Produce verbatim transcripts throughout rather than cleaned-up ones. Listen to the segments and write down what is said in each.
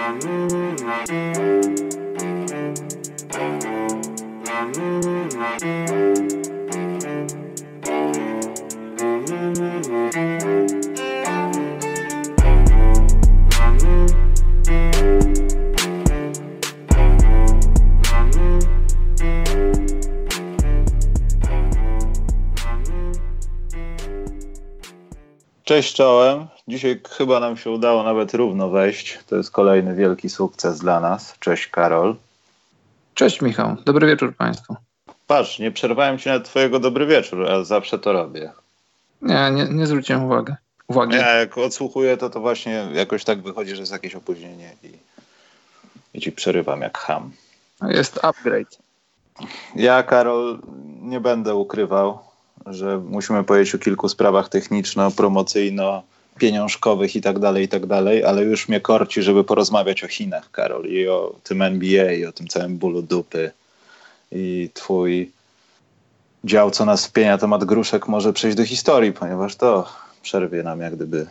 Cześć czołem. Dzisiaj chyba nam się udało nawet równo wejść. To jest kolejny wielki sukces dla nas. Cześć Karol. Cześć Michał. Dobry wieczór Państwu. Patrz, nie przerwałem Ci na twojego dobry wieczór, a zawsze to robię. Nie, nie, nie zwróciłem uwagi. uwagi. Ja jak odsłuchuję, to to właśnie jakoś tak wychodzi, że jest jakieś opóźnienie i, i Ci przerywam jak cham. Jest upgrade. Ja, Karol, nie będę ukrywał, że musimy powiedzieć o kilku sprawach techniczno-promocyjno-pieniążkowych i tak dalej, i tak dalej, ale już mnie korci, żeby porozmawiać o Chinach, Karol, i o tym N B A, i o tym całym bólu dupy. I twój dział, co nas wpienia, temat gruszek, może przejść do historii, ponieważ to przerwie nam jak gdyby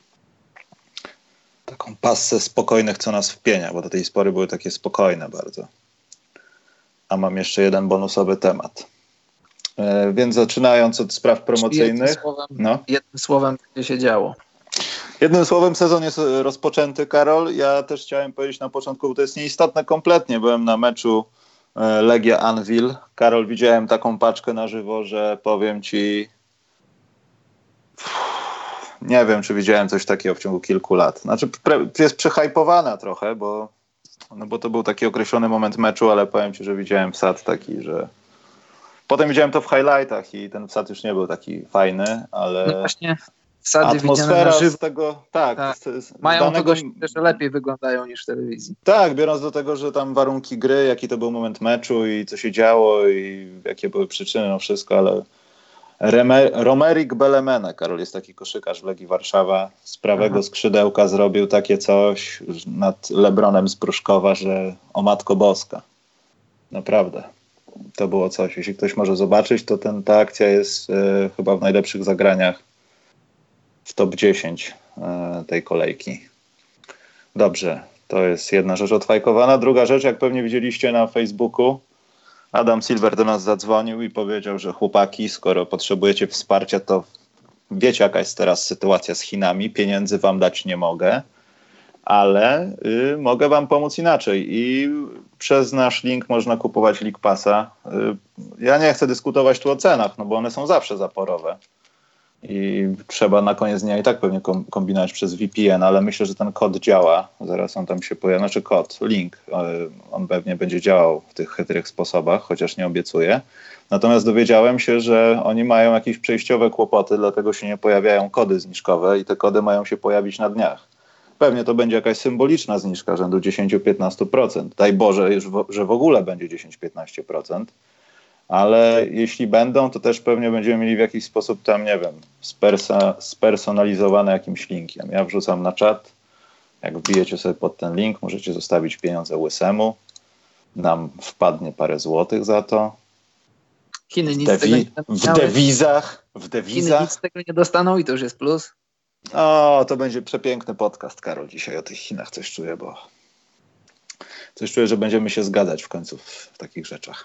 taką passę spokojnych, co nas wpienia, bo do tej pory były takie spokojne bardzo. A mam jeszcze jeden bonusowy temat. E, więc zaczynając od spraw promocyjnych. Jednym słowem, no. jednym słowem będzie się działo. Jednym słowem sezon jest rozpoczęty, Karol. Ja też chciałem powiedzieć na początku, bo to jest nieistotne kompletnie. Byłem na meczu e, Legia Anwil. Karol, widziałem taką paczkę na żywo, że powiem ci, nie wiem, czy widziałem coś takiego w ciągu kilku lat. Znaczy pre, jest przehypowana trochę, bo, no bo to był taki określony moment meczu, ale powiem ci, że widziałem wsad taki, że potem widziałem to w highlightach i ten wsad już nie był taki fajny, ale no właśnie wsady atmosfera na żywo, z tego, tak. tak. Z, z mają danego, to dość, że lepiej wyglądają niż w telewizji. Tak, biorąc do tego, że tam warunki gry, jaki to był moment meczu i co się działo i jakie były przyczyny, no wszystko, ale Reme, Romerik Belemene, Karol, jest taki koszykarz w Legii Warszawa, z prawego Aha. skrzydełka zrobił takie coś nad Lebronem z Pruszkowa, że o Matko Boska. Naprawdę. To było coś. Jeśli ktoś może zobaczyć, to ten, ta akcja jest e, chyba w najlepszych zagraniach w top dziesięć e, tej kolejki. Dobrze, to jest jedna rzecz odfajkowana. Druga rzecz, jak pewnie widzieliście na Facebooku, Adam Silver do nas zadzwonił i powiedział, że chłopaki, skoro potrzebujecie wsparcia, to wiecie, jaka jest teraz sytuacja z Chinami. Pieniędzy wam dać nie mogę, ale y, mogę wam pomóc inaczej i przez nasz link można kupować League Passa. Y, ja nie chcę dyskutować tu o cenach, no bo one są zawsze zaporowe i trzeba na koniec dnia i tak pewnie kom- kombinować przez V P N, ale myślę, że ten kod działa. Zaraz on tam się pojawi, znaczy kod, link, y, on pewnie będzie działał w tych chytrych sposobach, chociaż nie obiecuję. Natomiast dowiedziałem się, że oni mają jakieś przejściowe kłopoty, dlatego się nie pojawiają kody zniżkowe i te kody mają się pojawić na dniach. Pewnie to będzie jakaś symboliczna zniżka rzędu dziesięć do piętnastu procent. Daj Boże, już w, że w ogóle będzie dziesięć do piętnastu procent. Ale jeśli będą, to też pewnie będziemy mieli w jakiś sposób tam, nie wiem, spersa, spersonalizowane jakimś linkiem. Ja wrzucam na czat. Jak wbijecie sobie pod ten link, możecie zostawić pieniądze Łysemu. Nam wpadnie parę złotych za to. Chiny nic Dewi- tego nie w dewizach. W dewizach. Chiny nic tego nie dostaną i to już jest plus. O, to będzie przepiękny podcast, Karol, dzisiaj o tych Chinach. Coś czuję, bo coś czuję, że będziemy się zgadzać w końcu w, w takich rzeczach.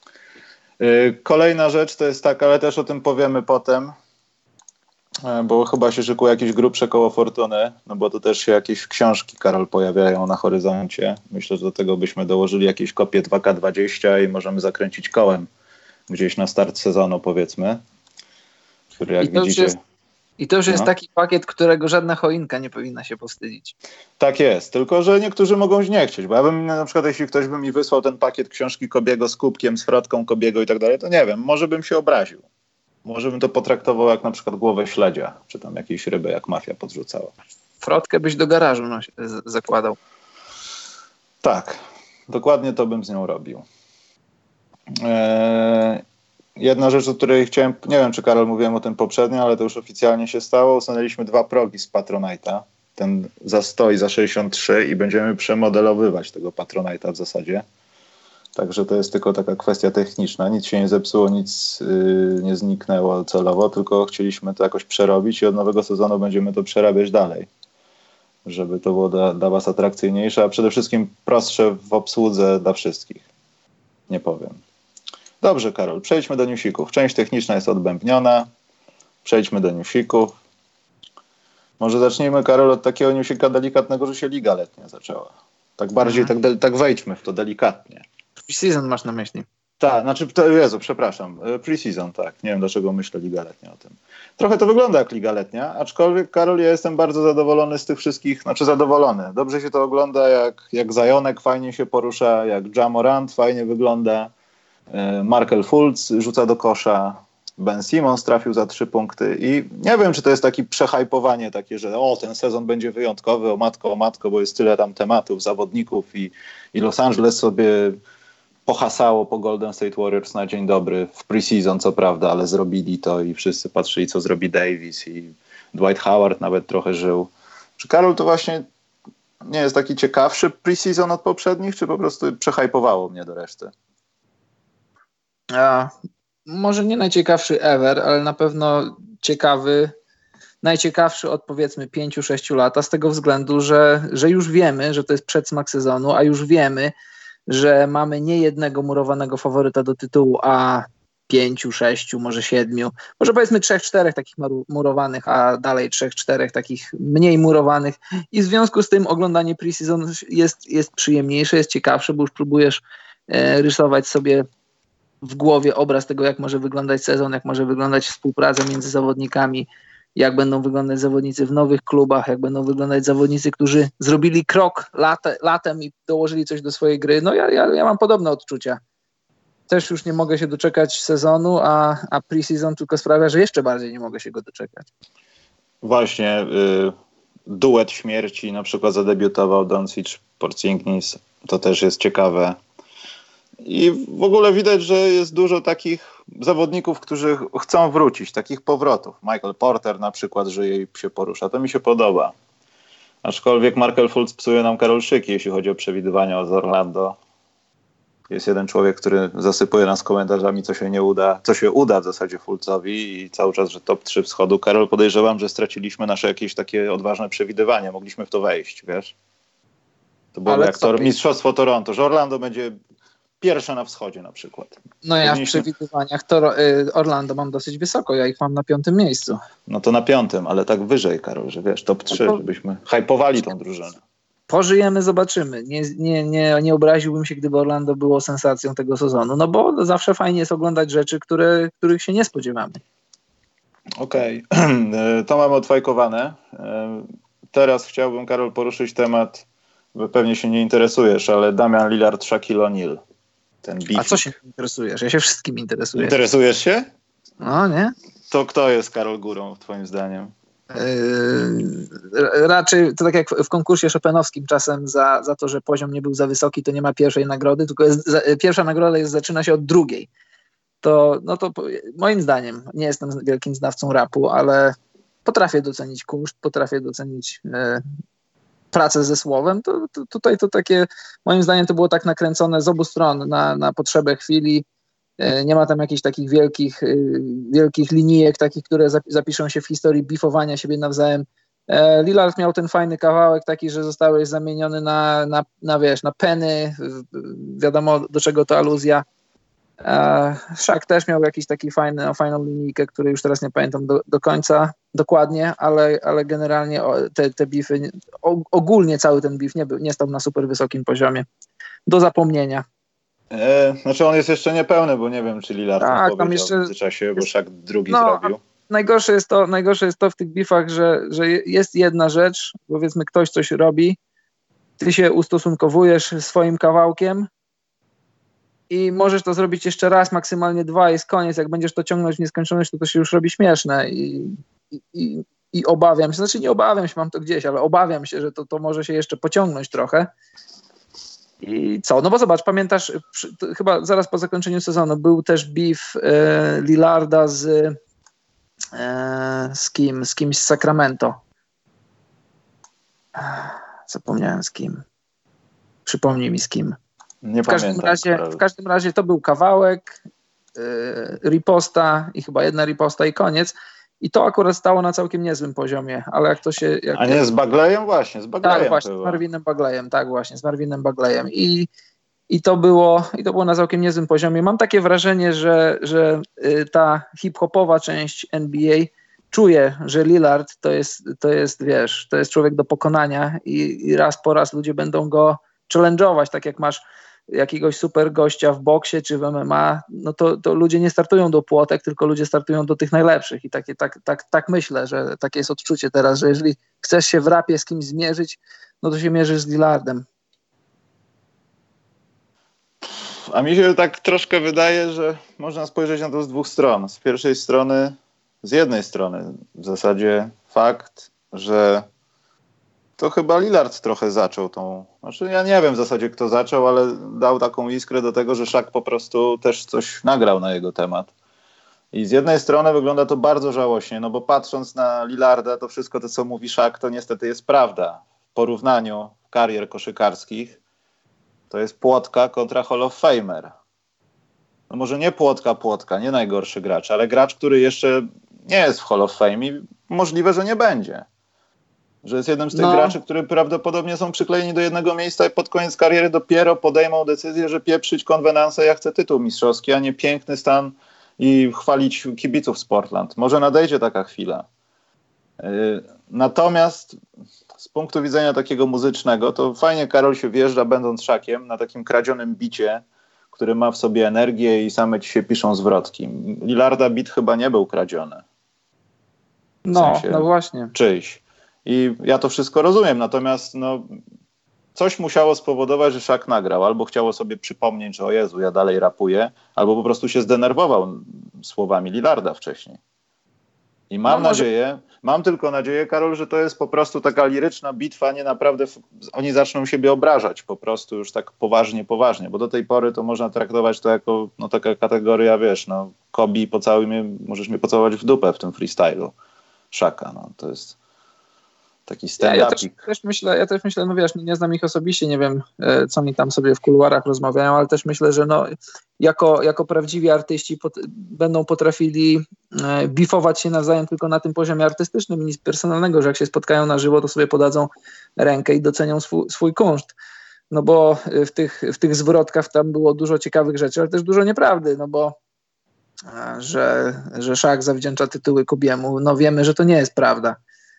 Yy, kolejna rzecz to jest taka, ale też o tym powiemy potem, yy, bo chyba się szykuje jakieś grubsze koło fortuny, no bo to też się jakieś książki, Karol, pojawiają na horyzoncie. Myślę, że do tego byśmy dołożyli jakieś kopie dwa K dwadzieścia i możemy zakręcić kołem gdzieś na start sezonu, powiedzmy, który jak widzicie... Jest... I to już jest no. taki pakiet, którego żadna choinka nie powinna się powstydzić. Tak jest, tylko że niektórzy mogą nie chcieć, bo ja bym na przykład, jeśli ktoś by mi wysłał ten pakiet książki Kobiego z kubkiem, z frotką Kobiego i tak dalej, to nie wiem, może bym się obraził. Może bym to potraktował jak na przykład głowę śledzia, czy tam jakiejś ryby, jak mafia podrzucała. Frotkę byś do garażu no, z- zakładał. Tak, dokładnie to bym z nią robił. Eee... Jedna rzecz, o której chciałem, nie wiem, czy Karol mówiłem o tym poprzednio, ale to już oficjalnie się stało. Usunęliśmy dwa progi z Patronite'a. Ten za sto i za sześćdziesiąt trzy i będziemy przemodelowywać tego Patronite'a w zasadzie. Także to jest tylko taka kwestia techniczna. Nic się nie zepsuło, nic yy, nie zniknęło celowo, tylko chcieliśmy to jakoś przerobić i od nowego sezonu będziemy to przerabiać dalej. żeby to było dla, dla was atrakcyjniejsze, a przede wszystkim prostsze w obsłudze dla wszystkich. Nie powiem. Dobrze, Karol, przejdźmy do newsików. Część techniczna jest odbębniona. Przejdźmy do newsików. Może zacznijmy, Karol, od takiego newsika delikatnego, że się liga letnia zaczęła. Tak bardziej, mhm. tak, tak wejdźmy w to delikatnie. Pre-season masz na myśli. Tak, znaczy, to, Jezu, przepraszam, pre-season, tak. Nie wiem, dlaczego myślę liga letnia o tym. Trochę to wygląda jak liga letnia, aczkolwiek, Karol, ja jestem bardzo zadowolony z tych wszystkich, znaczy zadowolony. Dobrze się to ogląda, jak, jak Zajonek fajnie się porusza, jak Ja Morant fajnie wygląda, Markel Fultz rzuca do kosza, Ben Simmons trafił za trzy punkty i nie wiem, czy to jest takie przehajpowanie takie, że o, ten sezon będzie wyjątkowy, o matko, o matko, bo jest tyle tam tematów, zawodników i, i Los Angeles sobie pohasało po Golden State Warriors na dzień dobry w preseason, co prawda, ale zrobili to i wszyscy patrzyli, co zrobi Davis i Dwight Howard nawet trochę żył. Czy, Karol, to właśnie nie jest taki ciekawszy preseason od poprzednich, czy po prostu przehajpowało mnie do reszty? A, może nie najciekawszy ever, ale na pewno ciekawy, najciekawszy od powiedzmy pięciu sześciu lat, z tego względu, że, że już wiemy, że to jest przedsmak sezonu, a już wiemy, że mamy nie jednego murowanego faworyta do tytułu, a pięciu, sześciu, może siedmiu, może powiedzmy trzech, czterech takich murowanych, a dalej trzech, czterech takich mniej murowanych i w związku z tym oglądanie preseason jest, jest przyjemniejsze, jest ciekawsze, bo już próbujesz e, rysować sobie w głowie obraz tego, jak może wyglądać sezon, jak może wyglądać współpraca między zawodnikami, jak będą wyglądać zawodnicy w nowych klubach, jak będą wyglądać zawodnicy, którzy zrobili krok late, latem i dołożyli coś do swojej gry. No ja, ja, ja mam podobne odczucia. Też już nie mogę się doczekać sezonu, a, a pre-season tylko sprawia, że jeszcze bardziej nie mogę się go doczekać. Właśnie y, duet śmierci na przykład zadebiutował Doncic, Porzingis, to też jest ciekawe. I w ogóle widać, że jest dużo takich zawodników, którzy chcą wrócić, takich powrotów. Michael Porter na przykład żyje i się porusza. To mi się podoba. Aczkolwiek Markel Fultz psuje nam Karol szyki, jeśli chodzi o przewidywania z Orlando. Jest jeden człowiek, który zasypuje nas komentarzami, co się nie uda, co się uda w zasadzie Fultzowi i cały czas, że top trzy wschodu. Karol, podejrzewam, że straciliśmy nasze jakieś takie odważne przewidywania. Mogliśmy w to wejść, wiesz? To było jak to mistrzostwo Toronto, że Orlando będzie pierwsze na wschodzie na przykład. No ja Powinniśmy... w przewidywaniach to Orlando mam dosyć wysoko, ja ich mam na piątym miejscu. No to na piątym, ale tak wyżej, Karol, że wiesz, top trzy, no to... żebyśmy hypowali tą drużynę. Pożyjemy, zobaczymy. Nie, nie, nie, nie obraziłbym się, gdyby Orlando było sensacją tego sezonu, no bo zawsze fajnie jest oglądać rzeczy, które, których się nie spodziewamy. Okej, okay. To mamy odfajkowane. Teraz chciałbym, Karol, poruszyć temat, bo pewnie się nie interesujesz, ale Damian Lillard, Shaquille O'Neal. Ten beef. A co się interesujesz? Ja się wszystkim interesuję. Interesujesz się? No, nie? To kto jest, Karol, górą, twoim zdaniem? Yy, raczej to tak jak w konkursie chopinowskim czasem za, za to, że poziom nie był za wysoki, to nie ma pierwszej nagrody, tylko jest, za, pierwsza nagroda jest, zaczyna się od drugiej. To, no to moim zdaniem, nie jestem wielkim znawcą rapu, ale potrafię docenić kunszt, potrafię docenić e, pracę ze słowem. To, to, tutaj to takie, moim zdaniem to było tak nakręcone z obu stron na, na potrzebę chwili. Nie ma tam jakichś takich wielkich, wielkich linijek, takich, które zapiszą się w historii bifowania siebie nawzajem. Lillard miał ten fajny kawałek taki, że zostałeś zamieniony na, na, na wiesz, na penny, wiadomo do czego to aluzja. Shaq też miał jakiś taki fajny, fajną linijkę, której już teraz nie pamiętam do, do końca dokładnie, ale, ale generalnie te, te bify, ogólnie cały ten bif nie, był, nie stał na super wysokim poziomie. Do zapomnienia. E, znaczy on jest jeszcze niepełny, bo nie wiem, czy Lillard tak, tam powiedział jeszcze w międzyczasie, bo Shaq drugi no, zrobił. Najgorsze jest to, najgorsze jest to w tych bifach, że, że jest jedna rzecz, powiedzmy ktoś coś robi, ty się ustosunkowujesz swoim kawałkiem i możesz to zrobić jeszcze raz, maksymalnie dwa, jest koniec. Jak będziesz to ciągnąć w nieskończoność, to to się już robi śmieszne i, i, i, i obawiam się, znaczy nie obawiam się, mam to gdzieś, ale obawiam się, że to, to może się jeszcze pociągnąć trochę. I co? No bo zobacz, pamiętasz, przy, chyba zaraz po zakończeniu sezonu był też beef e, Lillarda z e, z kim? Z kimś z Sacramento. Zapomniałem z kim. Przypomnij mi z kim. Nie w każdym pamiętam. Razie, w każdym razie to był kawałek, e, riposta i chyba jedna riposta i koniec. I to akurat stało na całkiem niezłym poziomie, ale jak to się... Jak, A nie z Bagleyem? Właśnie, z Bagleyem. Tak, właśnie, chyba. z Marvinem Bagleyem, tak właśnie, z Marvinem Bagleyem. I, i, to było, I to było na całkiem niezłym poziomie. Mam takie wrażenie, że, że ta hip-hopowa część N B A czuje, że Lillard to jest, to jest, wiesz, to jest człowiek do pokonania i, i raz po raz ludzie będą go challenge'ować, tak jak masz jakiegoś super gościa w boksie czy w M M A, no to, to ludzie nie startują do płotek, tylko ludzie startują do tych najlepszych i takie, tak, tak, tak myślę, że takie jest odczucie teraz, że jeżeli chcesz się w rapie z kimś zmierzyć, no to się mierzysz z Lillardem. A mi się tak troszkę wydaje, że można spojrzeć na to z dwóch stron. Z pierwszej strony, z jednej strony w zasadzie fakt, że to chyba Lillard trochę zaczął tą... Znaczy ja nie wiem w zasadzie kto zaczął, ale dał taką iskrę do tego, że Shaq po prostu też coś nagrał na jego temat. I z jednej strony wygląda to bardzo żałośnie, no bo patrząc na Lillarda, to wszystko to co mówi Shaq to niestety jest prawda. W porównaniu karier koszykarskich to jest Płotka kontra Hall of Famer. No może nie Płotka, Płotka, nie najgorszy gracz, ale gracz, który jeszcze nie jest w Hall of Fame i możliwe, że nie będzie. Że jest jednym z tych no. graczy, którzy prawdopodobnie są przyklejeni do jednego miejsca i pod koniec kariery dopiero podejmą decyzję, że pieprzyć konwenansę, ja chcę tytuł mistrzowski, a nie piękny stan i chwalić kibiców z Portland. Może nadejdzie taka chwila. Yy, natomiast z punktu widzenia takiego muzycznego, to fajnie Karol się wjeżdża, będąc Szakiem, na takim kradzionym bicie, który ma w sobie energię i same ci się piszą zwrotki. Lillarda bit chyba nie był kradziony. W no, sensie no właśnie. Czyjś. I ja to wszystko rozumiem, natomiast no, coś musiało spowodować, że Shaq nagrał. Albo chciało sobie przypomnieć, że o Jezu, ja dalej rapuję, albo po prostu się zdenerwował słowami Lillarda wcześniej. I mam no może... nadzieję, mam tylko nadzieję, Karol, że to jest po prostu taka liryczna bitwa, nie naprawdę f- oni zaczną siebie obrażać po prostu już tak poważnie, poważnie, bo do tej pory to można traktować to jako no, taka kategoria, wiesz, no Kobe, pocałuj mnie, możesz mnie pocałować w dupę w tym freestylu Shaka, no to jest taki stand-upik. Ja, ja, też, też myślę, ja też myślę, no wiesz, nie znam ich osobiście, nie wiem, co mi tam sobie w kuluarach rozmawiają, ale też myślę, że no, jako, jako prawdziwi artyści pot, będą potrafili e, bifować się nawzajem tylko na tym poziomie artystycznym, nic personalnego, że jak się spotkają na żywo, to sobie podadzą rękę i docenią swój, swój kunszt. No bo w tych, w tych zwrotkach tam było dużo ciekawych rzeczy, ale też dużo nieprawdy, no bo e, że, że Shaq zawdzięcza tytuły Kobiemu, no wiemy, że to nie jest prawda.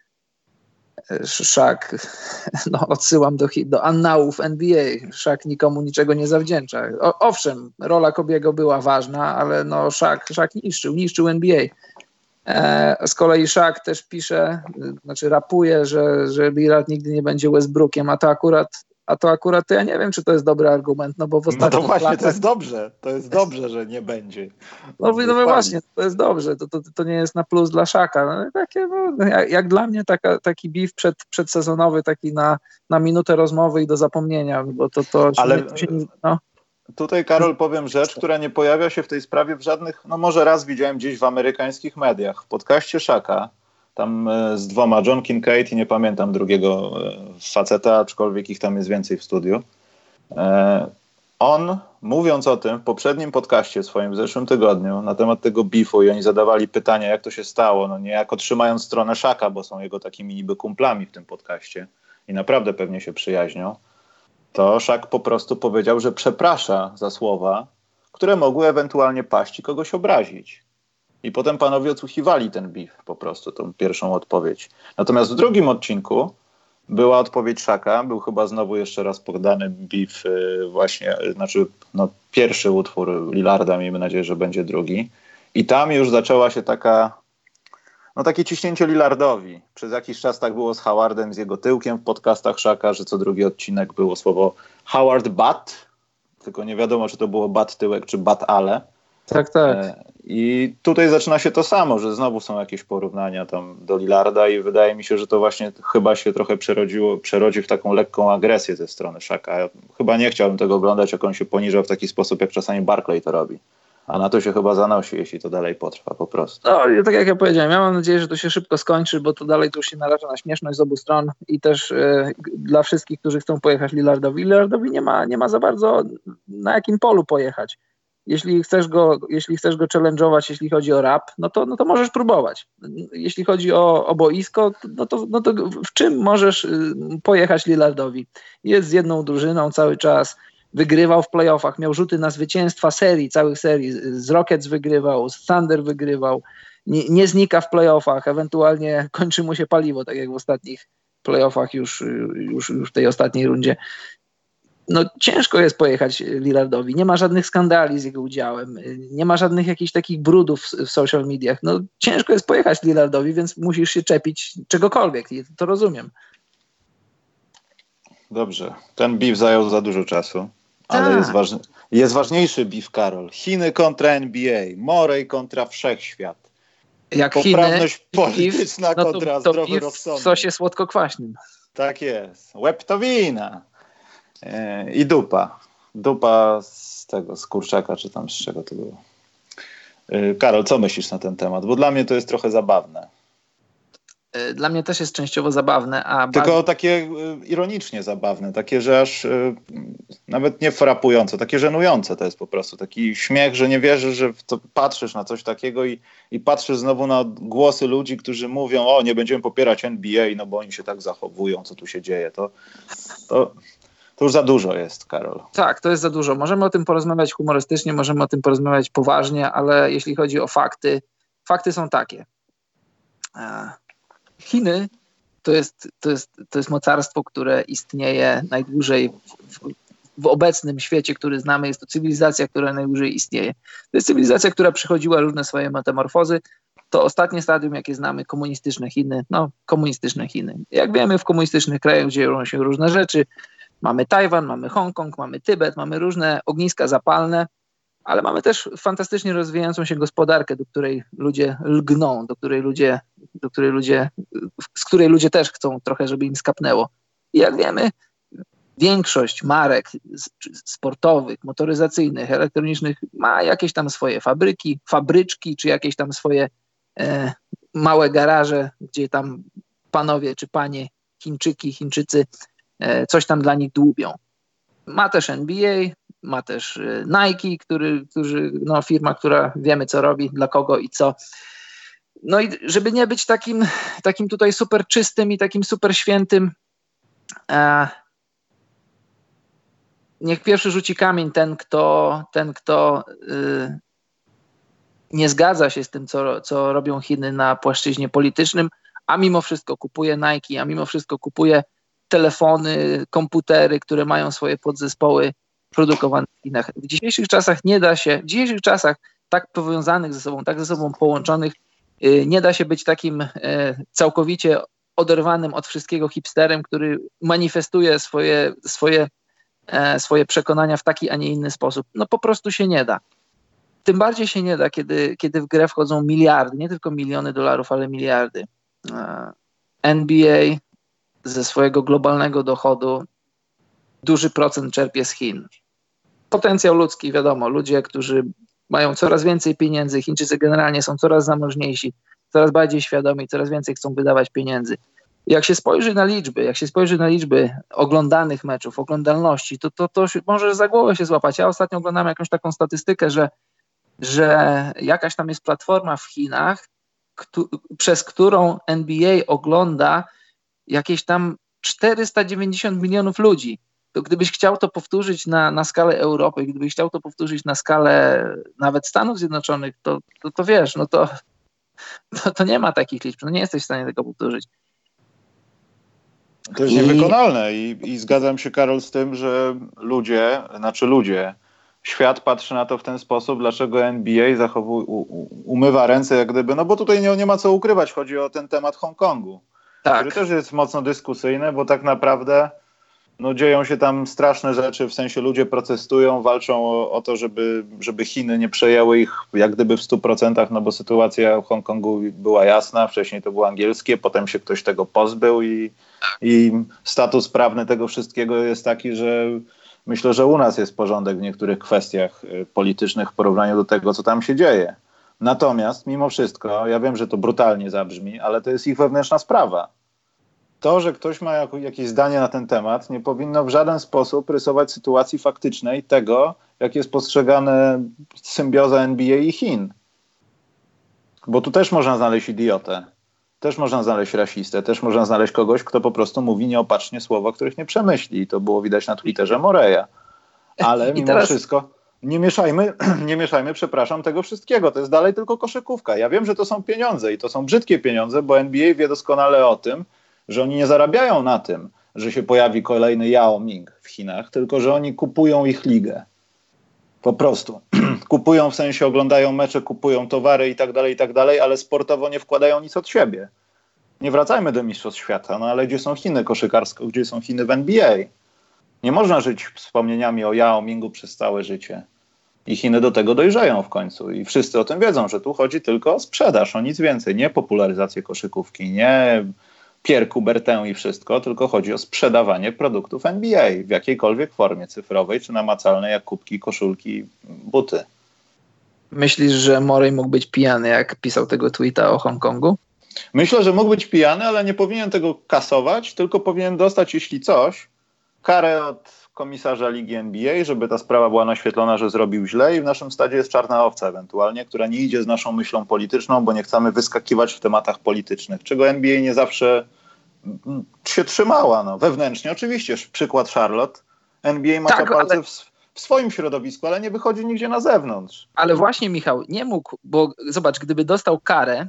Shaq, no odsyłam do, do annałów N B A, Shaq nikomu niczego nie zawdzięcza. O, owszem, rola Kobiego była ważna, ale no Shaq, Shaq niszczył, niszczył N B A. E, z kolei Shaq też pisze, znaczy rapuje, że, że Lillard nigdy nie będzie Westbrookiem, a to akurat A to akurat to ja nie wiem, czy to jest dobry argument, no bo w ostatnich No to właśnie, latach... to jest dobrze, to jest dobrze, że nie będzie. No, no, no właśnie, to jest dobrze, to, to, to nie jest na plus dla Shaka. No, takie, no, jak, jak dla mnie taka, taki beef przed, przedsezonowy, taki na, na minutę rozmowy i do zapomnienia, bo to... to Ale się nie, się nie, no. Tutaj, Karol, powiem rzecz, która nie pojawia się w tej sprawie w żadnych, no może raz widziałem gdzieś w amerykańskich mediach, w podcaście Shaka, tam z dwoma, John Kincaid i nie pamiętam drugiego faceta, aczkolwiek ich tam jest więcej w studiu. On, mówiąc o tym w poprzednim podcaście swoim w zeszłym tygodniu na temat tego beefu i oni zadawali pytania, jak to się stało, no niejako trzymając stronę Shaka, bo są jego takimi niby kumplami w tym podcaście i naprawdę pewnie się przyjaźnią, to Shaq po prostu powiedział, że przeprasza za słowa, które mogły ewentualnie paść i kogoś obrazić. I potem panowie odsłuchiwali ten beef, po prostu tą pierwszą odpowiedź. Natomiast w drugim odcinku była odpowiedź Shaka, był chyba znowu jeszcze raz podany beef yy, właśnie, znaczy no, pierwszy utwór Lillarda, miejmy nadzieję, że będzie drugi. I tam już zaczęła się taka, no takie ciśnięcie Lillardowi. Przez jakiś czas tak było z Howardem, z jego tyłkiem w podcastach Shaka, że co drugi odcinek było słowo Howard Butt, tylko nie wiadomo, czy to było Butt tyłek, czy Butt ale. Tak, tak. I tutaj zaczyna się to samo, że znowu są jakieś porównania tam do Lillarda i wydaje mi się, że to właśnie chyba się trochę przerodziło, przerodzi w taką lekką agresję ze strony Shaka. Ja chyba nie chciałbym tego oglądać, jak on się poniża w taki sposób, jak czasami Barkley to robi. A na to się chyba zanosi, jeśli to dalej potrwa po prostu. No, tak jak ja powiedziałem, ja mam nadzieję, że to się szybko skończy, bo to dalej to już się naraża na śmieszność z obu stron i też e, dla wszystkich, którzy chcą pojechać Lillardowi. Lillardowi nie ma, nie ma za bardzo na jakim polu pojechać. jeśli chcesz go, jeśli chcesz go challenge'ować, jeśli chodzi o rap, no to, no to możesz próbować. Jeśli chodzi o, o boisko, no to, no to w czym możesz pojechać Lillardowi? Jest z jedną drużyną cały czas, wygrywał w playoffach, miał rzuty na zwycięstwa serii, całych serii. Z Rockets wygrywał, z Thunder wygrywał, nie, nie znika w playoffach, ewentualnie kończy mu się paliwo, tak jak w ostatnich playoffach już, już, już w tej ostatniej rundzie. No ciężko jest pojechać Lillardowi, nie ma żadnych skandali z jego udziałem, nie ma żadnych jakichś takich brudów w, w social mediach. No ciężko jest pojechać Lillardowi, więc musisz się czepić czegokolwiek i to rozumiem. Dobrze, ten beef zajął za dużo czasu, ale jest, ważny, jest ważniejszy beef, Karol. Chiny kontra N B A, Morej kontra Wszechświat. Jak poprawność Chiny, polityczna beef, kontra no to, to zdrowy rozsądek. W sosie słodko-kwaśnym. Tak jest. Łeb to wina. Yy, I dupa. Dupa z tego, z kurczaka, czy tam z czego to było. Yy, Karol, co myślisz na ten temat? Bo dla mnie to jest trochę zabawne. Dla mnie też jest częściowo zabawne. A Tylko bardzo... takie y, ironicznie zabawne, takie, że aż y, nawet nie frapujące, takie żenujące to jest po prostu. Taki śmiech, że nie wierzysz, że to patrzysz na coś takiego i, i patrzysz znowu na głosy ludzi, którzy mówią, o nie będziemy popierać N B A, no bo oni się tak zachowują, co tu się dzieje. To, to, to już za dużo jest, Karol. Tak, to jest za dużo. Możemy o tym porozmawiać humorystycznie, możemy o tym porozmawiać poważnie, ale jeśli chodzi o fakty, fakty są takie. Chiny to jest, to jest, to jest mocarstwo, które istnieje najdłużej w, w, w obecnym świecie, który znamy. Jest to cywilizacja, która najdłużej istnieje. To jest cywilizacja, która przechodziła różne swoje metamorfozy. To ostatnie stadium, jakie znamy, komunistyczne Chiny. No, komunistyczne Chiny. Jak wiemy, w komunistycznych krajach dzieją się różne rzeczy. Mamy Tajwan, mamy Hongkong, mamy Tybet, mamy różne ogniska zapalne, ale mamy też fantastycznie rozwijającą się gospodarkę, do której ludzie lgną, do której ludzie, do której ludzie, z której ludzie też chcą trochę, żeby im skapnęło. I jak wiemy, większość marek sportowych, motoryzacyjnych, elektronicznych ma jakieś tam swoje fabryki, fabryczki, czy jakieś tam swoje e, małe garaże, gdzie tam panowie czy panie Chińczyki, Chińczycy e, coś tam dla nich dłubią. Ma też N B A, ma też Nike, który, który, no, firma, która wiemy, co robi, dla kogo i co. No i żeby nie być takim, takim tutaj super czystym i takim super świętym, e, niech pierwszy rzuci kamień ten, kto, ten, kto y, nie zgadza się z tym, co, co robią Chiny na płaszczyźnie politycznym, a mimo wszystko kupuje Nike, a mimo wszystko kupuje telefony, komputery, które mają swoje podzespoły produkowane w Chinach. W dzisiejszych czasach nie da się, w dzisiejszych czasach tak powiązanych ze sobą, tak ze sobą połączonych, yy, nie da się być takim yy, całkowicie oderwanym od wszystkiego hipsterem, który manifestuje swoje, swoje, yy, swoje przekonania w taki, a nie inny sposób. No po prostu się nie da. Tym bardziej się nie da, kiedy, kiedy w grę wchodzą miliardy, nie tylko miliony dolarów, ale miliardy. Yy, N B A ze swojego globalnego dochodu duży procent czerpie z Chin. Potencjał ludzki, wiadomo, ludzie, którzy mają coraz więcej pieniędzy, Chińczycy generalnie są coraz zamożniejsi, coraz bardziej świadomi, coraz więcej chcą wydawać pieniędzy. Jak się spojrzy na liczby, jak się spojrzy na liczby oglądanych meczów, oglądalności, to, to, to może za głowę się złapać. Ja ostatnio oglądałem jakąś taką statystykę, że, że jakaś tam jest platforma w Chinach, kto, przez którą N B A ogląda jakieś tam czterysta dziewięćdziesiąt milionów ludzi. To gdybyś chciał to powtórzyć na, na skalę Europy, gdybyś chciał to powtórzyć na skalę nawet Stanów Zjednoczonych, to, to, to wiesz, no to, to, to nie ma takich liczb, no nie jesteś w stanie tego powtórzyć. To jest I... niewykonalne i, i zgadzam się, Karol, z tym, że ludzie, znaczy ludzie, świat patrzy na to w ten sposób, dlaczego N B A zachowuje, umywa ręce jak gdyby, no bo tutaj nie, nie ma co ukrywać, chodzi o ten temat Hongkongu, tak, który też jest mocno dyskusyjny, bo tak naprawdę no, dzieją się tam straszne rzeczy, w sensie ludzie protestują, walczą o, o to, żeby, żeby Chiny nie przejęły ich jak gdyby w stu procentach, no bo sytuacja w Hongkongu była jasna, wcześniej to było angielskie, potem się ktoś tego pozbył i, i status prawny tego wszystkiego jest taki, że myślę, że u nas jest porządek w niektórych kwestiach politycznych w porównaniu do tego, co tam się dzieje. Natomiast mimo wszystko, ja wiem, że to brutalnie zabrzmi, ale to jest ich wewnętrzna sprawa. To, że ktoś ma jakieś zdanie na ten temat, nie powinno w żaden sposób rysować sytuacji faktycznej tego, jak jest postrzegana symbioza N B A i Chin. Bo tu też można znaleźć idiotę, też można znaleźć rasistę, też można znaleźć kogoś, kto po prostu mówi nieopatrznie słowa, których nie przemyśli. I to było widać na Twitterze Moreya. Ale mimo teraz... wszystko nie mieszajmy, nie mieszajmy, przepraszam, tego wszystkiego. To jest dalej tylko koszykówka. Ja wiem, że to są pieniądze i to są brzydkie pieniądze, bo N B A wie doskonale o tym, że oni nie zarabiają na tym, że się pojawi kolejny Yao Ming w Chinach, tylko że oni kupują ich ligę. Po prostu. Kupują, w sensie oglądają mecze, kupują towary i tak dalej, i tak dalej, ale sportowo nie wkładają nic od siebie. Nie wracajmy do Mistrzostw Świata, no ale gdzie są Chiny koszykarsko, gdzie są Chiny w N B A? Nie można żyć wspomnieniami o Yao Mingu przez całe życie. I Chiny do tego dojrzeją w końcu. I wszyscy o tym wiedzą, że tu chodzi tylko o sprzedaż, o nic więcej. Nie popularyzację koszykówki, nie Pierre Coubertin i wszystko, tylko chodzi o sprzedawanie produktów N B A w jakiejkolwiek formie, cyfrowej czy namacalnej, jak kubki, koszulki, buty. Myślisz, że Morey mógł być pijany, jak pisał tego tweeta o Hongkongu? Myślę, że mógł być pijany, ale nie powinien tego kasować, tylko powinien dostać, jeśli coś, karę od komisarza Ligi N B A, żeby ta sprawa była naświetlona, że zrobił źle i w naszym stadzie jest czarna owca ewentualnie, która nie idzie z naszą myślą polityczną, bo nie chcemy wyskakiwać w tematach politycznych, czego N B A nie zawsze się trzymała. No. Wewnętrznie oczywiście, przykład Charlotte, N B A ma tak, palce ale... w, w swoim środowisku, ale nie wychodzi nigdzie na zewnątrz. Ale właśnie, Michał, nie mógł, bo zobacz, gdyby dostał karę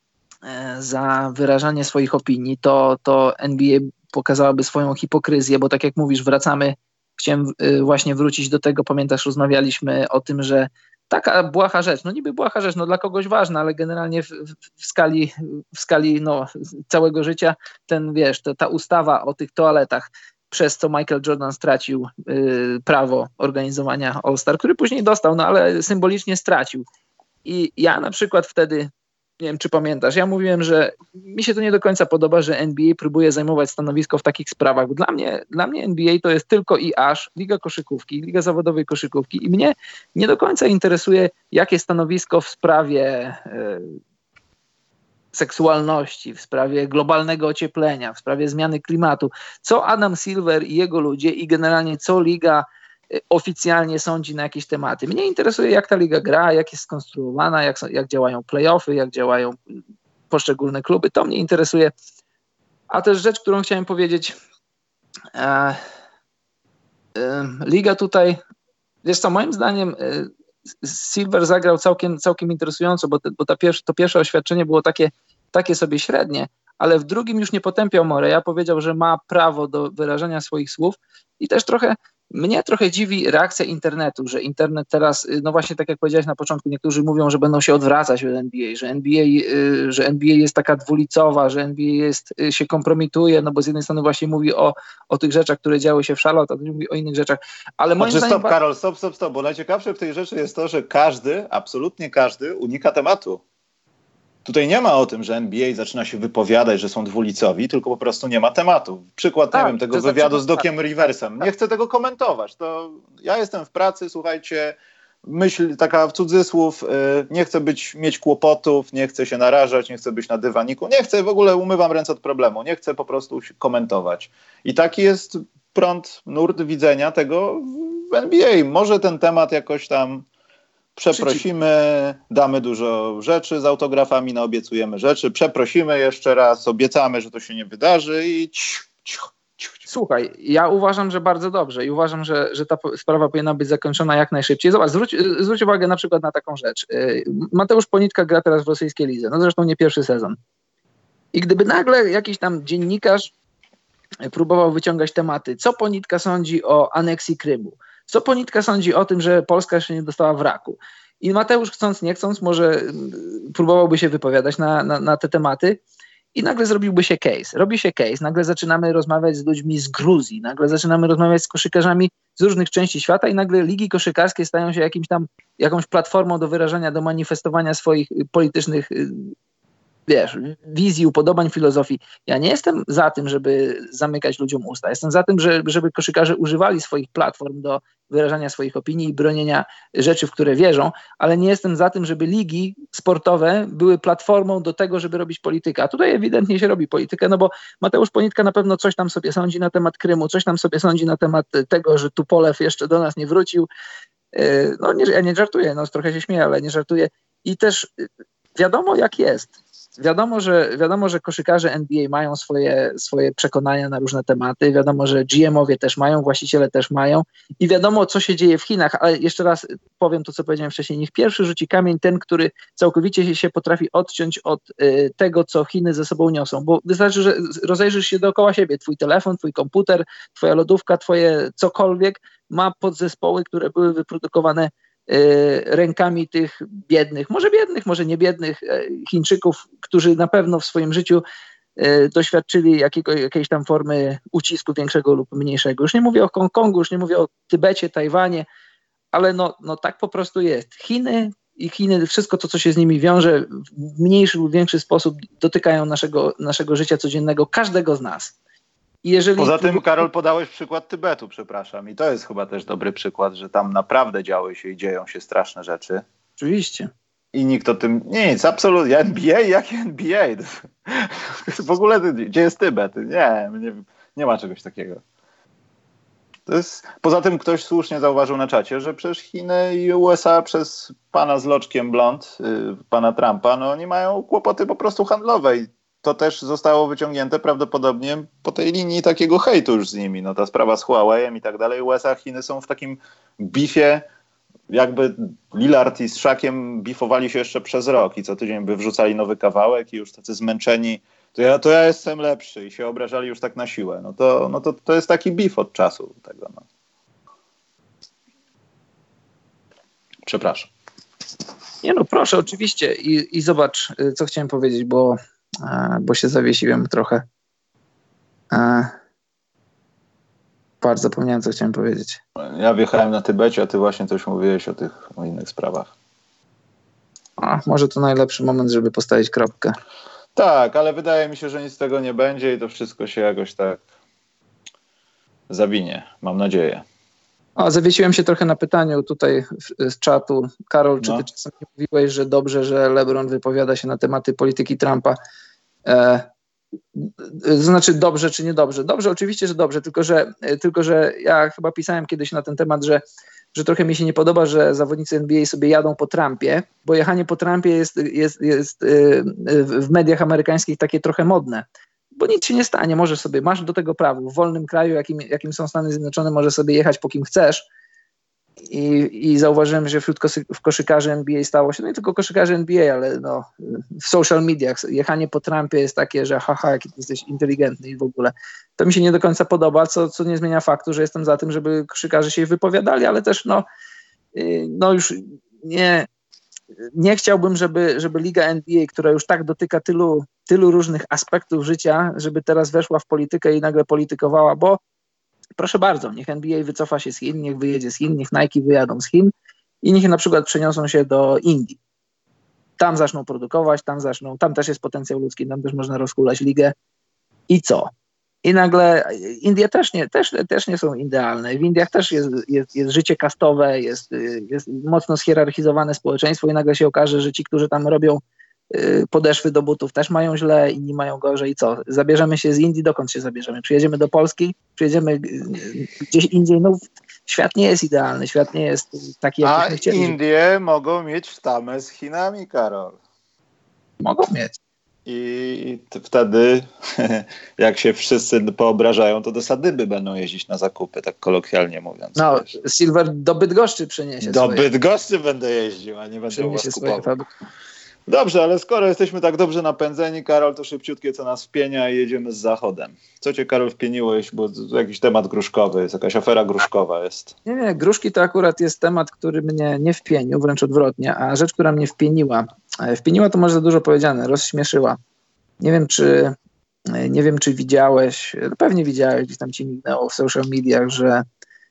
e, za wyrażanie swoich opinii, to, to N B A pokazałaby swoją hipokryzję, bo tak jak mówisz, wracamy, chciałem y, właśnie wrócić do tego, pamiętasz, rozmawialiśmy o tym, że taka błaha rzecz, no niby błaha rzecz, no dla kogoś ważna, ale generalnie w, w, w skali, w skali no, całego życia ten, wiesz, to, ta ustawa o tych toaletach, przez co Michael Jordan stracił y, prawo organizowania All-Star, który później dostał, no ale symbolicznie stracił. I ja na przykład wtedy, nie wiem, czy pamiętasz, ja mówiłem, że mi się to nie do końca podoba, że N B A próbuje zajmować stanowisko w takich sprawach, bo dla mnie, dla mnie N B A to jest tylko i aż Liga Koszykówki, Liga Zawodowej Koszykówki i mnie nie do końca interesuje, jakie stanowisko w sprawie y, seksualności, w sprawie globalnego ocieplenia, w sprawie zmiany klimatu, co Adam Silver i jego ludzie i generalnie co Liga oficjalnie sądzi na jakieś tematy. Mnie interesuje, jak ta liga gra, jak jest skonstruowana, jak, jak działają play-offy, jak działają poszczególne kluby. To mnie interesuje. A też rzecz, którą chciałem powiedzieć, e, e, liga tutaj, wiesz co, moim zdaniem e, Silver zagrał całkiem, całkiem interesująco, bo, te, bo ta pierwsze, to pierwsze oświadczenie było takie, takie sobie średnie, ale w drugim już nie potępiał Moreya, powiedział, że ma prawo do wyrażania swoich słów i też trochę mnie trochę dziwi reakcja internetu, że internet teraz, no właśnie tak jak powiedziałeś na początku, niektórzy mówią, że będą się odwracać od N B A, że N B A, że N B A jest taka dwulicowa, że N B A jest, się kompromituje, no bo z jednej strony właśnie mówi o, o tych rzeczach, które działy się w Charlotte, a drugi mówi o innych rzeczach. Ale moim znaczy, zdaniem... Stop, Karol, stop, stop, stop, bo najciekawsze w tej rzeczy jest to, że każdy, absolutnie każdy unika tematu. Tutaj nie ma o tym, że N B A zaczyna się wypowiadać, że są dwulicowi, tylko po prostu nie ma tematu. Przykład, tak, nie wiem, tego wywiadu z Dociem tak, Riversem. Tak, nie chcę tego komentować. To ja jestem w pracy, słuchajcie, myśl taka w cudzysłów, yy, nie chcę być, mieć kłopotów, nie chcę się narażać, nie chcę być na dywaniku, nie chcę, w ogóle umywam ręce od problemu, nie chcę po prostu komentować. I taki jest prąd, nurt widzenia tego w N B A. Może ten temat jakoś tam przeprosimy, damy dużo rzeczy z autografami, naobiecujemy rzeczy, przeprosimy jeszcze raz, obiecamy, że to się nie wydarzy i ciu, ciu, ciu, ciu. Słuchaj, ja uważam, że bardzo dobrze i uważam, że, że ta sprawa powinna być zakończona jak najszybciej. Zobacz, zwróć, zwróć uwagę na przykład na taką rzecz. Mateusz Ponitka gra teraz w rosyjskiej lidze, no zresztą nie pierwszy sezon. I gdyby nagle jakiś tam dziennikarz próbował wyciągać tematy, co Ponitka sądzi o aneksji Krymu, co Ponitka sądzi o tym, że Polska jeszcze nie dostała wraku. I Mateusz, chcąc nie chcąc, może próbowałby się wypowiadać na, na, na te tematy i nagle zrobiłby się case. Robi się case, nagle zaczynamy rozmawiać z ludźmi z Gruzji, nagle zaczynamy rozmawiać z koszykarzami z różnych części świata i nagle ligi koszykarskie stają się jakimś tam, jakąś platformą do wyrażania, do manifestowania swoich politycznych wiesz, wizji, upodobań, filozofii. Ja nie jestem za tym, żeby zamykać ludziom usta. Jestem za tym, że, żeby koszykarze używali swoich platform do wyrażania swoich opinii i bronienia rzeczy, w które wierzą, ale nie jestem za tym, żeby ligi sportowe były platformą do tego, żeby robić politykę. A tutaj ewidentnie się robi politykę, no bo Mateusz Ponitka na pewno coś tam sobie sądzi na temat Krymu, coś tam sobie sądzi na temat tego, że Tupolew jeszcze do nas nie wrócił. No nie, ja nie żartuję, no trochę się śmieję, ale nie żartuję. I też wiadomo jak jest. Wiadomo, że, wiadomo, że koszykarze N B A mają swoje, swoje przekonania na różne tematy, wiadomo, że G M owie też mają, właściciele też mają i wiadomo, co się dzieje w Chinach, ale jeszcze raz powiem to, co powiedziałem wcześniej, niech pierwszy rzuci kamień ten, który całkowicie się potrafi odciąć od y, tego, co Chiny ze sobą niosą, bo wystarczy, że rozejrzysz się dookoła siebie, twój telefon, twój komputer, twoja lodówka, twoje cokolwiek ma podzespoły, które były wyprodukowane rękami tych biednych, może biednych, może nie biednych Chińczyków, którzy na pewno w swoim życiu doświadczyli jakiego, jakiejś tam formy ucisku większego lub mniejszego. Już nie mówię o Hongkongu, już nie mówię o Tybecie, Tajwanie, ale no, no tak po prostu jest. Chiny i Chiny, wszystko to, co się z nimi wiąże, w mniejszy lub większy sposób dotykają naszego, naszego życia codziennego, każdego z nas. Jeżeli... Poza tym, Karol, podałeś przykład Tybetu, przepraszam. I to jest chyba też dobry przykład, że tam naprawdę działy się i dzieją się straszne rzeczy. Oczywiście. I nikt o tym... Nic, absolutnie. N B A? Jaki N B A? W ogóle, gdzie jest Tybet? Nie, nie, nie ma czegoś takiego. To jest... Poza tym ktoś słusznie zauważył na czacie, że przecież Chiny i U S A przez pana z loczkiem blond, yy, pana Trumpa, no oni mają kłopoty po prostu handlowe i to też zostało wyciągnięte prawdopodobnie po tej linii takiego hejtu już z nimi. No ta sprawa z Huawei'em i tak dalej. U S A, Chiny są w takim bifie, jakby Lillard i z Szakiem bifowali się jeszcze przez rok i co tydzień by wrzucali nowy kawałek i już tacy zmęczeni, to ja, to ja jestem lepszy i się obrażali już tak na siłę. No to, no to, to jest taki bif od czasu tego. No. Przepraszam. Nie no, proszę, oczywiście. I, i zobacz, co chciałem powiedzieć, bo bo się zawiesiłem trochę. Bardzo zapomniałem, co chciałem powiedzieć. Ja wjechałem na Tybecie, a ty właśnie coś mówiłeś o tych o innych sprawach. A, może to najlepszy moment, żeby postawić kropkę. Tak, ale wydaje mi się, że nic z tego nie będzie i to wszystko się jakoś tak zawinie. Mam nadzieję. O, zawiesiłem się trochę na pytaniu tutaj z czatu. Karol, czy ty no. czasem nie mówiłeś, że dobrze, że LeBron wypowiada się na tematy polityki Trumpa? E, to znaczy dobrze czy niedobrze? Dobrze, oczywiście, że dobrze, tylko że, tylko że ja chyba pisałem kiedyś na ten temat, że, że trochę mi się nie podoba, że zawodnicy N B A sobie jadą po Trumpie, bo jechanie po Trumpie jest, jest, jest w mediach amerykańskich takie trochę modne. Bo nic się nie stanie, możesz sobie, masz do tego prawo. W wolnym kraju, jakim, jakim są Stany Zjednoczone, możesz sobie jechać po kim chcesz. I, i zauważyłem, że wśród kosy, w koszykarzy N B A stało się, no nie tylko koszykarzy N B A, ale no, w social mediach jechanie po Trumpie jest takie, że haha, jaki ty jesteś inteligentny i w ogóle. To mi się nie do końca podoba, co, co nie zmienia faktu, że jestem za tym, żeby koszykarze się wypowiadali, ale też no, no już nie... Nie chciałbym, żeby, żeby Liga N B A, która już tak dotyka tylu, tylu różnych aspektów życia, żeby teraz weszła w politykę i nagle politykowała, bo proszę bardzo, niech N B A wycofa się z Chin, niech wyjedzie z Chin, niech Nike wyjadą z Chin i niech na przykład przeniosą się do Indii. Tam zaczną produkować, tam zaczną, tam też jest potencjał ludzki, tam też można rozhulać ligę. I co? I nagle Indie też nie, też, też nie są idealne. W Indiach też jest, jest, jest życie kastowe, jest, jest mocno schierarchizowane społeczeństwo i nagle się okaże, że ci, którzy tam robią podeszwy do butów, też mają źle, inni mają gorzej. I co? Zabierzemy się z Indii? Dokąd się zabierzemy? Przyjedziemy do Polski? Przyjedziemy gdzieś indziej? No, świat nie jest idealny, świat nie jest taki, jak byśmy chcieli. A Indie mogą mieć sztamę z Chinami, Karol. Mogą mieć. I wtedy, jak się wszyscy poobrażają, to do Sadyby będą jeździć na zakupy, tak kolokwialnie mówiąc. No, wiesz. Silver do Bydgoszczy przyniesie Do swoje. Bydgoszczy będę jeździł, a nie będę przyniesie u was kupował. Swoje. Dobrze, ale skoro jesteśmy tak dobrze napędzeni, Karol, to szybciutkie co nas wpienia i jedziemy z zachodem. Co cię, Karol, wpieniłeś, bo to jakiś temat gruszkowy jest, jakaś afera gruszkowa jest. Nie, nie, gruszki to akurat jest temat, który mnie nie wpienił, wręcz odwrotnie, a rzecz, która mnie wpieniła, wpieniła to może za dużo powiedziane, rozśmieszyła. Nie wiem, czy nie wiem, czy widziałeś, pewnie widziałeś, gdzieś tam ci mignęło w social mediach, że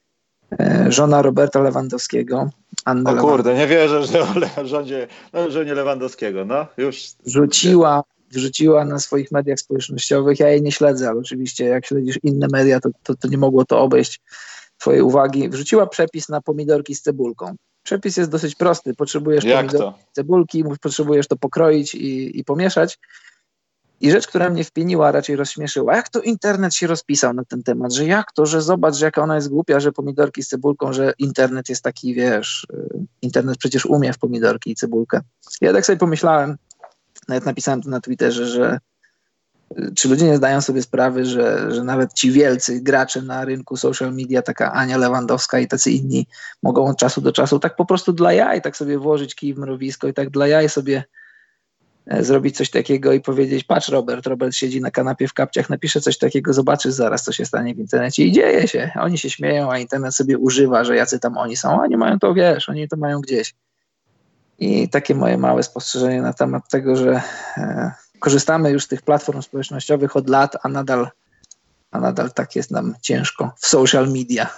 żona Roberta Lewandowskiego, Anna O kurde, nie wierzę, że o rządzie, no, żonie Lewandowskiego, no już. Rzuciła wrzuciła na swoich mediach społecznościowych, ja jej nie śledzę, ale oczywiście jak śledzisz inne media, to, to, to nie mogło to obejść twojej uwagi. Wrzuciła przepis na pomidorki z cebulką. Przepis jest dosyć prosty. Potrzebujesz Jak pomidorki, to? cebulki, potrzebujesz to pokroić i, i pomieszać. I rzecz, która mnie wpieniła, a raczej rozśmieszyła, jak to internet się rozpisał na ten temat, że jak to, że zobacz, że jaka ona jest głupia, że pomidorki z cebulką, że internet jest taki, wiesz, internet przecież umie w pomidorki i cebulkę. Ja tak sobie pomyślałem, nawet napisałem to na Twitterze, że czy ludzie nie zdają sobie sprawy, że, że nawet ci wielcy gracze na rynku social media, taka Ania Lewandowska i tacy inni, mogą od czasu do czasu tak po prostu dla jaj, tak sobie włożyć kij w mrowisko i tak dla jaj sobie zrobić coś takiego i powiedzieć, patrz Robert, Robert siedzi na kanapie w kapciach, napisze coś takiego, zobaczysz zaraz, co się stanie w internecie i dzieje się. Oni się śmieją, a internet sobie używa, że jacy tam oni są, a oni mają to, wiesz, oni to mają gdzieś. I takie moje małe spostrzeżenie na temat tego, że e, korzystamy już z tych platform społecznościowych od lat, a nadal, a nadal tak jest nam ciężko w social media.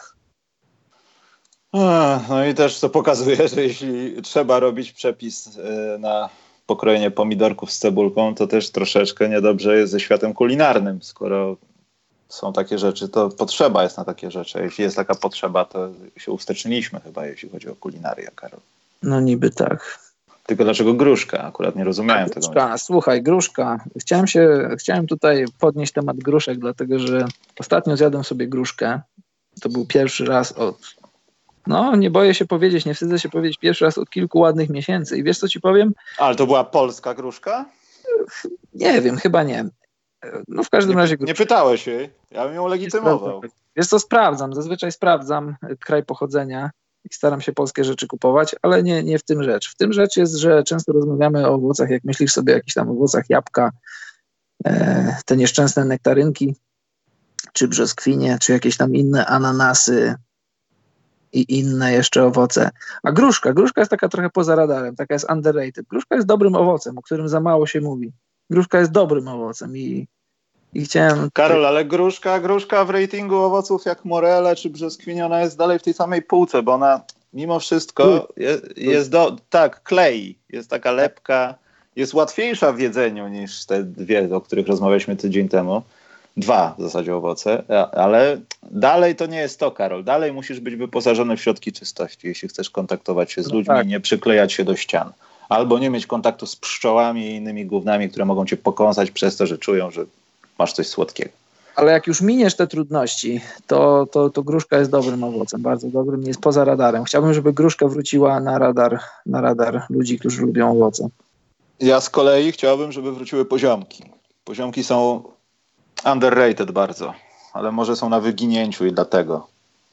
No i też to pokazuje, że jeśli trzeba robić przepis na pokrojenie pomidorków z cebulką, to też troszeczkę niedobrze jest ze światem kulinarnym. Skoro są takie rzeczy, to potrzeba jest na takie rzeczy. Jeśli jest taka potrzeba, to się usteczniliśmy chyba, jeśli chodzi o kulinarię, Karol. No niby tak. Tylko dlaczego gruszka? Akurat nie rozumiałem A, tego. gruszka, słuchaj, gruszka. Chciałem się, chciałem tutaj podnieść temat gruszek, dlatego że ostatnio zjadłem sobie gruszkę. To był pierwszy raz od, no nie boję się powiedzieć, nie wstydzę się powiedzieć, pierwszy raz od kilku ładnych miesięcy. I wiesz, co ci powiem? Ale to była polska gruszka? Nie wiem, chyba nie. No w każdym nie, razie... Nie pytałeś jej? Ja bym ją legitymował. Wiesz co, sprawdzam, zazwyczaj sprawdzam kraj pochodzenia i staram się polskie rzeczy kupować, ale nie, nie w tym rzecz. W tym rzecz jest, że często rozmawiamy o owocach, jak myślisz sobie o jakichś tam owocach, jabłka, e, te nieszczęsne nektarynki, czy brzoskwinie, czy jakieś tam inne ananasy i inne jeszcze owoce. A gruszka, gruszka jest taka trochę poza radarem, taka jest underrated. Gruszka jest dobrym owocem, o którym za mało się mówi. Gruszka jest dobrym owocem i, i chciałem... Karol, ale gruszka, gruszka w ratingu owoców jak morele czy brzoskwinia, ona jest dalej w tej samej półce, bo ona mimo wszystko jest, jest do... Tak, klei. Jest taka lepka, jest łatwiejsza w jedzeniu niż te dwie, o których rozmawialiśmy tydzień temu. Dwa w zasadzie owoce, ale dalej to nie jest to, Karol. Dalej musisz być wyposażony w środki czystości, jeśli chcesz kontaktować się z ludźmi, no tak. I nie przyklejać się do ścian. Albo nie mieć kontaktu z pszczołami i innymi gównami, które mogą cię pokąsać przez to, że czują, że masz coś słodkiego. Ale jak już miniesz te trudności, to, to, to gruszka jest dobrym owocem, bardzo dobrym, jest poza radarem. Chciałbym, żeby gruszka wróciła na radar, na radar ludzi, którzy lubią owoce. Ja z kolei chciałbym, żeby wróciły poziomki. Poziomki są underrated bardzo, ale może są na wyginięciu i dlatego.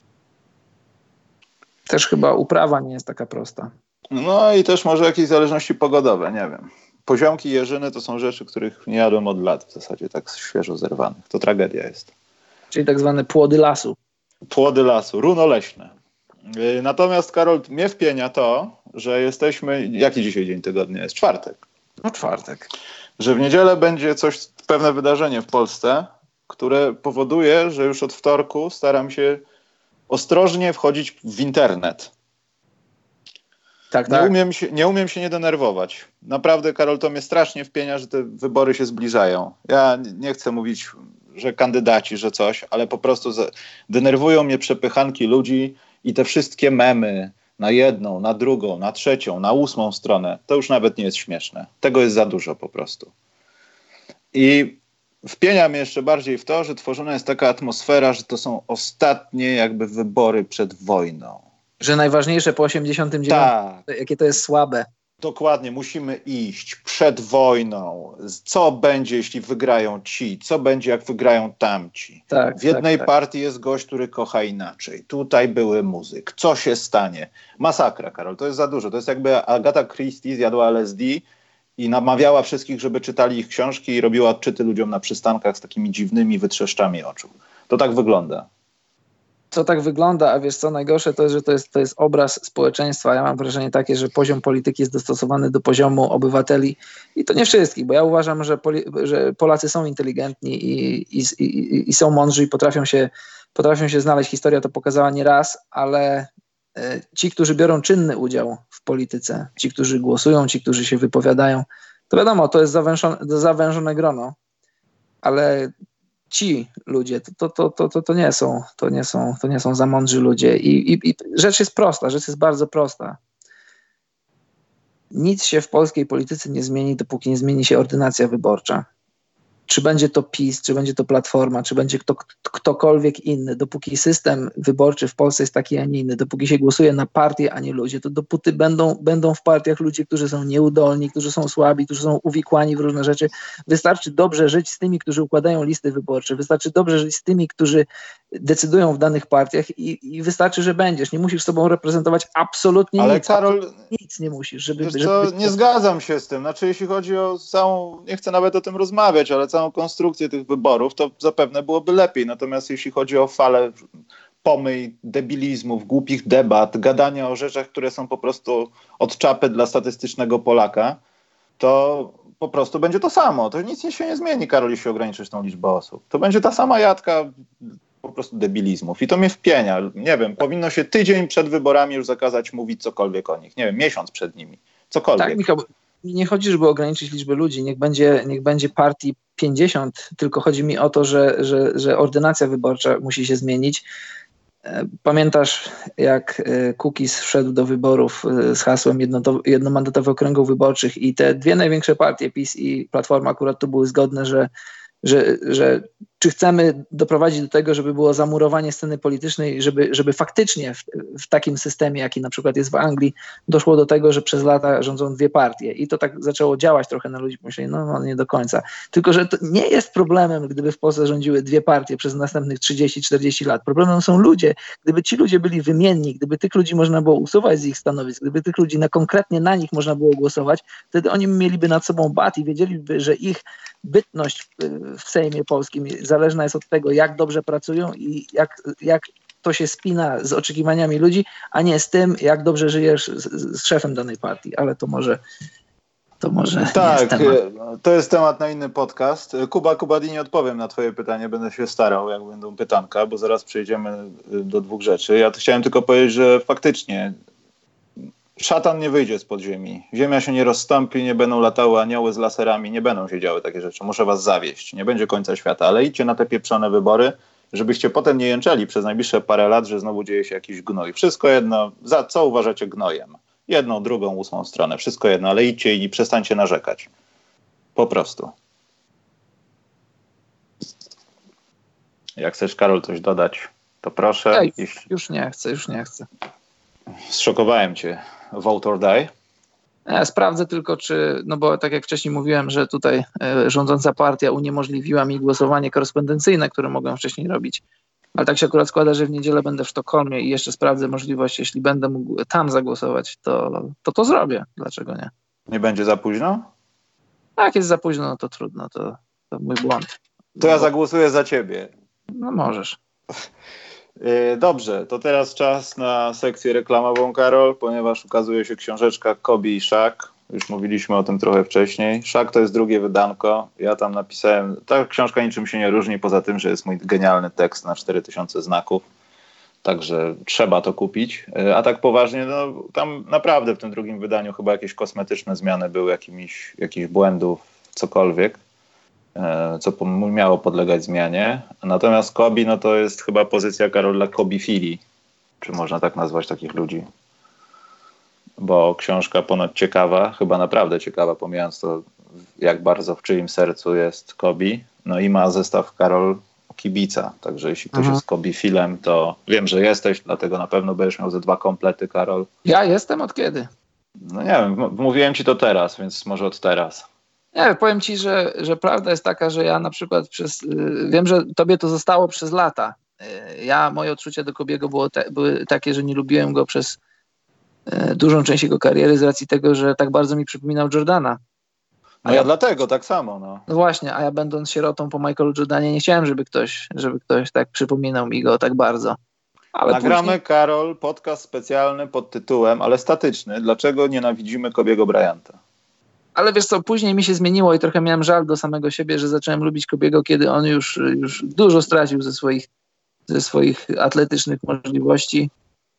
Też chyba uprawa nie jest taka prosta. No i też może jakieś zależności pogodowe, nie wiem. Poziomki i jeżyny to są rzeczy, których nie jadłem od lat w zasadzie, tak świeżo zerwanych. To tragedia jest. Czyli tak zwane płody lasu. Płody lasu, runoleśne. Natomiast, Karol, mnie wpienia to, że jesteśmy... Jaki dzisiaj dzień tygodnia jest? Czwartek. No czwartek. Że w niedzielę będzie coś, pewne wydarzenie w Polsce, które powoduje, że już od wtorku staram się ostrożnie wchodzić w internet. Tak, nie, tak. Umiem się, nie umiem się nie denerwować. Naprawdę, Karol, to mnie strasznie wpienia, że te wybory się zbliżają. Ja nie chcę mówić, że kandydaci, że coś, ale po prostu denerwują mnie przepychanki ludzi i te wszystkie memy na jedną, na drugą, na trzecią, na ósmą stronę. To już nawet nie jest śmieszne. Tego jest za dużo po prostu. I wpienia mnie jeszcze bardziej w to, że tworzona jest taka atmosfera, że to są ostatnie jakby wybory przed wojną. Że najważniejsze po osiemdziesiątym dziewiątym, tak. Jakie to jest słabe. Dokładnie, musimy iść przed wojną. Co będzie, jeśli wygrają ci? Co będzie, jak wygrają tamci? Tak, w jednej tak, partii tak. jest gość, który kocha inaczej. Tutaj były muzyk. Co się stanie? Masakra, Karol, to jest za dużo. To jest jakby Agata Christie zjadła L S D i namawiała wszystkich, żeby czytali ich książki i robiła odczyty ludziom na przystankach z takimi dziwnymi wytrzeszczami oczu. To tak wygląda. To tak wygląda, a wiesz co, najgorsze to jest, że to jest, to jest obraz społeczeństwa. Ja mam wrażenie takie, że poziom polityki jest dostosowany do poziomu obywateli i to nie wszystkich, bo ja uważam, że, poli, że Polacy są inteligentni i, i, i, i są mądrzy i potrafią się, potrafią się znaleźć. Historia to pokazała nieraz, ale ci, którzy biorą czynny udział w polityce, ci, którzy głosują, ci, którzy się wypowiadają, To wiadomo, to jest zawężone, zawężone grono, ale ci ludzie, to, to, to, to, to, nie są, to, nie są, to nie są za mądrzy ludzie. I, i, I rzecz jest prosta, rzecz jest bardzo prosta. Nic się w polskiej polityce nie zmieni, dopóki nie zmieni się ordynacja wyborcza. Czy będzie to PiS, czy będzie to Platforma, czy będzie kto, ktokolwiek inny, dopóki system wyborczy w Polsce jest taki, a nie inny, dopóki się głosuje na partie, a nie ludzie, to dopóty będą, będą w partiach ludzie, którzy są nieudolni, którzy są słabi, którzy są uwikłani w różne rzeczy. Wystarczy dobrze żyć z tymi, którzy układają listy wyborcze, wystarczy dobrze żyć z tymi, którzy decydują w danych partiach i, i wystarczy, że będziesz. Nie musisz sobą reprezentować absolutnie Ale nic. Karol, nic nie musisz. Żeby, wiesz żeby co, być... nie zgadzam się z tym. Znaczy, jeśli chodzi o całą, nie chcę nawet o tym rozmawiać, ale całą konstrukcję tych wyborów, to zapewne byłoby lepiej. Natomiast jeśli chodzi o falę pomyj, debilizmów, głupich debat, gadania o rzeczach, które są po prostu od czapy dla statystycznego Polaka, to po prostu będzie to samo. To nic się nie zmieni, Karol, jeśli ograniczysz tą liczbę osób. To będzie ta sama jadka po prostu debilizmów. I to mnie wpienia. Nie wiem, powinno się tydzień przed wyborami już zakazać mówić cokolwiek o nich. Nie wiem, miesiąc przed nimi. Cokolwiek. Tak, Michał, nie chodzi, żeby ograniczyć liczbę ludzi. Niech będzie, niech będzie partii pięćdziesiąt, tylko chodzi mi o to, że, że, że ordynacja wyborcza musi się zmienić. Pamiętasz, jak Kukiz wszedł do wyborów z hasłem jednomandatowych okręgów wyborczych i te dwie największe partie, PiS i Platforma, akurat tu były zgodne, że, że, że czy chcemy doprowadzić do tego, żeby było zamurowanie sceny politycznej, żeby, żeby faktycznie w, w takim systemie, jaki na przykład jest w Anglii, doszło do tego, że przez lata rządzą dwie partie i to tak zaczęło działać trochę na ludzi, pomyśleli, no, no nie do końca. Tylko, że to nie jest problemem, gdyby w Polsce rządziły dwie partie przez następnych trzydzieści czterdzieści lat. Problemem są ludzie. Gdyby ci ludzie byli wymienni, gdyby tych ludzi można było usuwać z ich stanowisk, gdyby tych ludzi na konkretnie na nich można było głosować, wtedy oni mieliby nad sobą bat i wiedzieliby, że ich bytność w Sejmie polskim zależna jest od tego, jak dobrze pracują i jak, jak to się spina z oczekiwaniami ludzi, a nie z tym, jak dobrze żyjesz z, z szefem danej partii. Ale to może to może tak, jest temat. To jest temat na inny podcast. Kuba, Kubadi, nie odpowiem na twoje pytanie, będę się starał, jak będą pytanka, bo zaraz przejdziemy do dwóch rzeczy. Ja chciałem tylko powiedzieć, że faktycznie szatan nie wyjdzie z podziemi. Ziemia się nie rozstąpi, nie będą latały anioły z laserami, nie będą się działy takie rzeczy. Muszę was zawieść. Nie będzie końca świata, ale idźcie na te pieprzone wybory, żebyście potem nie jęczeli przez najbliższe parę lat, że znowu dzieje się jakiś gnój. Wszystko jedno, za co uważacie gnojem? Jedną, drugą, ósmą stronę. Wszystko jedno, ale idźcie i przestańcie narzekać. Po prostu. Jak chcesz, Karol, coś dodać, to proszę. Ja już, już nie chcę, już nie chcę. Zszokowałem cię. Vote or die? Ja sprawdzę tylko, czy, no bo tak jak wcześniej mówiłem, że tutaj y, rządząca partia uniemożliwiła mi głosowanie korespondencyjne, które mogłem wcześniej robić. Ale tak się akurat składa, że w niedzielę będę w Sztokholmie i jeszcze sprawdzę możliwość, jeśli będę mógł tam zagłosować, to to, to zrobię. Dlaczego nie? Nie będzie za późno? Jak jest za późno, no to trudno, to, to mój błąd. To ja zagłosuję za ciebie. No możesz. Dobrze, to teraz czas na sekcję reklamową, Karol, ponieważ ukazuje się książeczka Kobi i Szak. Już mówiliśmy o tym trochę wcześniej. Szak to jest drugie wydanko. Ja tam napisałem, ta książka niczym się nie różni, poza tym, że jest mój genialny tekst na cztery tysiące znaków. Także trzeba to kupić. A tak poważnie, no tam naprawdę w tym drugim wydaniu chyba jakieś kosmetyczne zmiany były, jakimiś, jakichś błędów, cokolwiek, co miało podlegać zmianie. Natomiast Kobi, no to jest chyba pozycja, Karol, dla kobifilii. Czy można tak nazwać takich ludzi? Bo książka ponoć ciekawa, chyba naprawdę ciekawa, pomijając to, jak bardzo w czyim sercu jest Kobi. No i ma zestaw, Karol, kibica. Także jeśli ktoś Aha. jest kobifilem, to wiem, że jesteś, dlatego na pewno będziesz miał ze dwa komplety, Karol. Ja jestem od kiedy? No nie wiem, m- mówiłem ci to teraz, więc może od teraz. Nie, powiem ci, że, że prawda jest taka, że ja na przykład przez, yy, wiem, że tobie to zostało przez lata. Yy, ja, moje odczucia do Kobiego było te, były takie, że nie lubiłem go przez yy, dużą część jego kariery z racji tego, że tak bardzo mi przypominał Jordana. A no ja, ja dlatego, tak samo. No. no właśnie, a ja będąc sierotą po Michaelu Jordanie nie chciałem, żeby ktoś, żeby ktoś tak przypominał mi go tak bardzo. Ale Nagramy, później... Karol, podcast specjalny pod tytułem, ale statyczny, dlaczego nienawidzimy Kobiego Bryanta. Ale wiesz co, później mi się zmieniło i trochę miałem żal do samego siebie, że zacząłem lubić Kobiego, kiedy on już, już dużo stracił ze swoich, ze swoich atletycznych możliwości.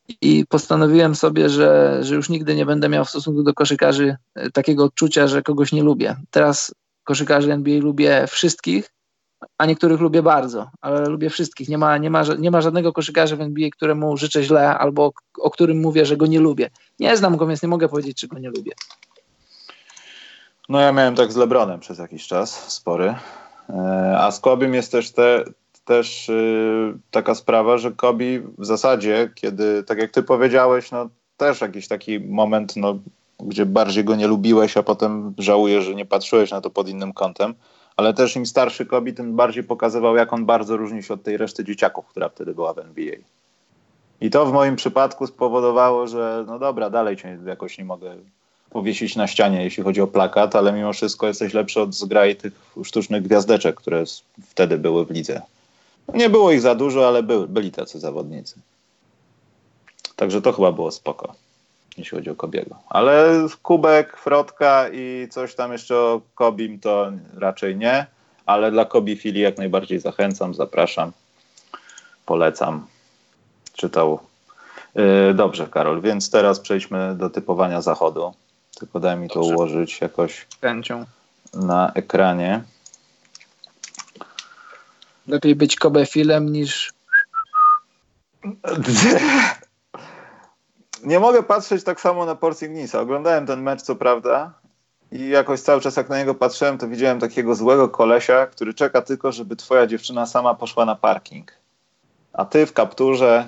i postanowiłem sobie, że, że już nigdy nie będę miał w stosunku do koszykarzy takiego odczucia, że kogoś nie lubię. Teraz koszykarzy N B A lubię wszystkich, a niektórych lubię bardzo, ale lubię wszystkich. Nie ma, nie ma, nie ma żadnego koszykarza w N B A, któremu życzę źle albo o, o którym mówię, że go nie lubię. Nie znam go, więc nie mogę powiedzieć, czy go nie lubię. No ja miałem tak z LeBronem przez jakiś czas, spory. A z Kobim jest też, te, też yy, taka sprawa, że Kobe w zasadzie, kiedy, tak jak ty powiedziałeś, no też jakiś taki moment, no, gdzie bardziej go nie lubiłeś, a potem żałujesz, że nie patrzyłeś na to pod innym kątem. Ale też im starszy Kobe, tym bardziej pokazywał, jak on bardzo różni się od tej reszty dzieciaków, która wtedy była w N B A. I to w moim przypadku spowodowało, że no dobra, dalej cię jakoś nie mogę powiesić na ścianie, jeśli chodzi o plakat, ale mimo wszystko jesteś lepszy od zgrai tych sztucznych gwiazdeczek, które wtedy były w lidze. Nie było ich za dużo, ale były, byli tacy zawodnicy. Także to chyba było spoko, jeśli chodzi o Kobiego. Ale kubek, frotka i coś tam jeszcze o Kobim to raczej nie, ale dla Kobe Fili jak najbardziej zachęcam, zapraszam, polecam. Czytał. Yy, dobrze, Karol, więc teraz przejdźmy do typowania zachodu. Tylko daj mi to dobrze ułożyć jakoś chęcią na ekranie. Lepiej być Kobe Filem niż... Nie mogę patrzeć tak samo na Porzingnisa. Oglądałem ten mecz, co prawda, i jakoś cały czas jak na niego patrzyłem, to widziałem takiego złego kolesia, który czeka tylko, żeby twoja dziewczyna sama poszła na parking. A ty w kapturze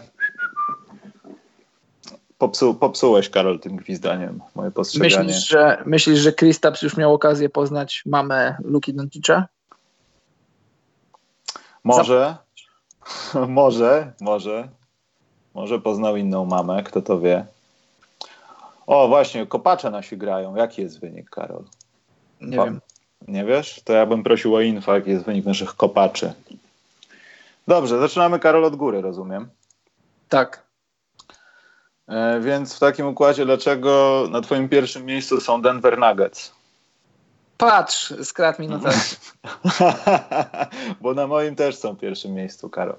popsu, popsułeś, Karol, tym gwizdaniem moje postrzeganie. Myślisz, że, myślisz, że Kristaps już miał okazję poznać mamę Luki Doncicza? Może, Zap- może, może. Może poznał inną mamę, kto to wie. O, właśnie, kopacze nasi grają. Jaki jest wynik, Karol? Nie pa- wiem. Nie wiesz? To ja bym prosił o info, jaki jest wynik naszych kopaczy. Dobrze, zaczynamy, Karol, od góry, rozumiem? Tak. E, więc w takim układzie, dlaczego na twoim pierwszym miejscu są Denver Nuggets? Patrz, skradł mi notatki. Bo na moim też są w pierwszym miejscu, Karol.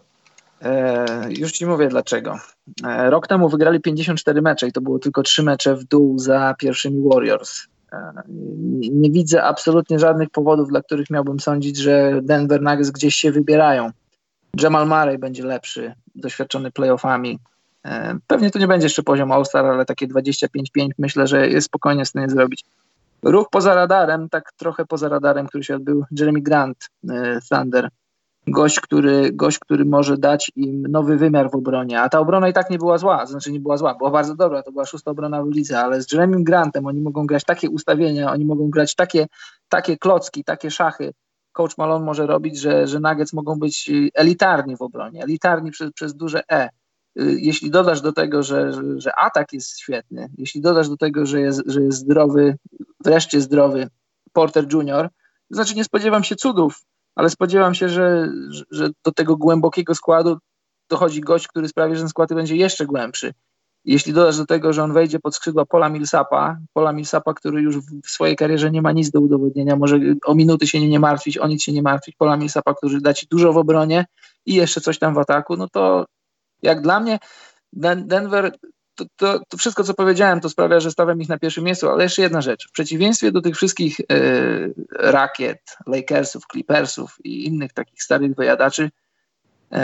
E, już ci mówię dlaczego. E, rok temu wygrali pięćdziesiąt cztery mecze i to było tylko trzy mecze w dół za pierwszymi Warriors. E, nie, nie widzę absolutnie żadnych powodów, dla których miałbym sądzić, że Denver Nuggets gdzieś się wybierają. Jamal Murray będzie lepszy, doświadczony playoffami. E, pewnie to nie będzie jeszcze poziom All-Star, ale takie dwadzieścia pięć pięć myślę, że jest spokojnie w stanie zrobić. Ruch poza radarem, tak trochę poza radarem, który się odbył, Jeremy Grant, e, Thunder. Gość który, gość, który może dać im nowy wymiar w obronie, a ta obrona i tak nie była zła, znaczy nie była zła, była bardzo dobra, to była szósta obrona w lidze, ale z Jeremym Grantem oni mogą grać takie ustawienia, oni mogą grać takie, takie klocki, takie szachy, coach Malone może robić, że, że Nuggets mogą być elitarni w obronie, elitarni przez, przez duże E. Jeśli dodasz do tego, że, że, że atak jest świetny, jeśli dodasz do tego, że jest, że jest zdrowy, wreszcie zdrowy Porter junior, to znaczy nie spodziewam się cudów, ale spodziewam się, że, że do tego głębokiego składu dochodzi gość, który sprawi, że ten skład będzie jeszcze głębszy. Jeśli dodasz do tego, że on wejdzie pod skrzydła Paula Millsapa, Paula Millsapa, który już w swojej karierze nie ma nic do udowodnienia, może o minuty się nie, nie martwić, o nic się nie martwić, Paula Millsapa, który da ci dużo w obronie i jeszcze coś tam w ataku, no to jak dla mnie Den- Denver, to, to, to wszystko, co powiedziałem, to sprawia, że stawiam ich na pierwszym miejscu, ale jeszcze jedna rzecz. W przeciwieństwie do tych wszystkich yy, rakiet, Lakersów, Clippersów i innych takich starych wyjadaczy, yy,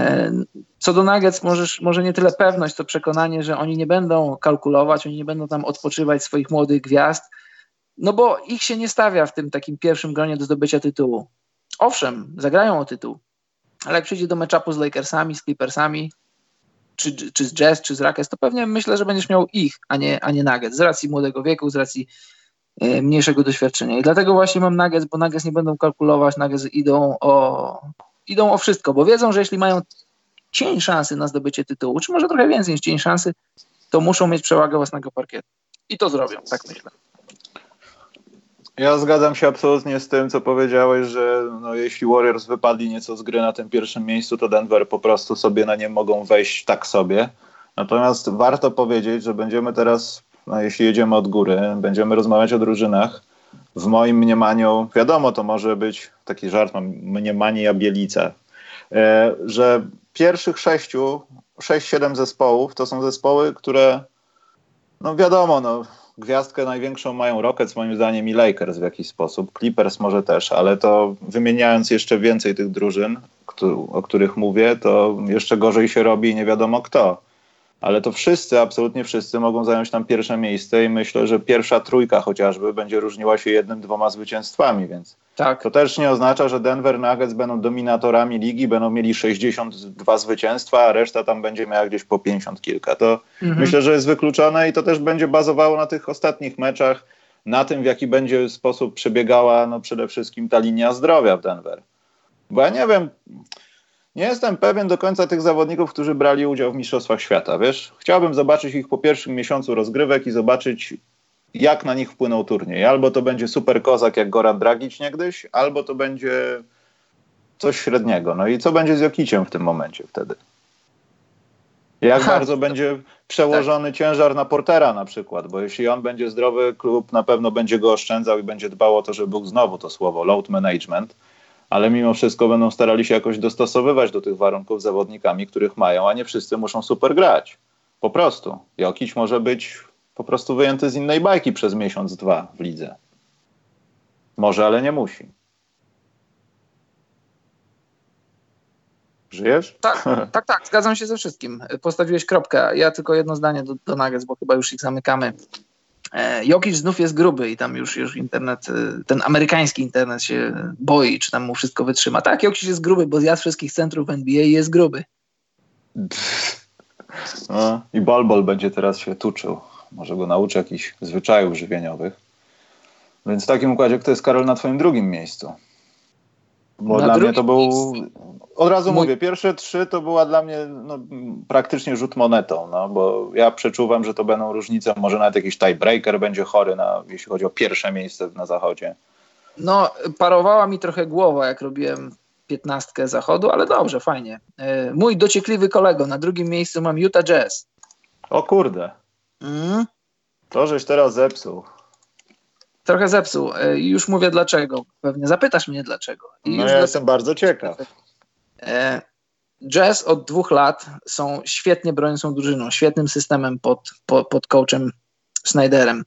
co do Nuggets możesz, może nie tyle pewność, co przekonanie, że oni nie będą kalkulować, oni nie będą tam odpoczywać swoich młodych gwiazd, no bo ich się nie stawia w tym takim pierwszym gronie do zdobycia tytułu. Owszem, zagrają o tytuł, ale jak przyjdzie do meczapu z Lakersami, z Clippersami, Czy, czy z Jazz, czy z Rockets, to pewnie myślę, że będziesz miał ich, a nie, a nie Nuggets, z racji młodego wieku, z racji y, mniejszego doświadczenia. I dlatego właśnie mam Nuggets, bo Nuggets nie będą kalkulować, Nuggets idą o, idą o wszystko, bo wiedzą, że jeśli mają cień szansy na zdobycie tytułu, czy może trochę więcej niż cień szansy, to muszą mieć przewagę własnego parkietu. I to zrobią, tak myślę. Ja zgadzam się absolutnie z tym, co powiedziałeś, że no, jeśli Warriors wypadli nieco z gry na tym pierwszym miejscu, to Denver po prostu sobie na nie mogą wejść tak sobie. Natomiast warto powiedzieć, że będziemy teraz, no, jeśli jedziemy od góry, będziemy rozmawiać o drużynach. W moim mniemaniu, wiadomo, to może być taki żart, mam mniemanie Jabielica, e, że pierwszych sześciu sześć siedem zespołów. To są zespoły, które, no wiadomo, no, gwiazdkę największą mają Rockets moim zdaniem i Lakers w jakiś sposób. Clippers może też, ale to wymieniając jeszcze więcej tych drużyn, o których mówię, to jeszcze gorzej się robi i nie wiadomo kto. Ale to wszyscy, absolutnie wszyscy mogą zająć tam pierwsze miejsce i myślę, że pierwsza trójka chociażby będzie różniła się jednym, dwoma zwycięstwami, więc tak. To też nie oznacza, że Denver Nuggets będą dominatorami ligi, będą mieli sześćdziesiąt dwa zwycięstwa, a reszta tam będzie miała gdzieś po pięćdziesiąt kilka. To mhm. myślę, że jest wykluczone i to też będzie bazowało na tych ostatnich meczach, na tym, w jaki będzie sposób przebiegała no przede wszystkim ta linia zdrowia w Denver. Bo ja nie wiem... Nie jestem pewien do końca tych zawodników, którzy brali udział w Mistrzostwach Świata, wiesz? Chciałbym zobaczyć ich po pierwszym miesiącu rozgrywek i zobaczyć, jak na nich wpłynął turniej. Albo to będzie super kozak jak Goran Dragic niegdyś, albo to będzie coś średniego. No i co będzie z Jokiciem w tym momencie wtedy? Jak Aha, bardzo będzie przełożony tak. ciężar na Portera na przykład, bo jeśli on będzie zdrowy, klub na pewno będzie go oszczędzał i będzie dbał o to, żeby był znowu to słowo load management. Ale mimo wszystko będą starali się jakoś dostosowywać do tych warunków zawodnikami, których mają, a nie wszyscy muszą super grać. Po prostu. Jokic może być po prostu wyjęty z innej bajki przez miesiąc, dwa w lidze. Może, ale nie musi. Żyjesz? Tak, tak, tak. Zgadzam się ze wszystkim. Postawiłeś kropkę. Ja tylko jedno zdanie do, do Nuggets, bo chyba już ich zamykamy. Jokic znów jest gruby i tam już, już internet, ten amerykański internet się boi, czy tam mu wszystko wytrzyma. Tak, Jokic jest gruby, bo zjadł wszystkich centrów N B A i jest gruby. No, i Bol Bol będzie teraz się tuczył. Może go nauczy jakichś zwyczajów żywieniowych. Więc w takim układzie, kto jest, Karol, na twoim drugim miejscu? Bo na dla mnie to był... Miejscu. Od razu Mój... mówię, pierwsze trzy to była dla mnie no, praktycznie rzut monetą, no, bo ja przeczuwam, że to będą różnice, może nawet jakiś tiebreaker będzie chory, na, jeśli chodzi o pierwsze miejsce na zachodzie. No, parowała mi trochę głowa, jak robiłem piętnastkę zachodu, ale dobrze, fajnie. Mój dociekliwy kolego, na drugim miejscu mam Utah Jazz. O kurde. Mm? To żeś teraz zepsuł. Trochę zepsuł. Już mówię dlaczego. Pewnie zapytasz mnie dlaczego. I no już ja jestem bardzo ciekaw. Jazz od dwóch lat są świetnie broniącą drużyną, świetnym systemem pod, pod, pod coachem Snyderem.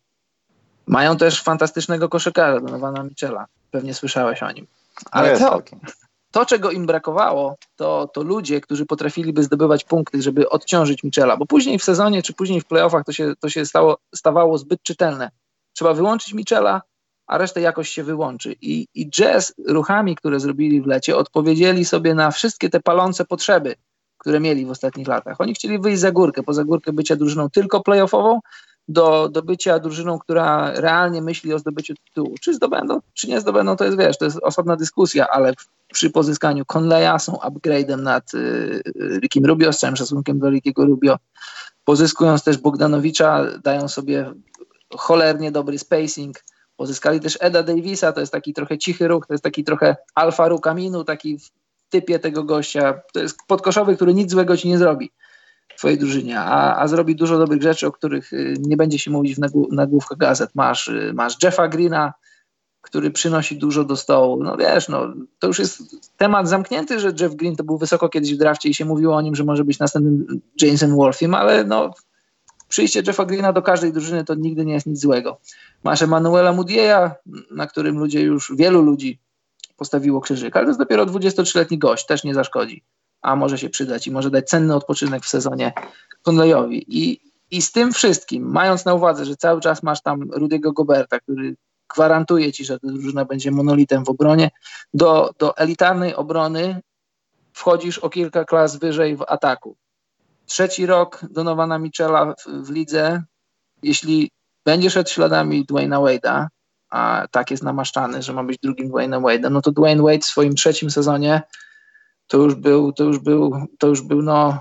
Mają też fantastycznego koszykarza, Donowana Mitchella. Pewnie słyszałeś o nim. Ale no to, to, czego im brakowało, to, to ludzie, którzy potrafiliby zdobywać punkty, żeby odciążyć Mitchella, bo później w sezonie, czy później w playoffach to się, to się stało, stawało zbyt czytelne. Trzeba wyłączyć Mitchella, a resztę jakoś się wyłączy. I, I Jazz ruchami, które zrobili w lecie, odpowiedzieli sobie na wszystkie te palące potrzeby, które mieli w ostatnich latach. Oni chcieli wyjść za górkę, poza górkę bycia drużyną tylko playoffową, do, do bycia drużyną, która realnie myśli o zdobyciu tytułu. Czy zdobędą, czy nie zdobędą, to jest, wiesz, to jest osobna dyskusja, ale przy pozyskaniu Conleya są upgrade'em nad y, Rickiem Rubio, z całym szacunkiem do Rickiego Rubio. Pozyskując też Bogdanowicza, dają sobie cholernie dobry spacing. Pozyskali też Eda Davisa, to jest taki trochę cichy ruch, to jest taki trochę alfa Rukaminu, taki w typie tego gościa. To jest podkoszowy, który nic złego ci nie zrobi w twojej drużynie, a, a zrobi dużo dobrych rzeczy, o których nie będzie się mówić w nagłówkach gazet. Masz, masz Jeffa Greena, który przynosi dużo do stołu. No wiesz, no, to już jest temat zamknięty, że Jeff Green to był wysoko kiedyś w drafcie i się mówiło o nim, że może być następnym Jamesem Wolfiem, ale no przyjście Jeffa Greena do każdej drużyny to nigdy nie jest nic złego. Masz Emanuela Mudieja, na którym ludzie już, wielu ludzi postawiło krzyżyk, ale to jest dopiero dwudziestotrzyletni gość, też nie zaszkodzi, a może się przydać i może dać cenny odpoczynek w sezonie Conleyowi. I, I z tym wszystkim, mając na uwadze, że cały czas masz tam Rudy'ego Goberta, który gwarantuje ci, że ta drużyna będzie monolitem w obronie, do, do elitarnej obrony wchodzisz o kilka klas wyżej w ataku. Trzeci rok Donowana Mitchella w, w lidze, jeśli będzie szedł śladami Dwayna Wade'a, a tak jest namaszczany, że ma być drugim Dwaynem Wade'em, no to Dwayne Wade w swoim trzecim sezonie to już był, to już był, to już był no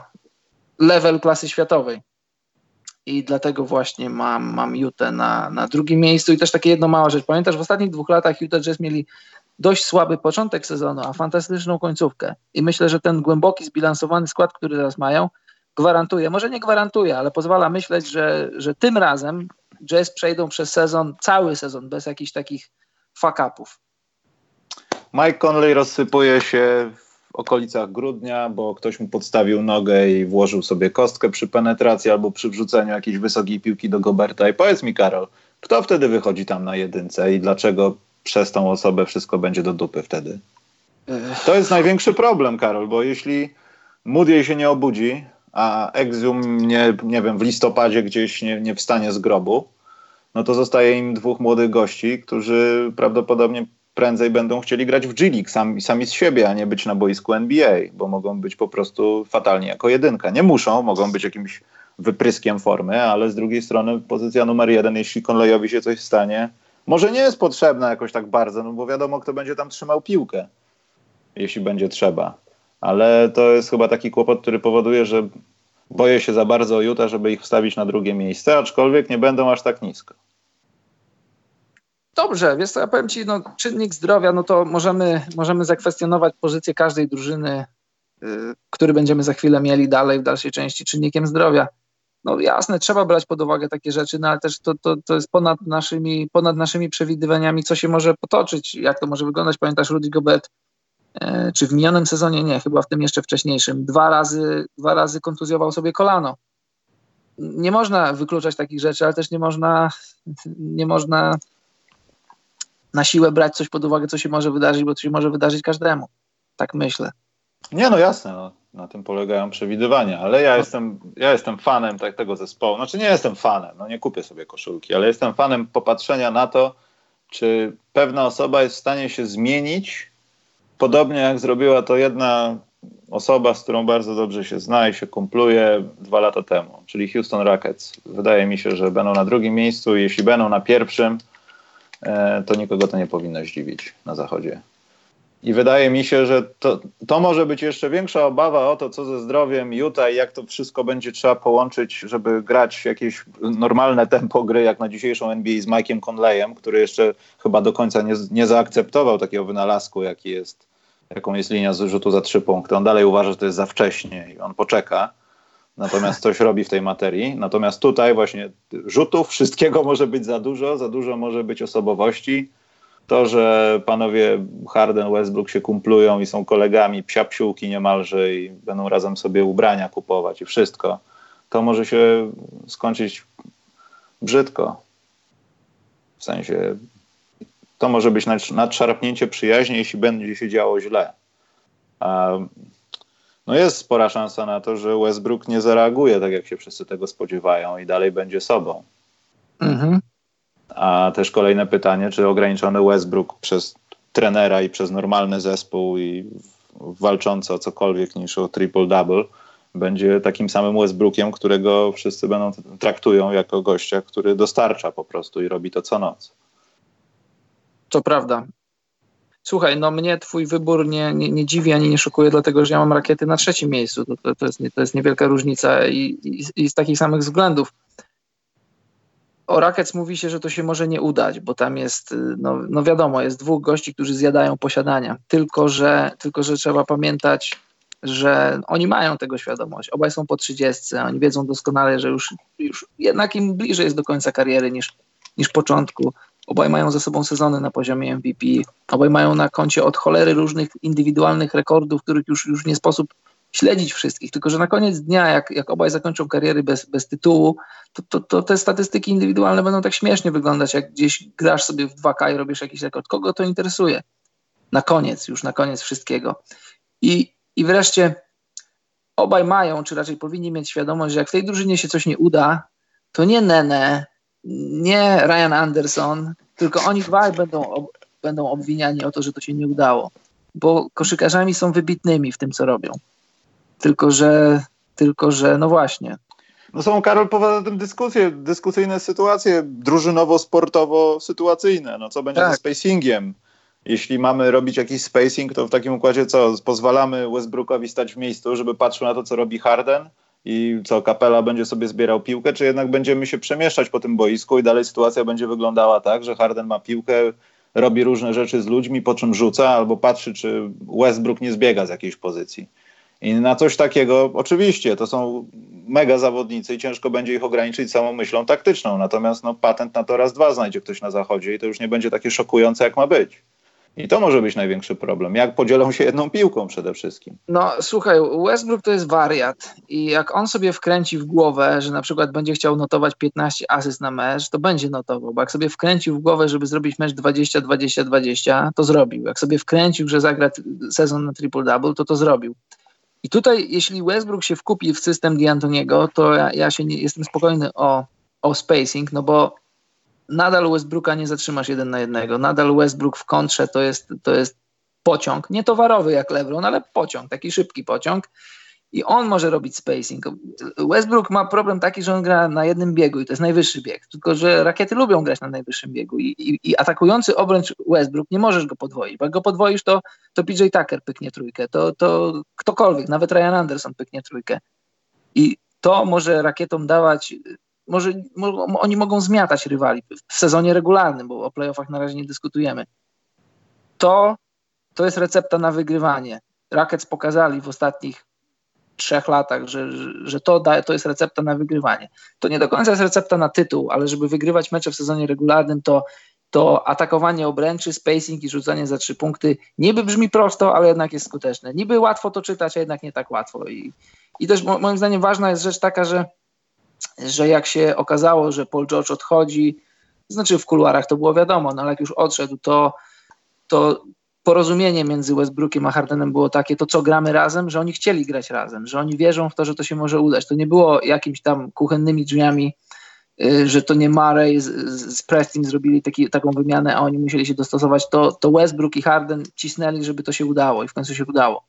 level klasy światowej. I dlatego właśnie mam, mam Utah na, na drugim miejscu. I też takie jedno mała rzecz. Pamiętasz, w ostatnich dwóch latach Utah Jazz mieli dość słaby początek sezonu, a fantastyczną końcówkę. I myślę, że ten głęboki, zbilansowany skład, który teraz mają, gwarantuje, może nie gwarantuje, ale pozwala myśleć, że, że tym razem Jazz przejdą przez sezon, cały sezon, bez jakichś takich fuck-upów. Mike Conley rozsypuje się w okolicach grudnia, bo ktoś mu podstawił nogę i włożył sobie kostkę przy penetracji albo przy wrzuceniu jakiejś wysokiej piłki do Goberta. I powiedz mi, Karol, kto wtedy wychodzi tam na jedynce i dlaczego przez tą osobę wszystko będzie do dupy wtedy? To jest największy problem, Karol, bo jeśli Moody się nie obudzi, a Exum nie, nie wiem, w listopadzie gdzieś nie, nie wstanie z grobu, no to zostaje im dwóch młodych gości, którzy prawdopodobnie prędzej będą chcieli grać w G League sami, sami z siebie, a nie być na boisku N B A, bo mogą być po prostu fatalni jako jedynka. Nie muszą, mogą być jakimś wypryskiem formy, ale z drugiej strony pozycja numer jeden, jeśli Conleyowi się coś stanie, może nie jest potrzebna jakoś tak bardzo, no bo wiadomo, kto będzie tam trzymał piłkę, jeśli będzie trzeba. Ale to jest chyba taki kłopot, który powoduje, że boję się za bardzo o Utah, żeby ich wstawić na drugie miejsce, aczkolwiek nie będą aż tak nisko. Dobrze, wiesz co, ja powiem ci, no, czynnik zdrowia, no to możemy, możemy zakwestionować pozycję każdej drużyny, yy, który będziemy za chwilę mieli dalej w dalszej części czynnikiem zdrowia. No jasne, trzeba brać pod uwagę takie rzeczy, no ale też to, to, to jest ponad naszymi, ponad naszymi przewidywaniami, co się może potoczyć, jak to może wyglądać. Pamiętasz, Rudy Gobert, yy, czy w minionym sezonie? Nie, chyba w tym jeszcze wcześniejszym. Dwa razy, dwa razy kontuzjował sobie kolano. Nie można wykluczać takich rzeczy, ale też nie można, nie można na siłę brać coś pod uwagę, co się może wydarzyć, bo to się może wydarzyć każdemu. Tak myślę. Nie, no jasne, no, na tym polegają przewidywania, ale ja, no. jestem, ja jestem fanem tak, tego zespołu. Znaczy nie jestem fanem, no nie kupię sobie koszulki, ale jestem fanem popatrzenia na to, czy pewna osoba jest w stanie się zmienić, podobnie jak zrobiła to jedna osoba, z którą bardzo dobrze się zna i się kumpluje dwa lata temu, czyli Houston Rockets. Wydaje mi się, że będą na drugim miejscu i jeśli będą na pierwszym, to nikogo to nie powinno zdziwić na zachodzie. I wydaje mi się, że to, to może być jeszcze większa obawa o to, co ze zdrowiem Utah i jak to wszystko będzie trzeba połączyć, żeby grać jakieś normalne tempo gry, jak na dzisiejszą N B A z Mike'iem Conleyem, który jeszcze chyba do końca nie, nie zaakceptował takiego wynalazku, jaki jest, jaką jest linia z rzutu za trzy punkty. On dalej uważa, że to jest za wcześnie i on poczeka. Natomiast coś robi w tej materii. Natomiast tutaj właśnie rzutów, wszystkiego może być za dużo, za dużo może być osobowości. To, że panowie Harden, Westbrook się kumplują i są kolegami, psia-psiółki niemalże i będą razem sobie ubrania kupować i wszystko, to może się skończyć brzydko. W sensie to może być nadszarpnięcie przyjaźni, jeśli będzie się działo źle. A no jest spora szansa na to, że Westbrook nie zareaguje tak, jak się wszyscy tego spodziewają i dalej będzie sobą. Mhm. A też kolejne pytanie, czy ograniczony Westbrook przez trenera i przez normalny zespół i walczący o cokolwiek niż o triple-double będzie takim samym Westbrookiem, którego wszyscy będą traktują jako gościa, który dostarcza po prostu i robi to co noc. To prawda. Słuchaj, no mnie twój wybór nie, nie, nie dziwi ani nie szokuje, dlatego że ja mam Rakiety na trzecim miejscu. To, to, to, jest, to jest niewielka różnica i, i, i z takich samych względów. O Rockets mówi się, że to się może nie udać, bo tam jest, no, no wiadomo, jest dwóch gości, którzy zjadają posiadania. Tylko że, tylko, że trzeba pamiętać, że oni mają tego świadomość. Obaj są po trzydziestce, oni wiedzą doskonale, że już, już jednak im bliżej jest do końca kariery niż, niż początku. Obaj mają ze sobą sezony na poziomie M V P. Obaj mają na koncie od cholery różnych indywidualnych rekordów, których już, już nie sposób śledzić wszystkich. Tylko że na koniec dnia, jak, jak obaj zakończą kariery bez, bez tytułu, to, to, to te statystyki indywidualne będą tak śmiesznie wyglądać, jak gdzieś grasz sobie w dwa K i robisz jakiś rekord. Kogo to interesuje? Na koniec, już na koniec wszystkiego. I, i wreszcie obaj mają, czy raczej powinni mieć świadomość, że jak w tej drużynie się coś nie uda, to nie Nene, nie Ryan Anderson, tylko oni dwaj będą, ob, będą obwiniani o to, że to się nie udało. Bo koszykarzami są wybitnymi w tym, co robią. Tylko, że, tylko, że no właśnie. No są, Karol, poza tym dyskusje, dyskusyjne sytuacje drużynowo-sportowo-sytuacyjne. No co będzie tak ze spacingiem? Jeśli mamy robić jakiś spacing, to w takim układzie co? Pozwalamy Westbrookowi stać w miejscu, żeby patrzył na to, co robi Harden i co, Capela będzie sobie zbierał piłkę, czy jednak będziemy się przemieszczać po tym boisku i dalej sytuacja będzie wyglądała tak, że Harden ma piłkę, robi różne rzeczy z ludźmi, po czym rzuca, albo patrzy, czy Westbrook nie zbiega z jakiejś pozycji. I na coś takiego, oczywiście, to są mega zawodnicy i ciężko będzie ich ograniczyć samą myślą taktyczną, natomiast no, patent na to raz, dwa znajdzie ktoś na zachodzie i to już nie będzie takie szokujące, jak ma być. I to może być największy problem. Jak podzielą się jedną piłką przede wszystkim. No słuchaj, Westbrook to jest wariat i jak on sobie wkręci w głowę, że na przykład będzie chciał notować piętnaście asyst na mecz, to będzie notował, bo jak sobie wkręcił w głowę, żeby zrobić mecz dwadzieścia dwadzieścia dwadzieścia, to zrobił. Jak sobie wkręcił, że zagra t- sezon na triple-double, to to zrobił. I tutaj, jeśli Westbrook się wkupi w system D'Antoniego, to ja, ja się nie, jestem spokojny o, o spacing, no bo nadal Westbrooka nie zatrzymasz jeden na jednego. Nadal Westbrook w kontrze to jest, to jest pociąg, nie towarowy jak LeBron, ale pociąg, taki szybki pociąg i on może robić spacing. Westbrook ma problem taki, że on gra na jednym biegu i to jest najwyższy bieg, tylko że rakiety lubią grać na najwyższym biegu i, i, i atakujący obręcz Westbrook nie możesz go podwoić, bo jak go podwoisz, to, to P J Tucker pyknie trójkę, to, to ktokolwiek, nawet Ryan Anderson pyknie trójkę i to może rakietom dawać, może, mo, oni mogą zmiatać rywali w sezonie regularnym, bo o playoffach na razie nie dyskutujemy. To To jest recepta na wygrywanie. Rockets pokazali w ostatnich trzech latach, że, że, że to, da, to jest recepta na wygrywanie. To nie do końca jest recepta na tytuł, ale żeby wygrywać mecze w sezonie regularnym, to, to atakowanie obręczy, spacing i rzucanie za trzy punkty niby brzmi prosto, ale jednak jest skuteczne. Niby łatwo to czytać, a jednak nie tak łatwo. I, i też moim zdaniem ważna jest rzecz taka, że, że jak się okazało, że Paul George odchodzi, znaczy w kuluarach to było wiadomo, no ale jak już odszedł, to, to porozumienie między Westbrookiem a Hardenem było takie, to co gramy razem, że oni chcieli grać razem, że oni wierzą w to, że to się może udać. To nie było jakimiś tam kuchennymi drzwiami, yy, że to nie Murray z, z Prestim zrobili taki, taką wymianę, a oni musieli się dostosować. To, to Westbrook i Harden cisnęli, żeby to się udało i w końcu się udało.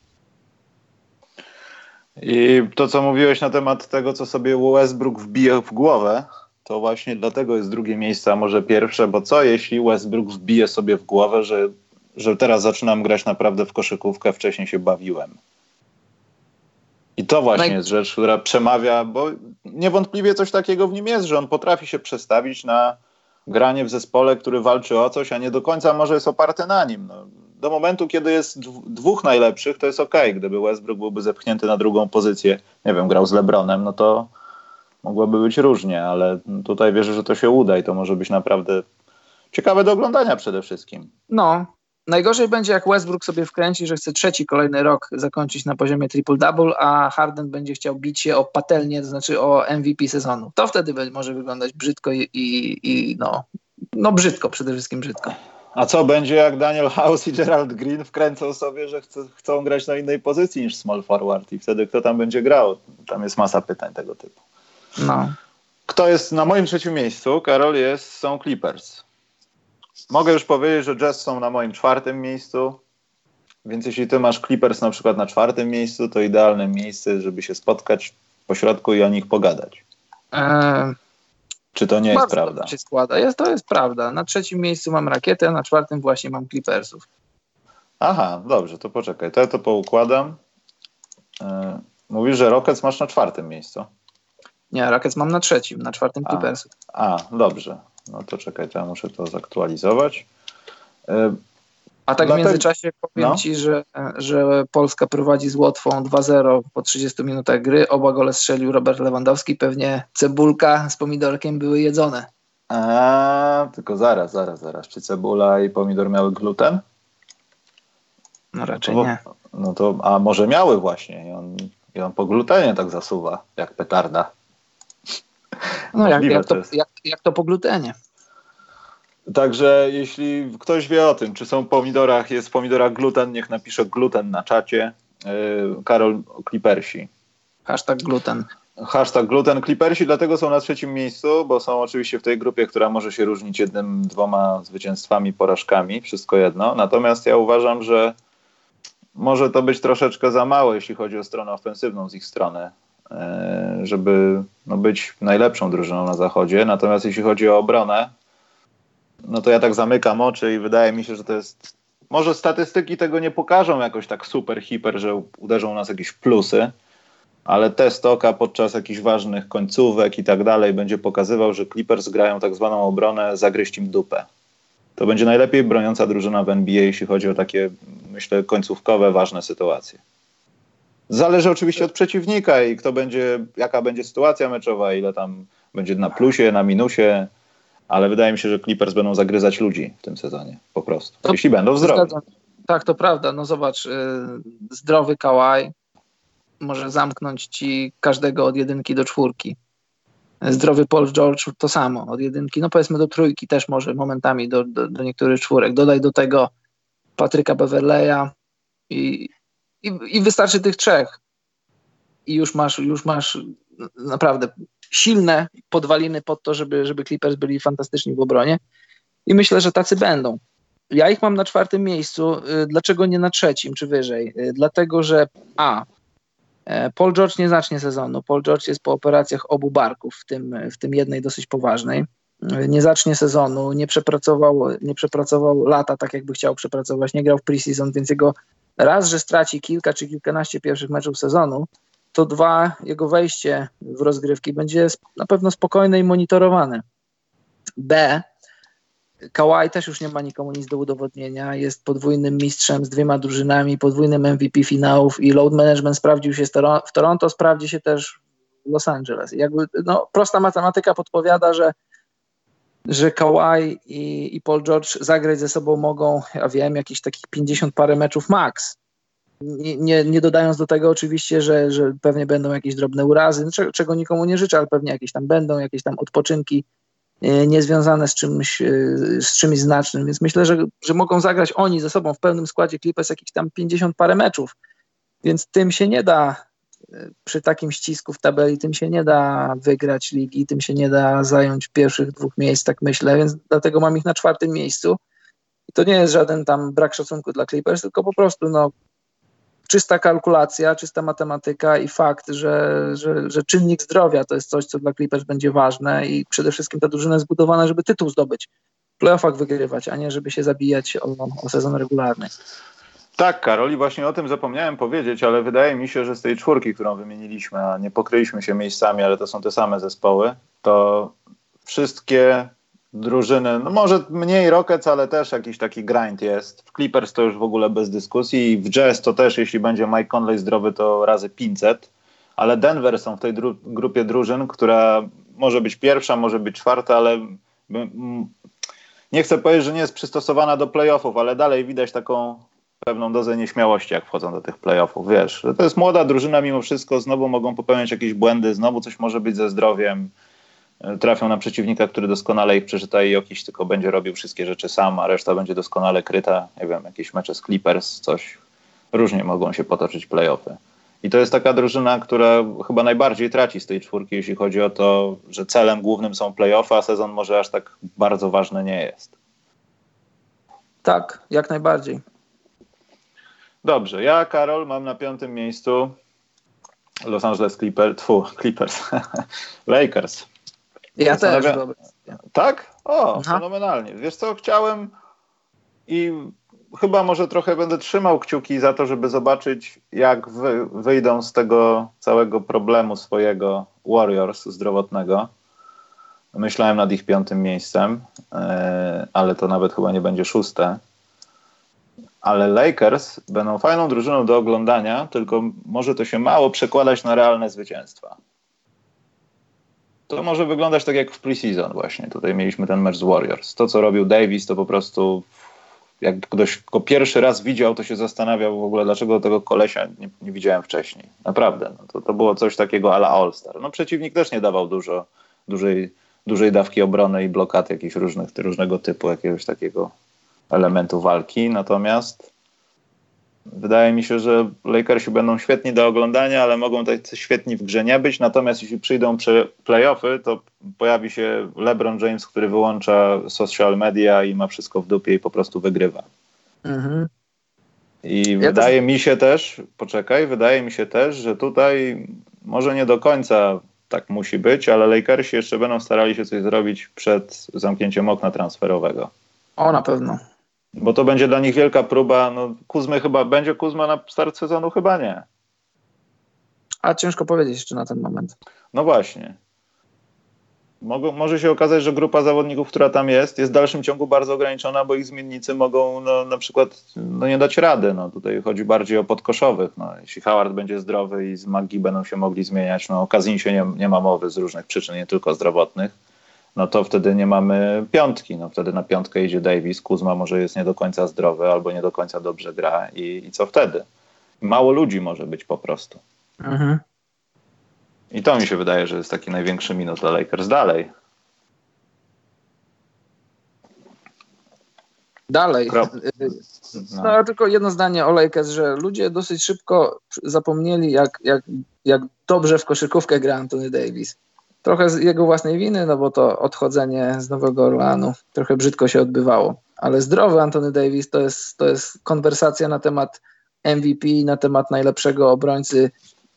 I to, co mówiłeś na temat tego, co sobie Westbrook wbije w głowę, to właśnie dlatego jest drugie miejsce, a może pierwsze, bo co jeśli Westbrook wbije sobie w głowę, że że teraz zaczynam grać naprawdę w koszykówkę, wcześniej się bawiłem. I to właśnie jest rzecz, która przemawia, bo niewątpliwie coś takiego w nim jest, że on potrafi się przestawić na granie w zespole, który walczy o coś, a nie do końca może jest oparty na nim. No, do momentu, kiedy jest dwóch najlepszych, to jest okej. Okay. Gdyby Westbrook byłby zepchnięty na drugą pozycję, nie wiem, grał z LeBronem, no to mogłoby być różnie, ale tutaj wierzę, że to się uda i to może być naprawdę ciekawe do oglądania przede wszystkim. No, najgorzej będzie, jak Westbrook sobie wkręci, że chce trzeci kolejny rok zakończyć na poziomie triple-double, a Harden będzie chciał bić się o patelnię, to znaczy o M V P sezonu. To wtedy może wyglądać brzydko i, i, i no, no brzydko, przede wszystkim brzydko. A co będzie, jak Daniel House i Gerald Green wkręcą sobie, że chce, chcą grać na innej pozycji niż small forward i wtedy kto tam będzie grał? Tam jest masa pytań tego typu. No. Kto jest na moim trzecim miejscu, Karol, jest, są Clippers. Mogę już powiedzieć, że Jazz są na moim czwartym miejscu, więc jeśli ty masz Clippers na przykład na czwartym miejscu, to idealne miejsce, żeby się spotkać po środku i o nich pogadać. Eee, Czy to nie jest prawda? Się składa. Jest, to jest prawda. Na trzecim miejscu mam Rakietę, a na czwartym właśnie mam Clippersów. Aha, dobrze, to poczekaj. To ja to poukładam. Eee, mówisz, że Rockets masz na czwartym miejscu. Nie, Rockets mam na trzecim, na czwartym Clippersów. A, a, dobrze. No to czekaj, to ja muszę to zaktualizować. Yy, A tak w międzyczasie powiem no. Ci, że, że Polska prowadzi z Łotwą dwa zero po trzydziestu minutach gry. Oba gole strzelił Robert Lewandowski. Pewnie cebulka z pomidorkiem były jedzone. A, tylko zaraz, zaraz, zaraz. Czy cebula i pomidor miały gluten? No raczej no to, nie. No to, a może miały właśnie. I on, i on po glutenie tak zasuwa, jak petarda. No jak, jak, to, jak, jak to po glutenie. Także jeśli ktoś wie o tym, czy są w pomidorach, jest w pomidorach gluten, niech napisze gluten na czacie. Yy, Karol, Clippersi. Hashtag gluten. Hashtag gluten. Clippersi dlatego są na trzecim miejscu, bo są oczywiście w tej grupie, która może się różnić jednym, dwoma zwycięstwami, porażkami, wszystko jedno. Natomiast ja uważam, że może to być troszeczkę za mało, jeśli chodzi o stronę ofensywną z ich strony, żeby no, być najlepszą drużyną na zachodzie. Natomiast jeśli chodzi o obronę, no to ja tak zamykam oczy i wydaje mi się, że to jest... Może statystyki tego nie pokażą jakoś tak super, hiper, że uderzą nas jakieś plusy, ale test oka podczas jakichś ważnych końcówek i tak dalej będzie pokazywał, że Clippers grają tak zwaną obronę zagryźć im dupę. To będzie najlepiej broniąca drużyna w N B A, jeśli chodzi o takie, myślę, końcówkowe, ważne sytuacje. Zależy oczywiście od przeciwnika i kto będzie, jaka będzie sytuacja meczowa, ile tam będzie na plusie, na minusie. ale wydaje mi się, że Clippers będą zagryzać ludzi w tym sezonie, po prostu, to jeśli będą zdrowi. Tak, to prawda. No zobacz, yy, zdrowy Kawhi może zamknąć ci każdego od jedynki do czwórki. Zdrowy Paul George to samo, od jedynki, no powiedzmy do trójki też może momentami do, do, do niektórych czwórek. Dodaj do tego Patryka Beverleya i, i, i wystarczy tych trzech. I już masz, już masz naprawdę silne podwaliny pod to, żeby, żeby Clippers byli fantastyczni w obronie. I myślę, że tacy będą. Ja ich mam na czwartym miejscu. Dlaczego nie na trzecim czy wyżej? Dlatego, że a, Paul George nie zacznie sezonu. Paul George jest po operacjach obu barków, w tym, w tym jednej dosyć poważnej. Nie zacznie sezonu, nie przepracował, nie przepracował lata tak, jakby chciał przepracować. Nie grał w preseason, więc jego raz, że straci kilka czy kilkanaście pierwszych meczów sezonu, to dwa, jego wejście w rozgrywki będzie na pewno spokojne i monitorowane. B, Kawhi też już nie ma nikomu nic do udowodnienia, jest podwójnym mistrzem z dwiema drużynami, podwójnym M V P finałów i load management sprawdził się w Toronto, sprawdzi się też w Los Angeles. Jakby, no, prosta matematyka podpowiada, że, że Kawhi i, i Paul George zagrać ze sobą mogą, ja wiem, jakieś takich pięćdziesiąt parę meczów max. Nie, nie, nie dodając do tego oczywiście, że, że pewnie będą jakieś drobne urazy, czego nikomu nie życzę, ale pewnie jakieś tam będą, jakieś tam odpoczynki niezwiązane z czymś, z czymś znacznym, więc myślę, że, że mogą zagrać oni ze sobą w pełnym składzie Clippers jakieś tam pięćdziesiąt parę meczów, więc tym się nie da, przy takim ścisku w tabeli, tym się nie da wygrać ligi, tym się nie da zająć pierwszych dwóch miejsc, tak myślę, więc dlatego mam ich na czwartym miejscu i to nie jest żaden tam brak szacunku dla Clippers, tylko po prostu no czysta kalkulacja, czysta matematyka i fakt, że, że, że czynnik zdrowia to jest coś, co dla Clippers będzie ważne i przede wszystkim ta drużyna jest zbudowana, żeby tytuł zdobyć, w playoffach wygrywać, a nie żeby się zabijać o, o sezon regularny. Tak, Karol, i właśnie o tym zapomniałem powiedzieć, ale wydaje mi się, że z tej czwórki, którą wymieniliśmy, a nie pokryliśmy się miejscami, ale to są te same zespoły, to wszystkie drużyny, no może mniej Rockets, ale też jakiś taki grind jest. W Clippers to już w ogóle bez dyskusji i w Jazz to też, jeśli będzie Mike Conley zdrowy, to razy pięćset, ale Denver są w tej dru- grupie drużyn, która może być pierwsza, może być czwarta, ale m- nie chcę powiedzieć, że nie jest przystosowana do playoffów, ale dalej widać taką pewną dozę nieśmiałości, jak wchodzą do tych playoffów. Wiesz, to jest młoda drużyna mimo wszystko, znowu mogą popełniać jakieś błędy, znowu coś może być ze zdrowiem. Trafią na przeciwnika, który doskonale ich przeczyta i Jokic tylko będzie robił wszystkie rzeczy sam, a reszta będzie doskonale kryta. Nie wiem, jakieś mecze z Clippers, coś. Różnie mogą się potoczyć play-offy. I to jest taka drużyna, która chyba najbardziej traci z tej czwórki, jeśli chodzi o to, że celem głównym są play-offy, a sezon może aż tak bardzo ważny nie jest. Tak, jak najbardziej. Dobrze, ja, Karol, mam na piątym miejscu Los Angeles Clippers, tfu, Clippers, Lakers. Ja Zastanawia... też. Tak? O, Aha. Fenomenalnie. Wiesz co, chciałem i chyba może trochę będę trzymał kciuki za to, żeby zobaczyć, jak wy, wyjdą z tego całego problemu swojego Warriors zdrowotnego. Myślałem nad ich piątym miejscem, yy, ale to nawet chyba nie będzie szóste. Ale Lakers będą fajną drużyną do oglądania, tylko może to się mało przekładać na realne zwycięstwa. To może wyglądać tak jak w preseason właśnie. Tutaj mieliśmy ten mecz z Warriors. To, co robił Davis, to po prostu jak ktoś go pierwszy raz widział, to się zastanawiał w ogóle, dlaczego tego kolesia nie, nie widziałem wcześniej. Naprawdę. No to, to było coś takiego a la All-Star. No przeciwnik też nie dawał dużo, dużej, dużej dawki obrony i blokad jakichś różnych, różnego typu, jakiegoś takiego elementu walki. Natomiast wydaje mi się, że Lakersi będą świetni do oglądania, ale mogą tacy świetni w grze nie być. Natomiast jeśli przyjdą play-offy, to pojawi się LeBron James, który wyłącza social media i ma wszystko w dupie i po prostu wygrywa. Mhm. I ja wydaje też... mi się też, poczekaj, wydaje mi się też, że tutaj może nie do końca tak musi być, ale Lakersi jeszcze będą starali się coś zrobić przed zamknięciem okna transferowego. O, na pewno. Bo to będzie dla nich wielka próba. No, Kuzmy chyba, będzie Kuzma na start sezonu? Chyba nie. A ciężko powiedzieć jeszcze na ten moment. No właśnie. Mogą, może się okazać, że grupa zawodników, która tam jest, jest w dalszym ciągu bardzo ograniczona, bo ich zmiennicy mogą no, na przykład no, nie dać rady. No, tutaj chodzi bardziej o podkoszowych. No, jeśli Howard będzie zdrowy i z Magii będą się mogli zmieniać, no o Kazinsie nie, nie ma mowy z różnych przyczyn, nie tylko zdrowotnych. no to wtedy nie mamy piątki. No wtedy na piątkę idzie Davis, Kuzma może jest nie do końca zdrowy albo nie do końca dobrze gra i, i co wtedy? Mało ludzi może być po prostu. Mhm. I to mi się wydaje, że jest taki największy minus dla Lakers. Dalej. Dalej. Krop. No. no tylko jedno zdanie o Lakers, że ludzie dosyć szybko zapomnieli, jak, jak, jak dobrze w koszykówkę gra Anthony Davis. Trochę z jego własnej winy, no bo to odchodzenie z Nowego Orleanu trochę brzydko się odbywało. Ale zdrowy Anthony Davis to jest, to jest konwersacja na temat M V P, na temat najlepszego obrońcy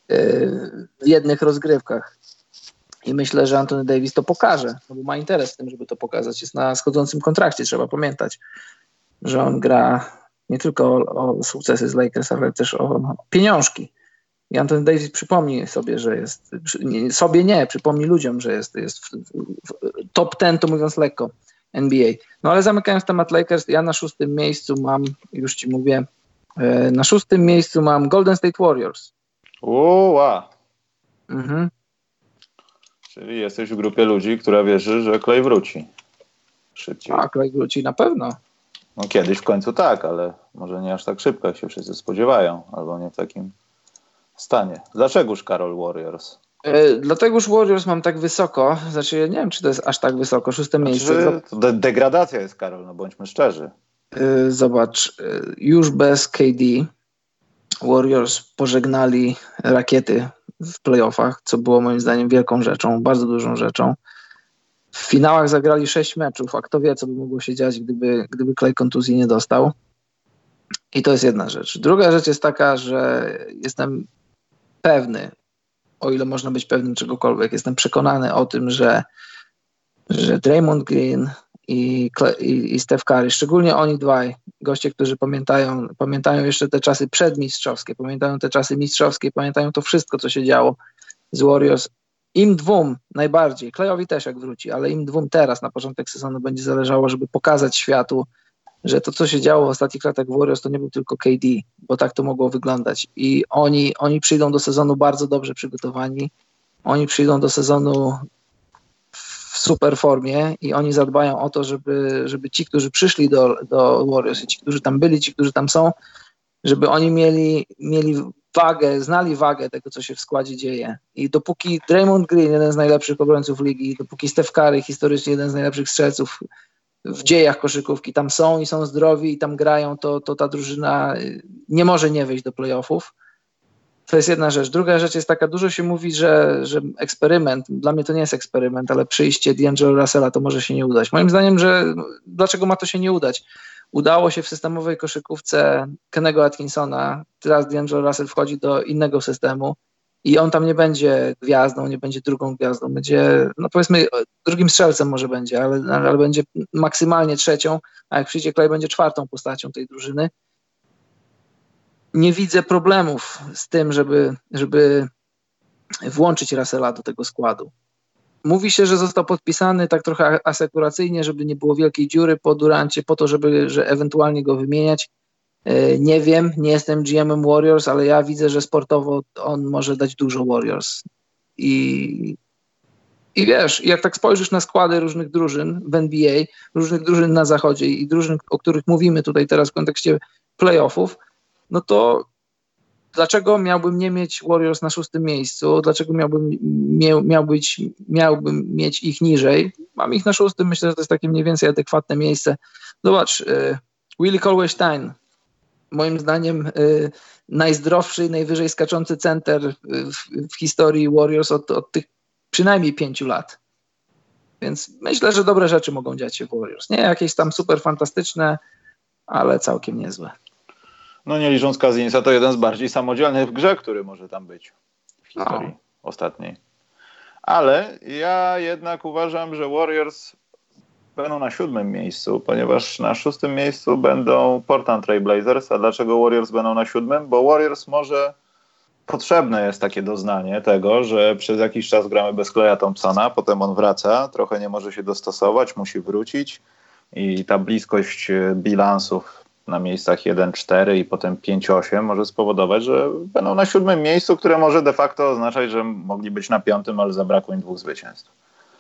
w jednych rozgrywkach. I myślę, że Anthony Davis to pokaże, no bo ma interes w tym, żeby to pokazać. Jest na schodzącym kontrakcie, trzeba pamiętać, że on gra nie tylko o, o sukcesy z Lakers, ale też o, o pieniążki. I Anthony Davis przypomni sobie, że jest, nie, sobie nie, przypomni ludziom, że jest, jest w, w top dziesięć, to mówiąc lekko, N B A. No ale zamykając temat Lakers, ja na szóstym miejscu mam, już ci mówię, na szóstym miejscu mam Golden State Warriors. Uła. Mhm. Czyli jesteś w grupie ludzi, która wierzy, że Klay wróci szybciej. A, Klay wróci na pewno. No kiedyś w końcu tak, ale może nie aż tak szybko, jak się wszyscy spodziewają, albo nie w takim stanie. Dlaczegoż Karol Warriors? Yy, dlategoż Warriors mam tak wysoko, znaczy ja nie wiem, czy to jest aż tak wysoko, szóste miejsce. Znaczy, to de- degradacja jest, Karol, no bądźmy szczerzy. Yy, zobacz, yy, już bez K D Warriors pożegnali rakiety w playoffach, co było moim zdaniem wielką rzeczą, bardzo dużą rzeczą. W finałach zagrali sześć meczów, a kto wie, co by mogło się dziać, gdyby, gdyby Klay kontuzji nie dostał. I to jest jedna rzecz. Druga rzecz jest taka, że jestem pewny, o ile można być pewnym czegokolwiek, jestem przekonany o tym, że, że Draymond Green i, i, i Steph Curry, szczególnie oni dwaj, goście, którzy pamiętają, pamiętają jeszcze te czasy przedmistrzowskie, pamiętają te czasy mistrzowskie, pamiętają to wszystko, co się działo z Warriors. Im dwóm najbardziej, Klayowi też jak wróci, ale im dwóm teraz na początek sezonu będzie zależało, żeby pokazać światu, że to, co się działo w ostatnich latach w Warriors, to nie był tylko K D, bo tak to mogło wyglądać. I oni, oni przyjdą do sezonu bardzo dobrze przygotowani, oni przyjdą do sezonu w super formie i oni zadbają o to, żeby, żeby ci, którzy przyszli do, do Warriors i ci, którzy tam byli, ci, którzy tam są, żeby oni mieli, mieli wagę, znali wagę tego, co się w składzie dzieje. I dopóki Draymond Green, jeden z najlepszych obrońców ligi, dopóki Steph Curry, historycznie jeden z najlepszych strzelców w dziejach koszykówki, tam są i są zdrowi i tam grają, to, to ta drużyna nie może nie wejść do playoffów. To jest jedna rzecz. Druga rzecz jest taka, dużo się mówi, że, że eksperyment, dla mnie to nie jest eksperyment, ale przyjście D'Angelo Russella to może się nie udać. Moim zdaniem, że dlaczego ma to się nie udać? Udało się w systemowej koszykówce Kennego Atkinsona, teraz D'Angelo Russell wchodzi do innego systemu i on tam nie będzie gwiazdą, nie będzie drugą gwiazdą, będzie, no powiedzmy, drugim strzelcem może będzie, ale, ale będzie maksymalnie trzecią, a jak przyjdzie Klay, będzie czwartą postacią tej drużyny. Nie widzę problemów z tym, żeby, żeby włączyć Russella do tego składu. Mówi się, że został podpisany tak trochę asekuracyjnie, żeby nie było wielkiej dziury po Durancie, po to, żeby że ewentualnie go wymieniać. Nie wiem, nie jestem G M-em Warriors, ale ja widzę, że sportowo on może dać dużo Warriors. I, i wiesz, jak tak spojrzysz na składy różnych drużyn w N B A, różnych drużyn na zachodzie i drużyn, o których mówimy tutaj teraz w kontekście playoffów, no to dlaczego miałbym nie mieć Warriors na szóstym miejscu? Dlaczego miałbym, miał, miał być, miałbym mieć ich niżej? Mam ich na szóstym, myślę, że to jest takie mniej więcej adekwatne miejsce. Zobacz, y, Willie Cauley-Stein, moim zdaniem y, najzdrowszy, najwyżej skaczący center w, w historii Warriors od, od tych przynajmniej pięciu lat. Więc myślę, że dobre rzeczy mogą dziać się w Warriors. Nie jakieś tam super fantastyczne, ale całkiem niezłe. No nie licząc Cousinsa, to jeden z bardziej samodzielnych w grze, który może tam być w historii no. ostatniej. Ale ja jednak uważam, że Warriors będą na siódmym miejscu, ponieważ na szóstym miejscu będą Portland Trail Blazers. A dlaczego Warriors będą na siódmym? Bo Warriors może potrzebne jest takie doznanie tego, że przez jakiś czas gramy bez Klaya Thompsona, potem on wraca, trochę nie może się dostosować, musi wrócić i ta bliskość bilansów na miejscach jeden cztery i potem pięć osiem może spowodować, że będą na siódmym miejscu, które może de facto oznaczać, że mogli być na piątym, ale zabrakło im dwóch zwycięstw.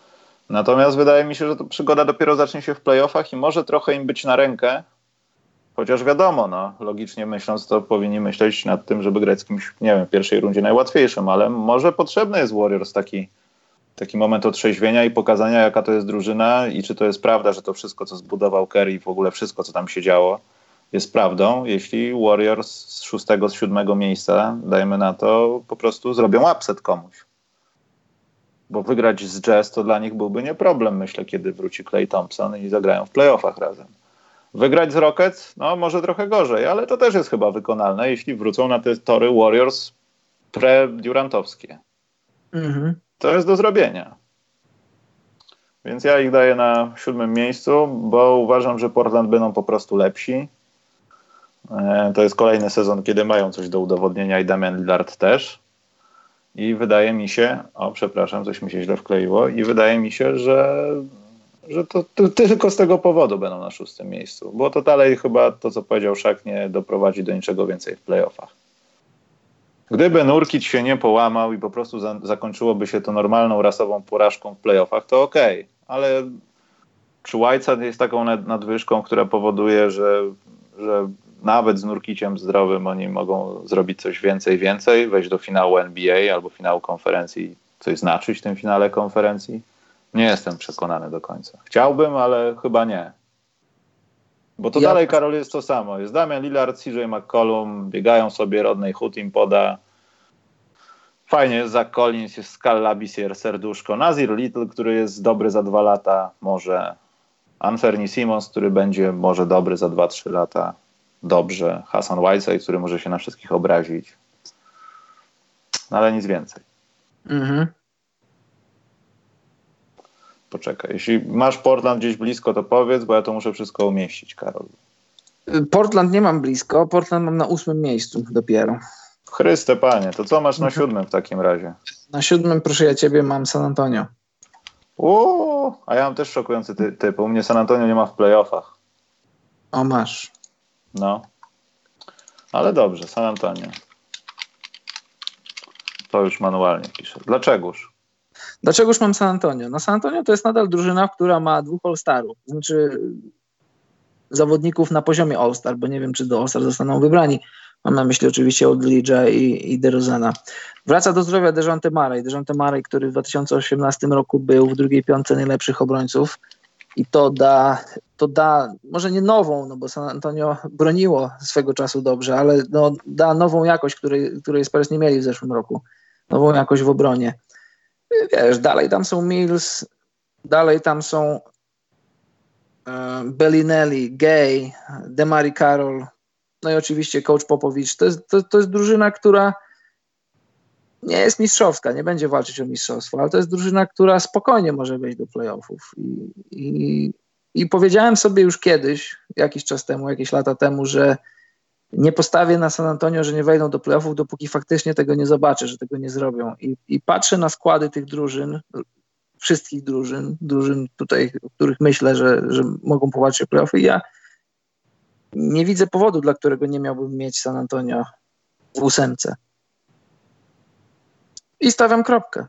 Natomiast wydaje mi się, że to przygoda dopiero zacznie się w playoffach i może trochę im być na rękę, chociaż wiadomo, no, logicznie myśląc, to powinni myśleć nad tym, żeby grać z kimś, nie wiem, w pierwszej rundzie najłatwiejszym, ale może potrzebny jest Warriors taki, taki moment otrzeźwienia i pokazania, jaka to jest drużyna i czy to jest prawda, że to wszystko, co zbudował Curry i w ogóle wszystko, co tam się działo, jest prawdą, jeśli Warriors z szóstego, z siódmego miejsca, dajmy na to, po prostu zrobią upset komuś. Bo wygrać z Jazz to dla nich byłby nie problem, myślę, kiedy wróci Klay Thompson i zagrają w playoffach razem. Wygrać z Rockets? No może trochę gorzej, ale to też jest chyba wykonalne, jeśli wrócą na te tory Warriors pre-durantowskie. Mhm. To jest do zrobienia. Więc ja ich daję na siódmym miejscu, bo uważam, że Portland będą po prostu lepsi. To jest kolejny sezon, kiedy mają coś do udowodnienia i Damian Lillard też. I wydaje mi się, o przepraszam, coś mi się źle wkleiło, i wydaje mi się, że, że to, to tylko z tego powodu będą na szóstym miejscu. Bo to dalej chyba to, co powiedział Shaq, nie doprowadzi do niczego więcej w playoffach. Gdyby Nurkic się nie połamał i po prostu za, zakończyłoby się to normalną rasową porażką w playoffach, to okej. Okay. Ale czy Whiteside jest taką nadwyżką, która powoduje, że, że nawet z Nurkiciem zdrowym oni mogą zrobić coś więcej, więcej, wejść do finału N B A albo finału konferencji, coś znaczyć w tym finale konferencji? Nie jestem przekonany do końca. Chciałbym, ale chyba nie. Bo to ja... dalej, Karol, jest to samo. Jest Damian Lillard, C J McCollum, biegają sobie, Rodney Hood im poda. Fajnie, jest Zach Collins, jest Skal Labissière, serduszko. Nazir Little, który jest dobry za dwa lata, może. Anthony Simons, który będzie może dobry za dwa, trzy lata. Dobrze. Hassan Whiteside, który może się na wszystkich obrazić. No ale nic więcej. Mhm. Poczekaj. Jeśli masz Portland gdzieś blisko, to powiedz, bo ja to muszę wszystko umieścić, Karol. Portland nie mam blisko. Portland mam na ósmym miejscu dopiero. Chryste panie, to co masz na siódmym w takim razie? Na siódmym, proszę ja ciebie, mam San Antonio. Uuu, a ja mam też szokujący ty- typ. U mnie San Antonio nie ma w playoffach. O, masz. No. Ale dobrze, San Antonio. To już manualnie piszę. Dlaczegoż? Dlaczegoż mam San Antonio? No San Antonio to jest nadal drużyna, która ma dwóch All-Starów. Znaczy zawodników na poziomie All-Star, bo nie wiem, czy do All-Star zostaną wybrani. Mam na myśli oczywiście Oldridge'a i, i DeRozana. Wraca do zdrowia Dejounte Murray. Dejounte Murray, który w dwa tysiące osiemnastym roku był w drugiej piątce najlepszych obrońców. I to da, to da, może nie nową, no bo San Antonio broniło swego czasu dobrze, ale no, da nową jakość, której, której Spurs nie mieli w zeszłym roku. Nową jakość w obronie. Wiesz, dalej tam są Mills, dalej tam są e, Bellinelli, Gay, DeMarre Carroll, no i oczywiście coach Popowicz. To jest, to, to jest drużyna, która nie jest mistrzowska, nie będzie walczyć o mistrzostwo, ale to jest drużyna, która spokojnie może wejść do playoffów. I, i, i powiedziałem sobie już kiedyś, jakiś czas temu, jakieś lata temu, że nie postawię na San Antonio, że nie wejdą do playoffów, dopóki faktycznie tego nie zobaczę, że tego nie zrobią. I, i patrzę na składy tych drużyn, wszystkich drużyn, drużyn tutaj, o których myślę, że, że mogą powalczyć o playoffy. I ja nie widzę powodu, dla którego nie miałbym mieć San Antonio w ósemce. I stawiam kropkę.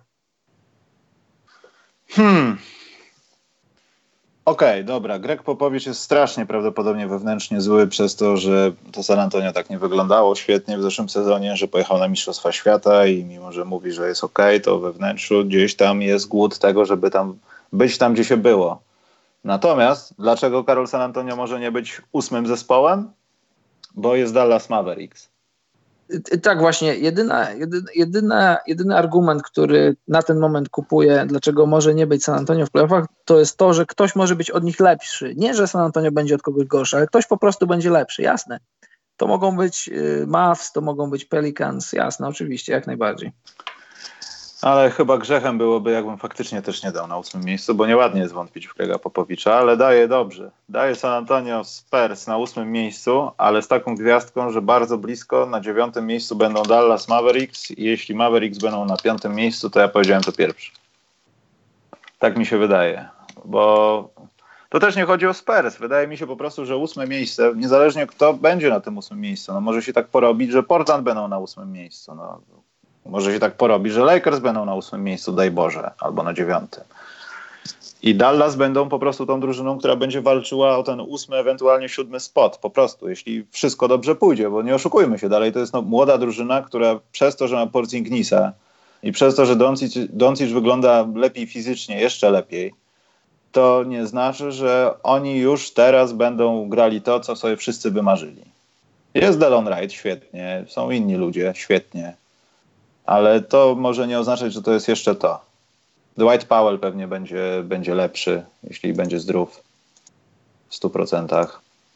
Hmm. Okej, okay, dobra. Greg Popowicz jest strasznie prawdopodobnie wewnętrznie zły przez to, że to San Antonio tak nie wyglądało świetnie w zeszłym sezonie, że pojechał na Mistrzostwa Świata i mimo, że mówi, że jest okej, okay, to we wnętrzu gdzieś tam jest głód tego, żeby tam być tam, gdzie się było. Natomiast dlaczego Karol San Antonio może nie być ósmym zespołem? Bo jest Dallas Mavericks. Tak właśnie, jedyna, jedyna, jedyna, jedyny argument, który na ten moment kupuję, dlaczego może nie być San Antonio w playoffach, to jest to, że ktoś może być od nich lepszy. Nie, że San Antonio będzie od kogoś gorszy, ale ktoś po prostu będzie lepszy, jasne. To mogą być Mavs, to mogą być Pelicans, jasne, oczywiście, jak najbardziej. Ale chyba grzechem byłoby, jakbym faktycznie też nie dał na ósmym miejscu, bo nieładnie jest wątpić w Grega Popowicza, ale daje dobrze. Daje San Antonio Spurs na ósmym miejscu, ale z taką gwiazdką, że bardzo blisko na dziewiątym miejscu będą Dallas Mavericks i jeśli Mavericks będą na piątym miejscu, to ja powiedziałem to pierwszy. Tak mi się wydaje, bo to też nie chodzi o Spurs. Wydaje mi się po prostu, że ósme miejsce, niezależnie kto będzie na tym ósmym miejscu, no może się tak porobić, że Portland będą na ósmym miejscu, no. Może się tak porobi, że Lakers będą na ósmym miejscu, daj Boże, albo na dziewiątym. I Dallas będą po prostu tą drużyną, która będzie walczyła o ten ósmy, ewentualnie siódmy spot, po prostu, jeśli wszystko dobrze pójdzie, bo nie oszukujmy się, dalej to jest no, młoda drużyna, która przez to, że ma Porzingnisa i przez to, że Doncic, Doncic wygląda lepiej fizycznie, jeszcze lepiej, to nie znaczy, że oni już teraz będą grali to, co sobie wszyscy by marzyli. Jest Delon Wright, świetnie, są inni ludzie, świetnie, ale to może nie oznaczać, że to jest jeszcze to. Dwight Powell pewnie będzie, będzie lepszy, jeśli będzie zdrów w stu procentach.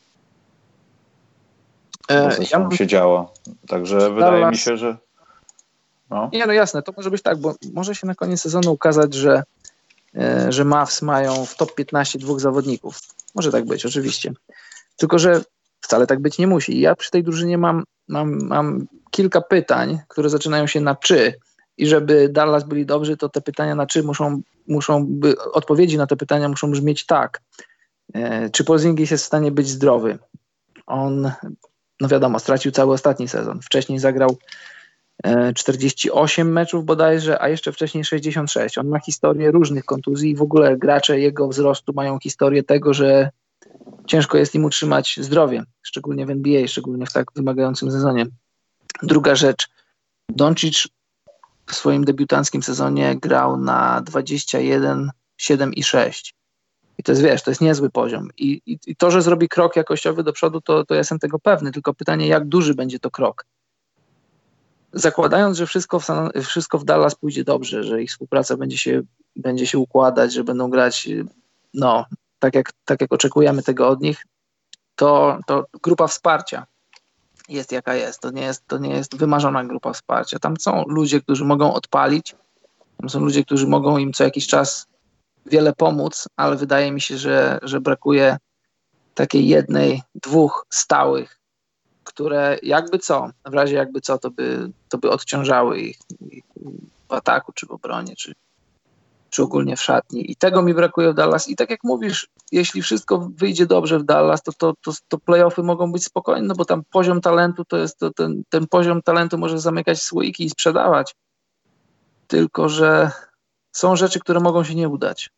E, Co ja się działo. Także Dallas... wydaje mi się, że... No. Nie, no jasne, to może być tak, bo może się na koniec sezonu ukazać, że, e, że Mavs mają w top piętnaście dwóch zawodników. Może tak być, oczywiście. Tylko że wcale tak być nie musi. Ja przy tej drużynie mam, mam, mam kilka pytań, które zaczynają się na czy. I żeby Dallas byli dobrzy, to te pytania na czy muszą, muszą by, odpowiedzi na te pytania muszą brzmieć tak. E, czy Porzingis jest w stanie być zdrowy? On, no wiadomo, stracił cały ostatni sezon. Wcześniej zagrał e, czterdzieści osiem meczów bodajże, a jeszcze wcześniej sześćdziesiąt sześć. On ma historię różnych kontuzji i w ogóle gracze jego wzrostu mają historię tego, że ciężko jest im utrzymać zdrowie, szczególnie w N B A, szczególnie w tak wymagającym sezonie. Druga rzecz, Doncic w swoim debiutanckim sezonie grał na dwadzieścia jeden, siedem i sześć. I to jest, wiesz, to jest niezły poziom. I, i, i to, że zrobi krok jakościowy do przodu, to, to ja jestem tego pewny. Tylko pytanie, jak duży będzie to krok? Zakładając, że wszystko w, San, wszystko w Dallas pójdzie dobrze, że ich współpraca będzie się, będzie się układać, że będą grać no, tak, jak, tak jak oczekujemy tego od nich, to, to grupa wsparcia jest jaka jest. To nie jest, to nie jest wymarzona grupa wsparcia. Tam są ludzie, którzy mogą odpalić, tam są ludzie, którzy mogą im co jakiś czas wiele pomóc, ale wydaje mi się, że, że brakuje takiej jednej, dwóch stałych, które jakby co, w razie jakby co, to by, to by odciążały ich, ich w ataku, czy w obronie, czy, czy ogólnie w szatni. I tego mi brakuje w Dallas. I tak jak mówisz, jeśli wszystko wyjdzie dobrze w Dallas, to, to, to, to play-offy mogą być spokojne, no bo tam poziom talentu to jest, to ten, ten poziom talentu może zamykać słoiki i sprzedawać. Tylko że są rzeczy, które mogą się nie udać.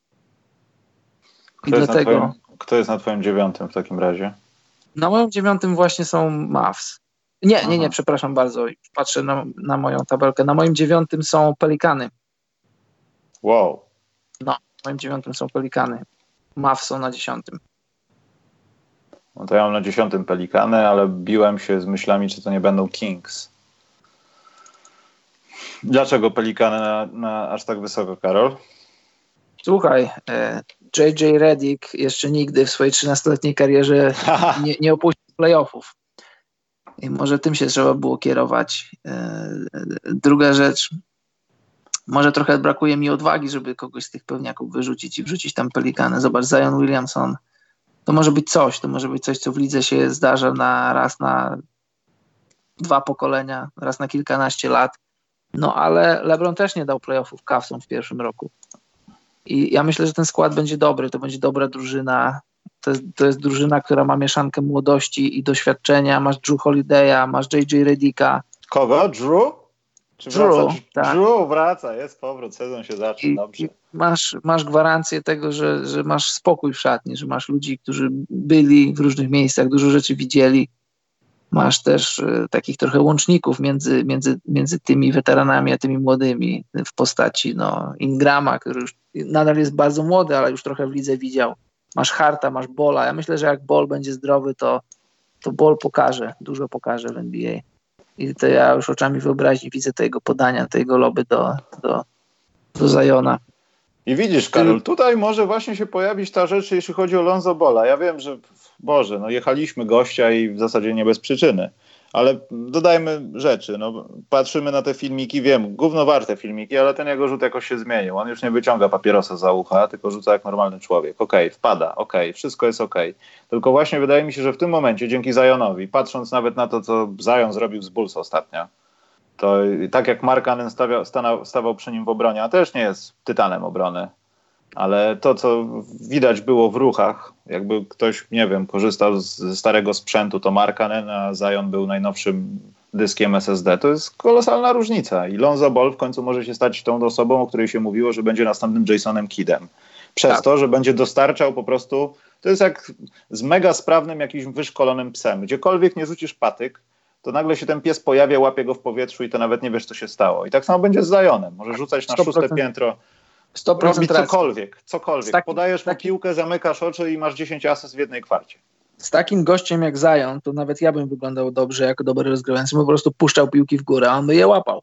I kto, jest dlatego... twoim, kto jest na twoim dziewiątym w takim razie? Na moim dziewiątym właśnie są Mavs. Nie, Aha. nie, nie, przepraszam bardzo. Patrzę na, na moją tabelkę. Na moim dziewiątym są Pelikany. Wow. No, na moim dziewiątym są Pelikany. Mavs są na dziesiątym. No to ja mam na dziesiątym Pelikany, ale biłem się z myślami, czy to nie będą Kings. Dlaczego Pelikany na, na aż tak wysoko, Karol? Słuchaj, J J Redick jeszcze nigdy w swojej trzynastoletniej karierze nie, nie opuścił playoffów. I może tym się trzeba było kierować. Druga rzecz, może trochę brakuje mi odwagi, żeby kogoś z tych pewniaków wyrzucić i wrzucić tam Pelikany. Zobacz, Zion Williamson. To może być coś, to może być coś, co w lidze się zdarza na raz na dwa pokolenia, raz na kilkanaście lat. No ale LeBron też nie dał playoffów Cavsom w pierwszym roku. I ja myślę, że ten skład będzie dobry, to będzie dobra drużyna. To jest, to jest drużyna, która ma mieszankę młodości i doświadczenia. Masz Drew Holiday'a, masz J J Redicka. Kogo? Drew? Czy Drew, wraca? tak. Drew wraca, jest powrót, sezon się zacznie, I, dobrze. I masz, masz gwarancję tego, że, że masz spokój w szatni, że masz ludzi, którzy byli w różnych miejscach, dużo rzeczy widzieli. Masz też y, takich trochę łączników między, między, między tymi weteranami a tymi młodymi w postaci no, Ingrama, który już nadal jest bardzo młody, ale już trochę w lidze widział. Masz Harta, masz Bola. Ja myślę, że jak Bol będzie zdrowy, to, to Bol pokaże, dużo pokaże w N B A. I to ja już oczami wyobraźni widzę tego podania, tego loby do, do, do Zajona. I widzisz, Karol, tutaj może właśnie się pojawić ta rzecz, jeśli chodzi o Lonzo Bola. Ja wiem, że Boże, no jechaliśmy gościa i w zasadzie nie bez przyczyny, ale dodajmy rzeczy, no patrzymy na te filmiki, wiem, gówno warte filmiki, ale ten jego rzut jakoś się zmienił. On już nie wyciąga papierosa za ucha, tylko rzuca jak normalny człowiek. Okej, okay, wpada, okej, okay, wszystko jest okej. Okay. Tylko właśnie wydaje mi się, że w tym momencie, dzięki Zionowi, patrząc nawet na to, co Zion zrobił z Bulls ostatnio, to tak jak Mark Cannon stawiał, stanał, stawał przy nim w obronie, a też nie jest tytanem obrony, ale to, co widać było w ruchach, jakby ktoś, nie wiem, korzystał z, ze starego sprzętu, to Mark Cannon, a Zion był najnowszym dyskiem S S D, to jest kolosalna różnica. I Lonzo Ball w końcu może się stać tą osobą, o której się mówiło, że będzie następnym Jasonem Kiddem. Przez tak. to, że będzie dostarczał po prostu, to jest jak z mega sprawnym jakimś wyszkolonym psem. Gdziekolwiek nie rzucisz patyk, to nagle się ten pies pojawia, łapie go w powietrzu i to nawet nie wiesz, co się stało. I tak samo będzie z Zionem. Może rzucać na szóste piętro, sto procent robić cokolwiek, cokolwiek. Taki, Podajesz taki... mu piłkę, zamykasz oczy i masz dziesięć asyst w jednej kwarcie. Z takim gościem jak Zion, to nawet ja bym wyglądał dobrze jako dobry rozgrywający, po prostu puszczał piłki w górę, a on by je łapał.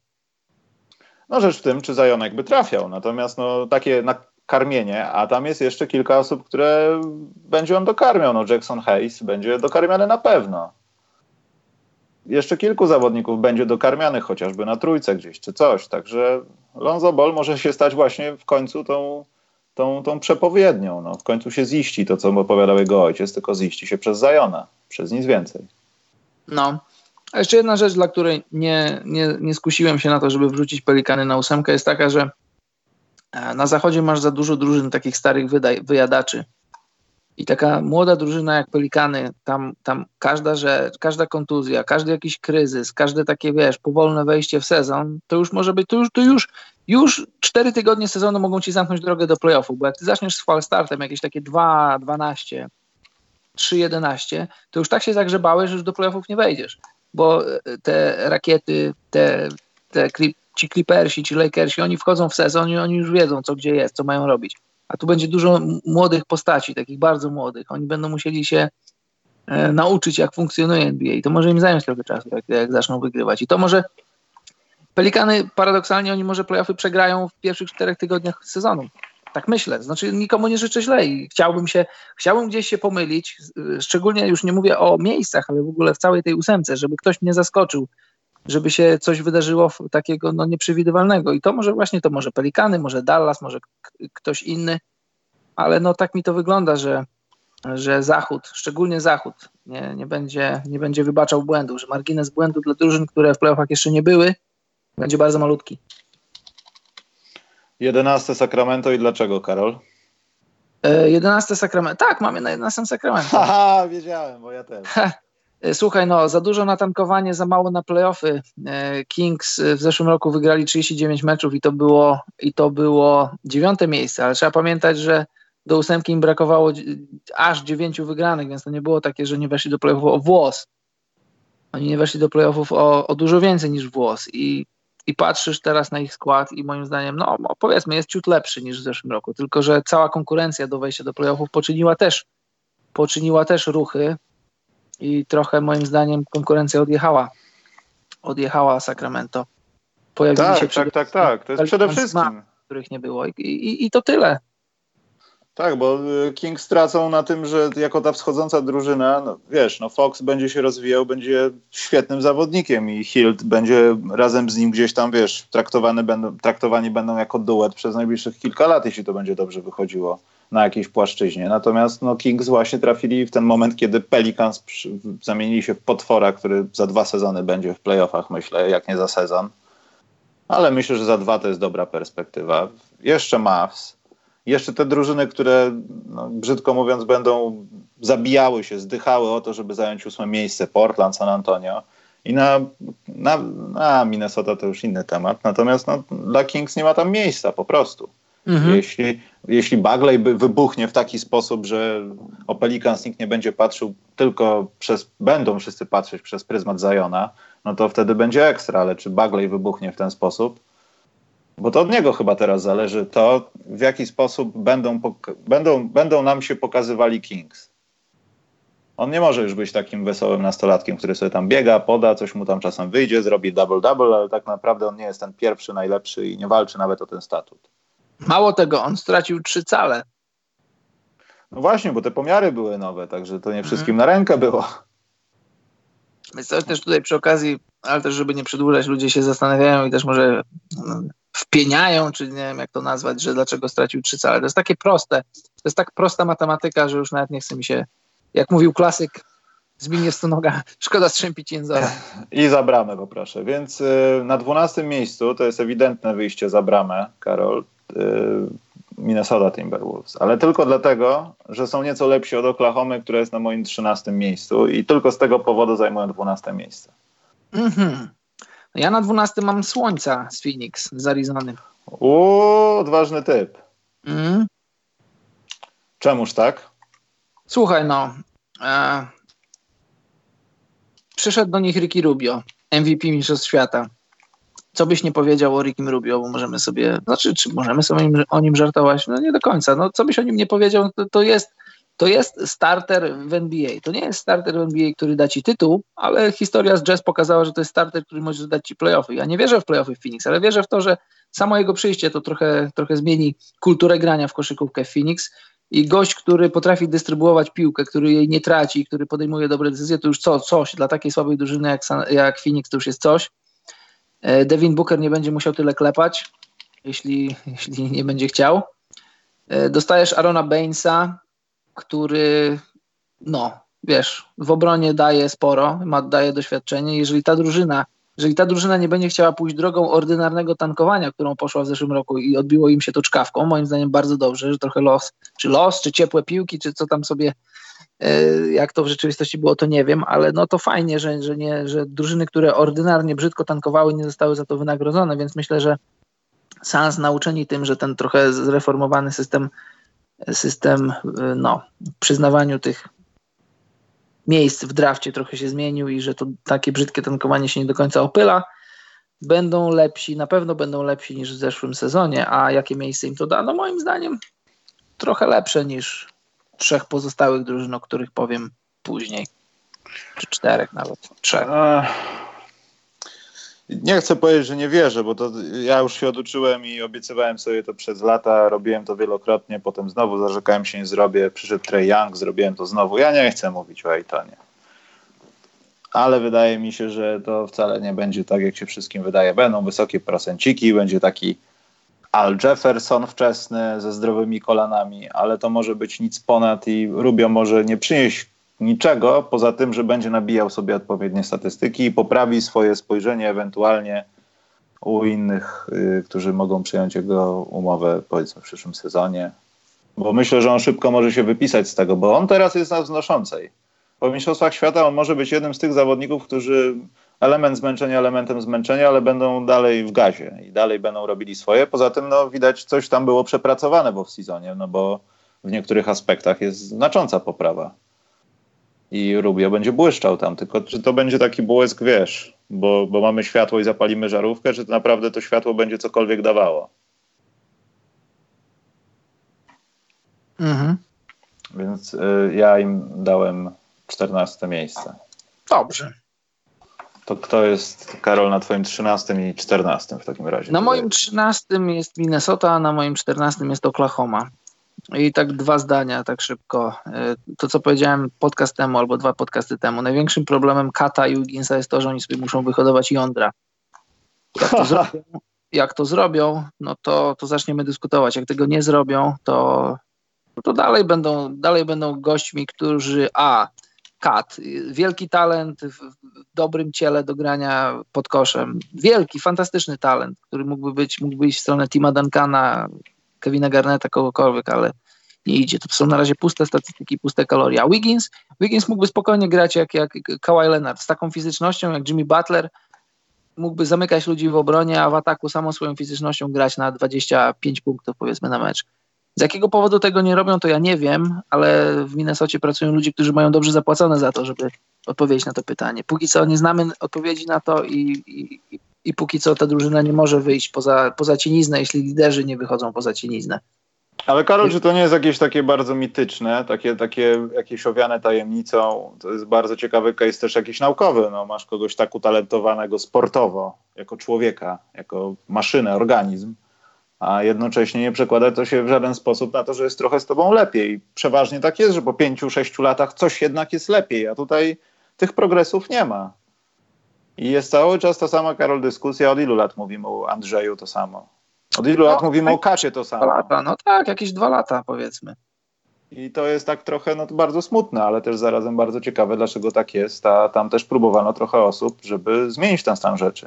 No rzecz w tym, czy Zionek by trafiał. Natomiast no, takie nakarmienie, a tam jest jeszcze kilka osób, które będzie on dokarmiał. No, Jackson Hayes będzie dokarmiany na pewno. Jeszcze kilku zawodników będzie dokarmianych chociażby na trójce gdzieś, czy coś. Także Lonzo Ball może się stać właśnie w końcu tą, tą, tą przepowiednią. No, w końcu się ziści to, co opowiadał jego ojciec, tylko ziści się przez Ziona. Przez nic więcej. No. A jeszcze jedna rzecz, dla której nie, nie, nie skusiłem się na to, żeby wrzucić Pelikany na ósemkę, jest taka, że na zachodzie masz za dużo drużyn takich starych wydaj- wyjadaczy. I taka młoda drużyna jak Pelikany, tam, tam każda rzecz, każda kontuzja, każdy jakiś kryzys, każde takie, wiesz, powolne wejście w sezon, to już może być, to już, to już, już cztery tygodnie sezonu mogą ci zamknąć drogę do play-offu, bo jak ty zaczniesz z fall startem jakieś takie dwa dwanaście, trzy jedenaście, to już tak się zagrzebałeś, że już do play-offów nie wejdziesz, bo te rakiety, te, te klip, ci Clippersi, ci Lakersi, oni wchodzą w sezon i oni już wiedzą, co gdzie jest, co mają robić. A tu będzie dużo młodych postaci, takich bardzo młodych. Oni będą musieli się e, nauczyć, jak funkcjonuje N B A. I to może im zająć trochę czasu, jak, jak zaczną wygrywać. I to może Pelikany, paradoksalnie, oni może play-offy przegrają w pierwszych czterech tygodniach sezonu. Tak myślę. Znaczy nikomu nie życzę źle i chciałbym się, chciałbym gdzieś się pomylić, szczególnie już nie mówię o miejscach, ale w ogóle w całej tej ósemce, żeby ktoś mnie zaskoczył, żeby się coś wydarzyło takiego no, nieprzewidywalnego. I to może właśnie to może Pelikany, może Dallas, może k- ktoś inny, ale no tak mi to wygląda, że, że Zachód, szczególnie Zachód, nie, nie, będzie, nie będzie wybaczał błędów, że margines błędu dla drużyn, które w playoffach jeszcze nie były, będzie bardzo malutki. jedenaste Sacramento i dlaczego, Karol? E, jedenaste Sacramento. Tak, mamy na jedenastym Sacramento. Haha, wiedziałem, bo ja też. Słuchaj, no za dużo na tankowanie, za mało na playoffy. Kings w zeszłym roku wygrali trzydzieści dziewięć meczów i to było, i to było dziewiąte miejsce, ale trzeba pamiętać, że do ósemki im brakowało aż dziewięciu wygranych, więc to nie było takie, że nie weszli do playoffów o włos. Oni nie weszli do playoffów o, o dużo więcej niż włos i, i patrzysz teraz na ich skład i moim zdaniem, no powiedzmy, jest ciut lepszy niż w zeszłym roku, tylko że cała konkurencja do wejścia do playoffów poczyniła też, poczyniła też ruchy. I trochę moim zdaniem konkurencja odjechała. Odjechała Sacramento. Pojawili tak, się tak, tak, tak. To jest przede wszystkim. Których nie było. I, i, i to tyle. Tak, bo Kings stracą na tym, że jako ta wschodząca drużyna, no, wiesz, no Fox będzie się rozwijał, będzie świetnym zawodnikiem i Hilt będzie razem z nim gdzieś tam, wiesz, traktowany będą, traktowani będą jako duet przez najbliższych kilka lat, jeśli to będzie dobrze wychodziło na jakiejś płaszczyźnie. Natomiast no, Kings właśnie trafili w ten moment, kiedy Pelicans przy, zamienili się w potwora, który za dwa sezony będzie w playoffach, myślę, jak nie za sezon. Ale myślę, że za dwa to jest dobra perspektywa. Jeszcze Mavs. Jeszcze te drużyny, które no, brzydko mówiąc będą zabijały się, zdychały o to, żeby zająć ósme miejsce. Portland, San Antonio. I na, na, na Minnesota to już inny temat. Natomiast no, dla Kings nie ma tam miejsca po prostu. Mhm. Jeśli, jeśli Bagley by wybuchnie w taki sposób, że o Pelicans nikt nie będzie patrzył, tylko przez, będą wszyscy patrzeć przez pryzmat Ziona, no to wtedy będzie ekstra. Ale czy Bagley wybuchnie w ten sposób? Bo to od niego chyba teraz zależy to, w jaki sposób będą, pok- będą, będą nam się pokazywali Kings. On nie może już być takim wesołym nastolatkiem, który sobie tam biega, poda, coś mu tam czasem wyjdzie, zrobi double-double, ale tak naprawdę on nie jest ten pierwszy, najlepszy i nie walczy nawet o ten statut. Mało tego, on stracił trzy cale. No właśnie, bo te pomiary były nowe, także to nie wszystkim mhm. na rękę było. Więc to też tutaj przy okazji, ale też żeby nie przedłużać, ludzie się zastanawiają i też może no, wpieniają, czy nie wiem jak to nazwać, że dlaczego stracił trzy cale. To jest takie proste, to jest tak prosta matematyka, że już nawet nie chce mi się, jak mówił klasyk Zbigniew Stonoga, szkoda strzępić języka. I za bramę go proszę. Więc y, na dwunastym miejscu to jest ewidentne wyjście za bramę, Karol, y, Minnesota Timberwolves. Ale tylko dlatego, że są nieco lepsi od Oklahomy, która jest na moim trzynastym miejscu i tylko z tego powodu zajmują dwunaste miejsce. Mhm. Ja na dwunastym mam Słońca z Phoenix, z Arizony. Uuu, odważny typ. Mm. Czemuż tak? Słuchaj, no. E, przyszedł do nich Ricky Rubio, M V P Mistrzostw Świata. Co byś nie powiedział o Rickim Rubio, bo możemy sobie, znaczy, czy możemy sobie o nim, o nim żartować? No nie do końca. No, co byś o nim nie powiedział, to, to, jest, to jest starter w N B A. To nie jest starter w N B A, który da ci tytuł, ale historia z Jazz pokazała, że to jest starter, który może dać ci playoffy. Ja nie wierzę w playoffy w Phoenix, ale wierzę w to, że samo jego przyjście to trochę, trochę zmieni kulturę grania w koszykówkę w Phoenix. I gość, który potrafi dystrybuować piłkę, który jej nie traci, który podejmuje dobre decyzje, to już co, coś. Dla takiej słabej drużyny jak, jak Phoenix to już jest coś. Devin Booker nie będzie musiał tyle klepać, jeśli, jeśli nie będzie chciał. Dostajesz Aarona Bainesa, który, no, wiesz, w obronie daje sporo, ma, daje doświadczenie. Jeżeli ta drużyna, jeżeli ta drużyna nie będzie chciała pójść drogą ordynarnego tankowania, którą poszła w zeszłym roku i odbiło im się to czkawką, moim zdaniem bardzo dobrze, że trochę los, czy los, czy ciepłe piłki, czy co tam sobie, jak to w rzeczywistości było, to nie wiem, ale no to fajnie, że, że, nie, że drużyny, które ordynarnie brzydko tankowały, nie zostały za to wynagrodzone, więc myślę, że Suns nauczeni tym, że ten trochę zreformowany system, system no, przyznawaniu tych miejsc w drafcie trochę się zmienił i że to takie brzydkie tankowanie się nie do końca opyla, będą lepsi, na pewno będą lepsi niż w zeszłym sezonie, a jakie miejsce im to da? No moim zdaniem trochę lepsze niż trzech pozostałych drużyn, o których powiem później. Czy czterech nawet. Trzech. Nie chcę powiedzieć, że nie wierzę, bo to ja już się oduczyłem i obiecywałem sobie to przez lata, robiłem to wielokrotnie, potem znowu zarzekałem się, nie zrobię, przyszedł Trae Young, zrobiłem to znowu. Ja nie chcę mówić o Aytonie. Ale wydaje mi się, że to wcale nie będzie tak, jak się wszystkim wydaje. Będą wysokie procenciki, będzie taki Al Jefferson wczesny ze zdrowymi kolanami, ale to może być nic ponad i Rubio może nie przynieść niczego, poza tym, że będzie nabijał sobie odpowiednie statystyki i poprawi swoje spojrzenie ewentualnie u innych, y, którzy mogą przyjąć jego umowę, powiedzmy, w przyszłym sezonie. Bo myślę, że on szybko może się wypisać z tego, bo on teraz jest na wznoszącej. Po Mistrzostwach Świata on może być jednym z tych zawodników, którzy element zmęczenia elementem zmęczenia, ale będą dalej w gazie i dalej będą robili swoje. Poza tym no, widać, coś tam było przepracowane w off-seasonie, no bo w niektórych aspektach jest znacząca poprawa. I Rubio będzie błyszczał tam, tylko czy to będzie taki błysk, wiesz, bo, bo mamy światło i zapalimy żarówkę, czy to naprawdę to światło będzie cokolwiek dawało. Mhm. Więc y, ja im dałem czternaste miejsce. Dobrze. To kto jest, Karol, na twoim trzynastym i czternastym w takim razie? Na moim trzynastym jest Minnesota, a na moim czternastym jest Oklahoma. I tak dwa zdania, tak szybko. To, co powiedziałem podcast temu, albo dwa podcasty temu. Największym problemem Kata i Wigginsa jest to, że oni sobie muszą wyhodować jądra. Jak to zrobią, jak to zrobią no to, to zaczniemy dyskutować. Jak tego nie zrobią, to, to dalej będą, dalej będą gośćmi, którzy a, Kat, wielki talent w, w dobrym ciele do grania pod koszem. Wielki, fantastyczny talent, który mógłby być, mógłby iść w stronę Tima Duncana, Kevina Garnetta, kogokolwiek, ale nie idzie. To są na razie puste statystyki, puste kalorie. A Wiggins, Wiggins mógłby spokojnie grać jak, jak Kawhi Leonard, z taką fizycznością jak Jimmy Butler, mógłby zamykać ludzi w obronie, a w ataku samą swoją fizycznością grać na dwadzieścia pięć punktów, powiedzmy, na mecz. Z jakiego powodu tego nie robią, to ja nie wiem, ale w Minnesocie pracują ludzie, którzy mają dobrze zapłacone za to, żeby odpowiedzieć na to pytanie. Póki co nie znamy odpowiedzi na to i, i, i póki co ta drużyna nie może wyjść poza, poza cieniznę, jeśli liderzy nie wychodzą poza cieniznę. Ale Karol, czy to nie jest jakieś takie bardzo mityczne, takie, takie jakieś owiane tajemnicą? To jest bardzo ciekawy case też jakiś naukowy. No, masz kogoś tak utalentowanego sportowo, jako człowieka, jako maszynę, organizm, a jednocześnie nie przekłada to się w żaden sposób na to, że jest trochę z tobą lepiej. Przeważnie tak jest, że po pięciu, sześciu latach coś jednak jest lepiej, a tutaj tych progresów nie ma. I jest cały czas ta sama, Karol, dyskusja. Od ilu lat mówimy o Andrzeju to samo? Od ilu no, lat mówimy o Kacie to samo? Lata, no tak, jakieś dwa lata powiedzmy. I to jest tak trochę no, to bardzo smutne, ale też zarazem bardzo ciekawe, dlaczego tak jest. A tam też próbowano trochę osób, żeby zmienić ten stan rzeczy.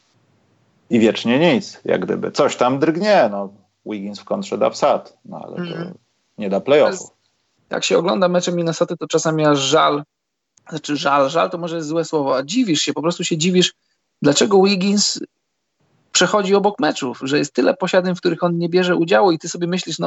I wiecznie nic, jak gdyby. Coś tam drgnie, no. Wiggins w kontrze da wsad, no ale to mm. nie da playoffów. Jak się ogląda mecze Minnesoty, to czasami aż żal, znaczy żal, żal to może jest złe słowo, a dziwisz się, po prostu się dziwisz, dlaczego Wiggins przechodzi obok meczów, że jest tyle posiadyn, w których on nie bierze udziału i ty sobie myślisz, no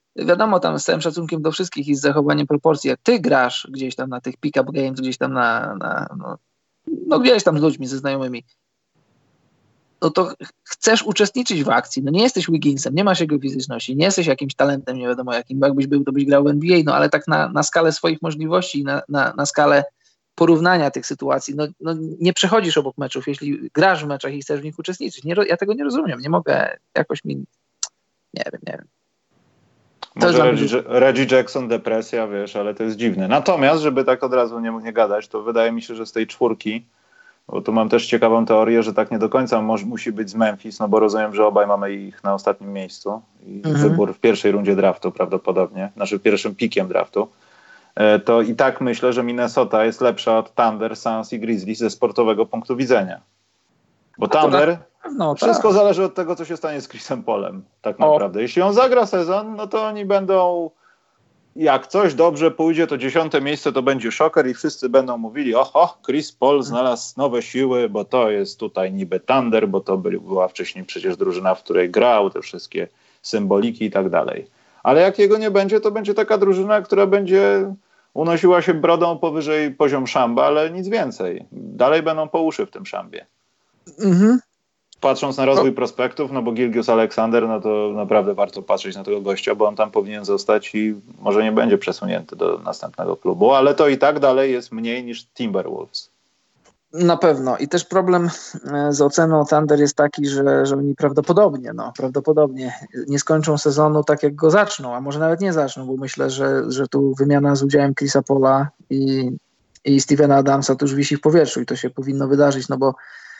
wiadomo, tam z całym szacunkiem do wszystkich i z zachowaniem proporcji, jak ty grasz gdzieś tam na tych pick-up games, gdzieś tam na, na no, no gdzieś tam z ludźmi, ze znajomymi, no to chcesz uczestniczyć w akcji, no nie jesteś Wigginsem, nie masz jego fizyczności, nie jesteś jakimś talentem, nie wiadomo jakim, bo jakbyś był, to byś grał w N B A, no ale tak na, na skalę swoich możliwości, na, na, na skalę porównania tych sytuacji, no, no nie przechodzisz obok meczów, jeśli grasz w meczach i chcesz w nich uczestniczyć. Nie, ja tego nie rozumiem, nie mogę jakoś mi, nie wiem, nie wiem. To Może Reggie, Reggie Jackson, depresja, wiesz, ale to jest dziwne. Natomiast, żeby tak od razu nie, nie gadać, to wydaje mi się, że z tej czwórki, bo tu mam też ciekawą teorię, że tak nie do końca moż, musi być z Memphis, no bo rozumiem, że obaj mamy ich na ostatnim miejscu i mhm. wybór w pierwszej rundzie draftu prawdopodobnie, znaczy pierwszym pikiem draftu, to i tak myślę, że Minnesota jest lepsza od Thunder, Suns i Grizzlies ze sportowego punktu widzenia. Bo Thunder, no, wszystko tak. zależy od tego, co się stanie z Chrisem Paulem, tak naprawdę. O. Jeśli on zagra sezon, no to oni będą, jak coś dobrze pójdzie, to dziesiąte miejsce to będzie szoker i wszyscy będą mówili, oho, Chris Paul znalazł nowe siły, bo to jest tutaj niby Thunder, bo to była wcześniej przecież drużyna, w której grał, te wszystkie symboliki i tak dalej. Ale jak jego nie będzie, to będzie taka drużyna, która będzie unosiła się brodą powyżej poziom szamba, ale nic więcej. Dalej będą po uszy w tym szambie. Mhm. Patrząc na rozwój prospektów, no bo Gilgeous-Alexander, no to naprawdę warto patrzeć na tego gościa, bo on tam powinien zostać i może nie będzie przesunięty do następnego klubu, ale to i tak dalej jest mniej niż Timberwolves. Na pewno. I też problem z oceną Thunder jest taki, że, że oni prawdopodobnie, no prawdopodobnie nie skończą sezonu tak, jak go zaczną, a może nawet nie zaczną, bo myślę, że, że tu wymiana z udziałem Chrisa Paula i, i Stevena Adamsa to już wisi w powietrzu i to się powinno wydarzyć, no bo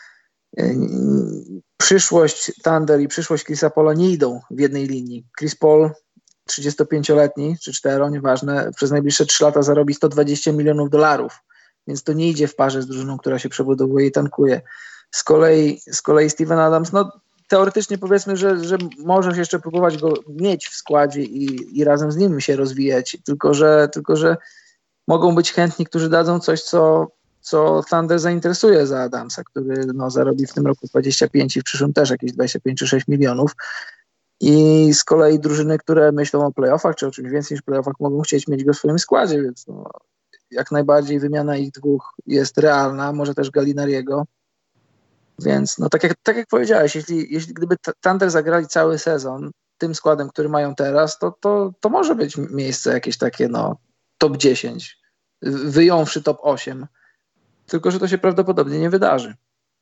przyszłość Thunder i przyszłość Chrisa Paula nie idą w jednej linii. Chris Paul, trzydziestopięcioletni czy cztero, nieważne, przez najbliższe trzy lata zarobi sto dwadzieścia milionów dolarów, więc to nie idzie w parze z drużyną, która się przebudowuje i tankuje. Z kolei, z kolei Steven Adams, no teoretycznie powiedzmy, że, że możesz jeszcze próbować go mieć w składzie i, i razem z nim się rozwijać, tylko że, tylko że mogą być chętni, którzy dadzą coś, co co Thunder zainteresuje za Adamsa, który no, zarobi w tym roku dwadzieścia pięć i w przyszłym też jakieś dwadzieścia pięć czy sześć milionów. I z kolei drużyny, które myślą o playoffach, czy o czymś więcej niż playoffach, mogą chcieć mieć go w swoim składzie, więc no, jak najbardziej wymiana ich dwóch jest realna, może też Gallinariego. Więc no tak jak, tak jak powiedziałeś, jeśli, jeśli gdyby Thunder zagrali cały sezon tym składem, który mają teraz, to, to, to może być miejsce jakieś takie no top dziesięć, wyjąwszy top osiem. Tylko że to się prawdopodobnie nie wydarzy.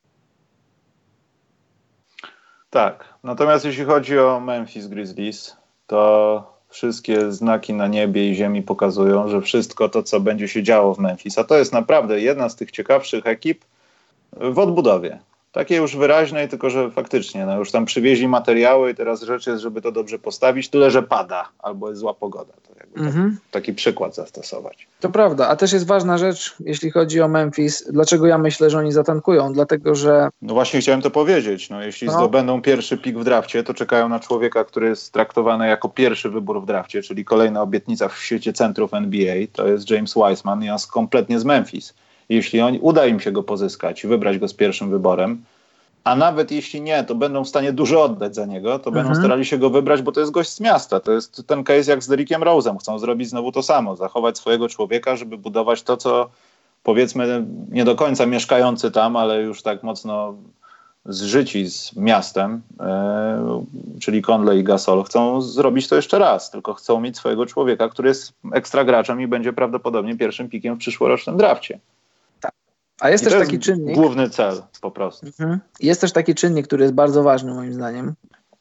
Tak. Natomiast jeśli chodzi o Memphis Grizzlies, to wszystkie znaki na niebie i ziemi pokazują, że wszystko to, co będzie się działo w Memphis, a to jest naprawdę jedna z tych ciekawszych ekip w odbudowie. Takiej już wyraźnej, tylko że faktycznie, no już tam przywieźli materiały i teraz rzecz jest, żeby to dobrze postawić, tyle, że pada albo jest zła pogoda. To jakby mhm. tak, taki przykład zastosować. To prawda, a też jest ważna rzecz, jeśli chodzi o Memphis. Dlaczego ja myślę, że oni zatankują? Dlatego, że... No właśnie chciałem to powiedzieć. No, jeśli no. zdobędą pierwszy pik w drafcie, to czekają na człowieka, który jest traktowany jako pierwszy wybór w drafcie, czyli kolejna obietnica w świecie centrów N B A. To jest James Wiseman i on kompletnie z Memphis. Jeśli oni, uda im się go pozyskać i wybrać go z pierwszym wyborem, a nawet jeśli nie, to będą w stanie dużo oddać za niego, to mhm. będą starali się go wybrać, bo to jest gość z miasta. To jest ten case jak z Derrickiem Rose'em. Chcą zrobić znowu to samo, zachować swojego człowieka, żeby budować to, co powiedzmy nie do końca mieszkający tam, ale już tak mocno zżyci z miastem, yy, czyli Conley i Gasol, chcą zrobić to jeszcze raz, tylko chcą mieć swojego człowieka, który jest ekstra graczem i będzie prawdopodobnie pierwszym pikiem w przyszłorocznym drafcie. A jest I też to taki jest czynnik. Główny cel po prostu. Mhm. Jest też taki czynnik, który jest bardzo ważny moim zdaniem.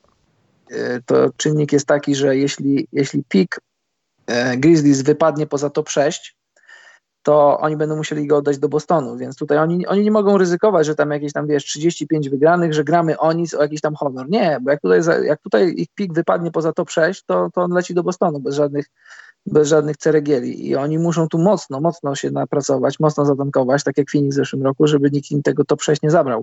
To czynnik jest taki, że jeśli, jeśli pik Grizzlies wypadnie poza top sześć, to oni będą musieli go oddać do Bostonu, więc tutaj oni, oni nie mogą ryzykować, że tam jakieś tam, wiesz, trzydzieści pięć wygranych, że gramy o nic, o jakiś tam honor. Nie, bo jak tutaj, jak tutaj ich pik wypadnie poza top sześć, to, to on leci do Bostonu bez żadnych bez żadnych ceregieli i oni muszą tu mocno, mocno się napracować, mocno zatankować, tak jak Phoenix w zeszłym roku, żeby nikt im tego top sześć nie zabrał.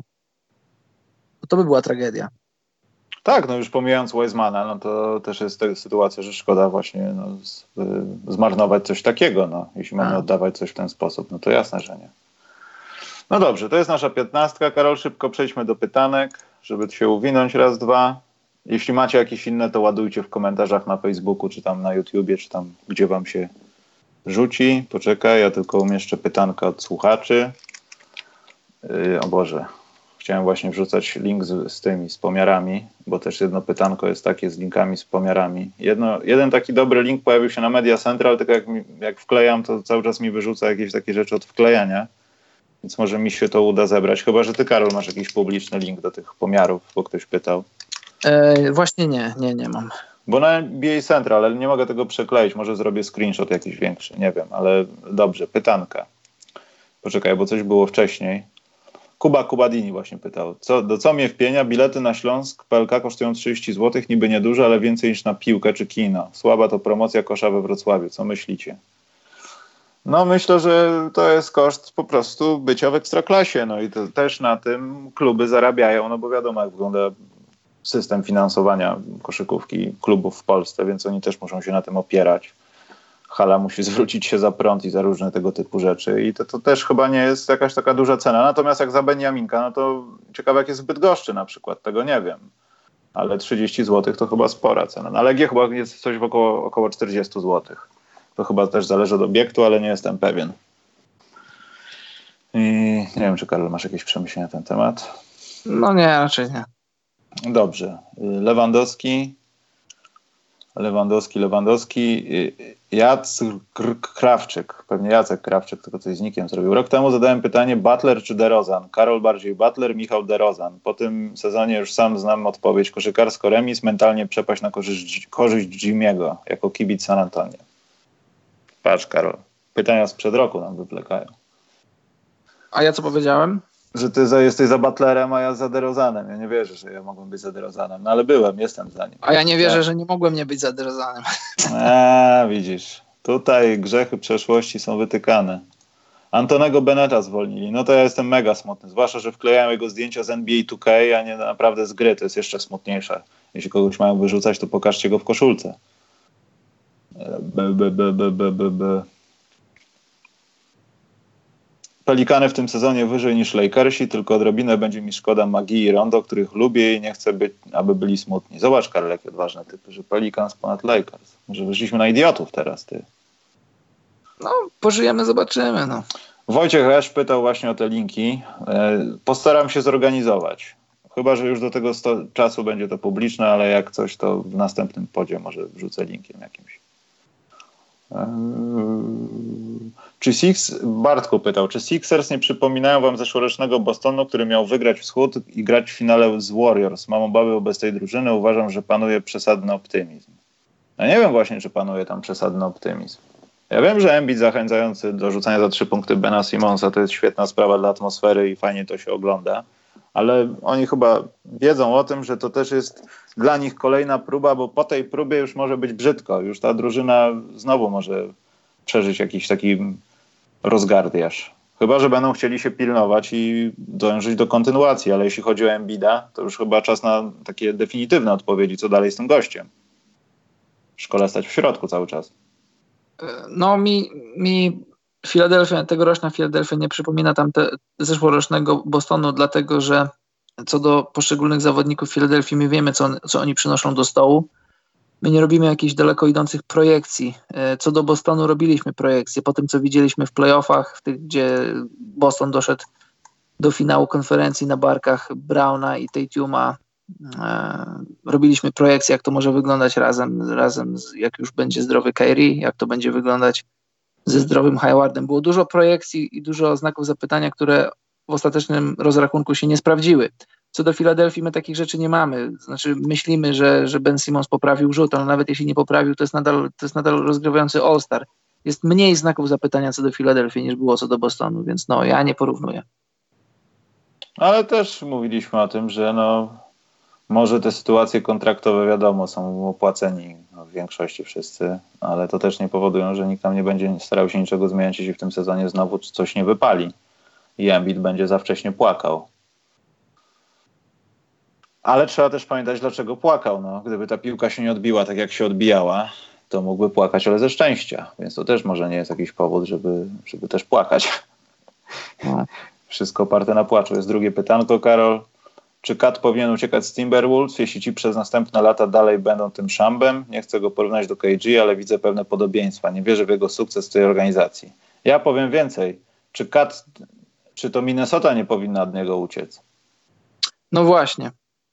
To by była tragedia. Tak, no już pomijając Wisemana, no to też jest ta sytuacja, że szkoda właśnie no, z, y, zmarnować coś takiego, no. Jeśli mamy A. oddawać coś w ten sposób, no to jasne, że nie. No dobrze, to jest nasza piętnastka. Karol, szybko przejdźmy do pytanek, żeby się uwinąć raz, dwa. Jeśli macie jakieś inne, to ładujcie w komentarzach na Facebooku, czy tam na YouTubie, czy tam gdzie wam się rzuci. Poczekaj, ja tylko umieszczę pytanka od słuchaczy. Yy, o Boże, chciałem właśnie wrzucać link z, z tymi, z pomiarami, bo też jedno pytanko jest takie z linkami, z pomiarami. Jedno, jeden taki dobry link pojawił się na Media Central, tylko jak, mi, jak wklejam, to cały czas mi wyrzuca jakieś takie rzeczy od wklejania, więc może mi się to uda zebrać. Chyba że ty, Karol, masz jakiś publiczny link do tych pomiarów, bo ktoś pytał. E, właśnie nie, nie, nie mam. Bo na N B A Central, ale nie mogę tego przekleić, może zrobię screenshot jakiś większy, nie wiem, ale dobrze, pytanka. Poczekaj, bo coś było wcześniej. Kuba Kubadini właśnie pytał, co, do co mnie wpienia? Bilety na Śląsk P L K kosztują trzydzieści złotych, niby niedużo, ale więcej niż na piłkę czy kino. Słaba to promocja kosza we Wrocławiu, co myślicie? No myślę, że to jest koszt po prostu bycia w Ekstraklasie, no i to też na tym kluby zarabiają, no bo wiadomo jak wygląda system finansowania koszykówki klubów w Polsce, więc oni też muszą się na tym opierać. Hala musi zwrócić się za prąd i za różne tego typu rzeczy i to, to też chyba nie jest jakaś taka duża cena. Natomiast jak za Beniaminka, no to ciekawe jak jest w Bydgoszczy na przykład, tego nie wiem. Ale trzydzieści złotych to chyba spora cena. Na Legię chyba jest coś w około, około czterdzieści złotych. To chyba też zależy od obiektu, ale nie jestem pewien. I nie wiem, czy Karol masz jakieś przemyślenia na ten temat? No nie, raczej nie. Dobrze. Lewandowski... Lewandowski, Lewandowski, Jacek Krawczyk, pewnie Jacek Krawczyk, tylko coś z nikiem zrobił. Rok temu zadałem pytanie Butler czy DeRozan. Karol bardziej Butler, Michał DeRozan. Po tym sezonie już sam znam odpowiedź. Koszykarsko remis, mentalnie przepaść na korzyść, korzyść Jimmy'ego jako kibic San Antonio. Patrz Karol, pytania sprzed roku nam wywlekają. A ja co powiedziałem? Że ty za, jesteś za Butlerem, a ja za DeRozanem. Ja nie wierzę, że ja mogłem być za DeRozanem. No ale byłem, jestem za nim. A ja nie wierzę, tak. że nie mogłem nie być za DeRozanem. A, widzisz. Tutaj grzechy przeszłości są wytykane. Antonego Beneta zwolnili. No to ja jestem mega smutny. Zwłaszcza, że wklejają jego zdjęcia z N B A two K, a nie naprawdę z gry. To jest jeszcze smutniejsze. Jeśli kogoś mają wyrzucać, to pokażcie go w koszulce. B, b, b, b, b, b, b. Pelikany w tym sezonie wyżej niż Lakersi, tylko odrobinę będzie mi szkoda Magii i Rondo, których lubię i nie chcę, być, aby byli smutni. Zobacz, Karol, jakie odważne typy, że Pelicans ponad Lakers. Może wyszliśmy na idiotów teraz, ty. No, pożyjemy, zobaczymy, no. Wojciech Hesz pytał właśnie o te linki. Postaram się zorganizować. Chyba, że już do tego sto- czasu będzie to publiczne, ale jak coś, to w następnym podzie może wrzucę linkiem jakimś. Czy Six, Bartku pytał, czy Sixers nie przypominają wam zeszłorocznego Bostonu, który miał wygrać wschód i grać w finale z Warriors? Mam obawy wobec tej drużyny, uważam, że panuje przesadny optymizm. Ja nie wiem właśnie, czy panuje tam przesadny optymizm. Ja wiem, że Embiid zachęcający do rzucania za trzy punkty Bena Simonsa to jest świetna sprawa dla atmosfery i fajnie to się ogląda, ale oni chyba wiedzą o tym, że to też jest dla nich kolejna próba, bo po tej próbie już może być brzydko. Już ta drużyna znowu może przeżyć jakiś taki rozgardiaż. Chyba że będą chcieli się pilnować i dążyć do kontynuacji, ale jeśli chodzi o Embida, to już chyba czas na takie definitywne odpowiedzi, co dalej z tym gościem. Szkoda stać w środku cały czas. No mi, mi Filadelfia, tegoroczna Filadelfia nie przypomina tam te, zeszłorocznego Bostonu, dlatego że co do poszczególnych zawodników Filadelfii my wiemy, co, on, co oni przynoszą do stołu. My nie robimy jakichś daleko idących projekcji. Co do Bostonu robiliśmy projekcje. Po tym, co widzieliśmy w playoffach, w tych, gdzie Boston doszedł do finału konferencji na barkach Browna i Tatuma, e, robiliśmy projekcje, jak to może wyglądać razem, razem z, jak już będzie zdrowy Kyrie, jak to będzie wyglądać ze zdrowym Haywardem. Było dużo projekcji i dużo znaków zapytania, które w ostatecznym rozrachunku się nie sprawdziły. Co do Filadelfii, my takich rzeczy nie mamy. Znaczy myślimy, że, że Ben Simmons poprawił rzut, ale nawet jeśli nie poprawił, to jest nadal, to jest nadal rozgrywający All-Star. Jest mniej znaków zapytania co do Filadelfii niż było co do Bostonu, więc no, ja nie porównuję. Ale też mówiliśmy o tym, że no może te sytuacje kontraktowe, wiadomo, są opłaceni w większości wszyscy, ale to też nie powodują, że nikt tam nie będzie starał się niczego zmieniać, jeśli w tym sezonie znowu coś nie wypali i Embiid będzie za wcześnie płakał. Ale trzeba też pamiętać, dlaczego płakał. No, gdyby ta piłka się nie odbiła tak, jak się odbijała, to mógłby płakać, ale ze szczęścia. Więc to też może nie jest jakiś powód, żeby, żeby też płakać. No. Wszystko oparte na płaczu. Jest drugie pytanko, Karol. Czy Kat powinien uciekać z Timberwolves, jeśli ci przez następne lata dalej będą tym szambem? Nie chcę go porównać do K G, ale widzę pewne podobieństwa. Nie wierzę w jego sukces w tej organizacji. Ja powiem więcej. Czy Kat, czy to Minnesota nie powinna od niego uciec? No właśnie.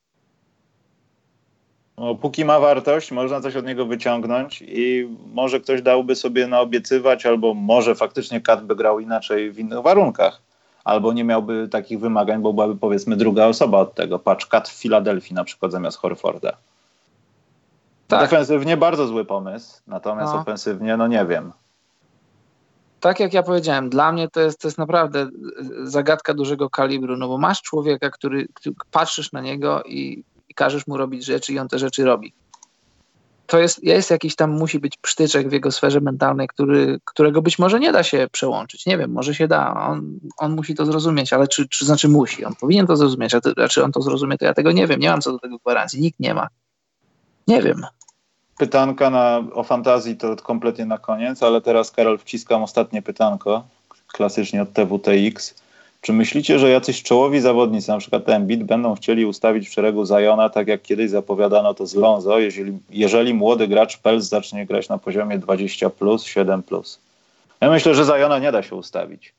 No, póki ma wartość, można coś od niego wyciągnąć i może ktoś dałby sobie naobiecywać, albo może faktycznie Kat by grał inaczej w innych warunkach. Albo nie miałby takich wymagań, bo byłaby powiedzmy druga osoba od tego. Patrz, Kat w Filadelfii na przykład zamiast Horforda. Tak. Defensywnie bardzo zły pomysł, natomiast no. ofensywnie no nie wiem. Tak jak ja powiedziałem, dla mnie to jest, to jest naprawdę zagadka dużego kalibru, no bo masz człowieka, który, który patrzysz na niego i, i każesz mu robić rzeczy i on te rzeczy robi. To jest, jest jakiś tam, musi być psztyczek w jego sferze mentalnej, który, którego być może nie da się przełączyć. Nie wiem, może się da. On, on musi to zrozumieć, ale czy, czy znaczy musi? On powinien to zrozumieć, a, to, a czy on to zrozumie, to ja tego nie wiem. Nie mam co do tego gwarancji. Nikt nie ma. Nie wiem. Pytanka na, o fantazji to kompletnie na koniec, ale teraz, Karol, wciskam ostatnie pytanko, klasycznie od T W T X. Czy myślicie, że jacyś czołowi zawodnicy, na przykład Embiid, będą chcieli ustawić w szeregu Ziona, tak jak kiedyś zapowiadano to z Lonzo, jeżeli, jeżeli młody gracz Pels zacznie grać na poziomie dwadzieścia plus, siedem plus? Ja myślę, że Ziona nie da się ustawić.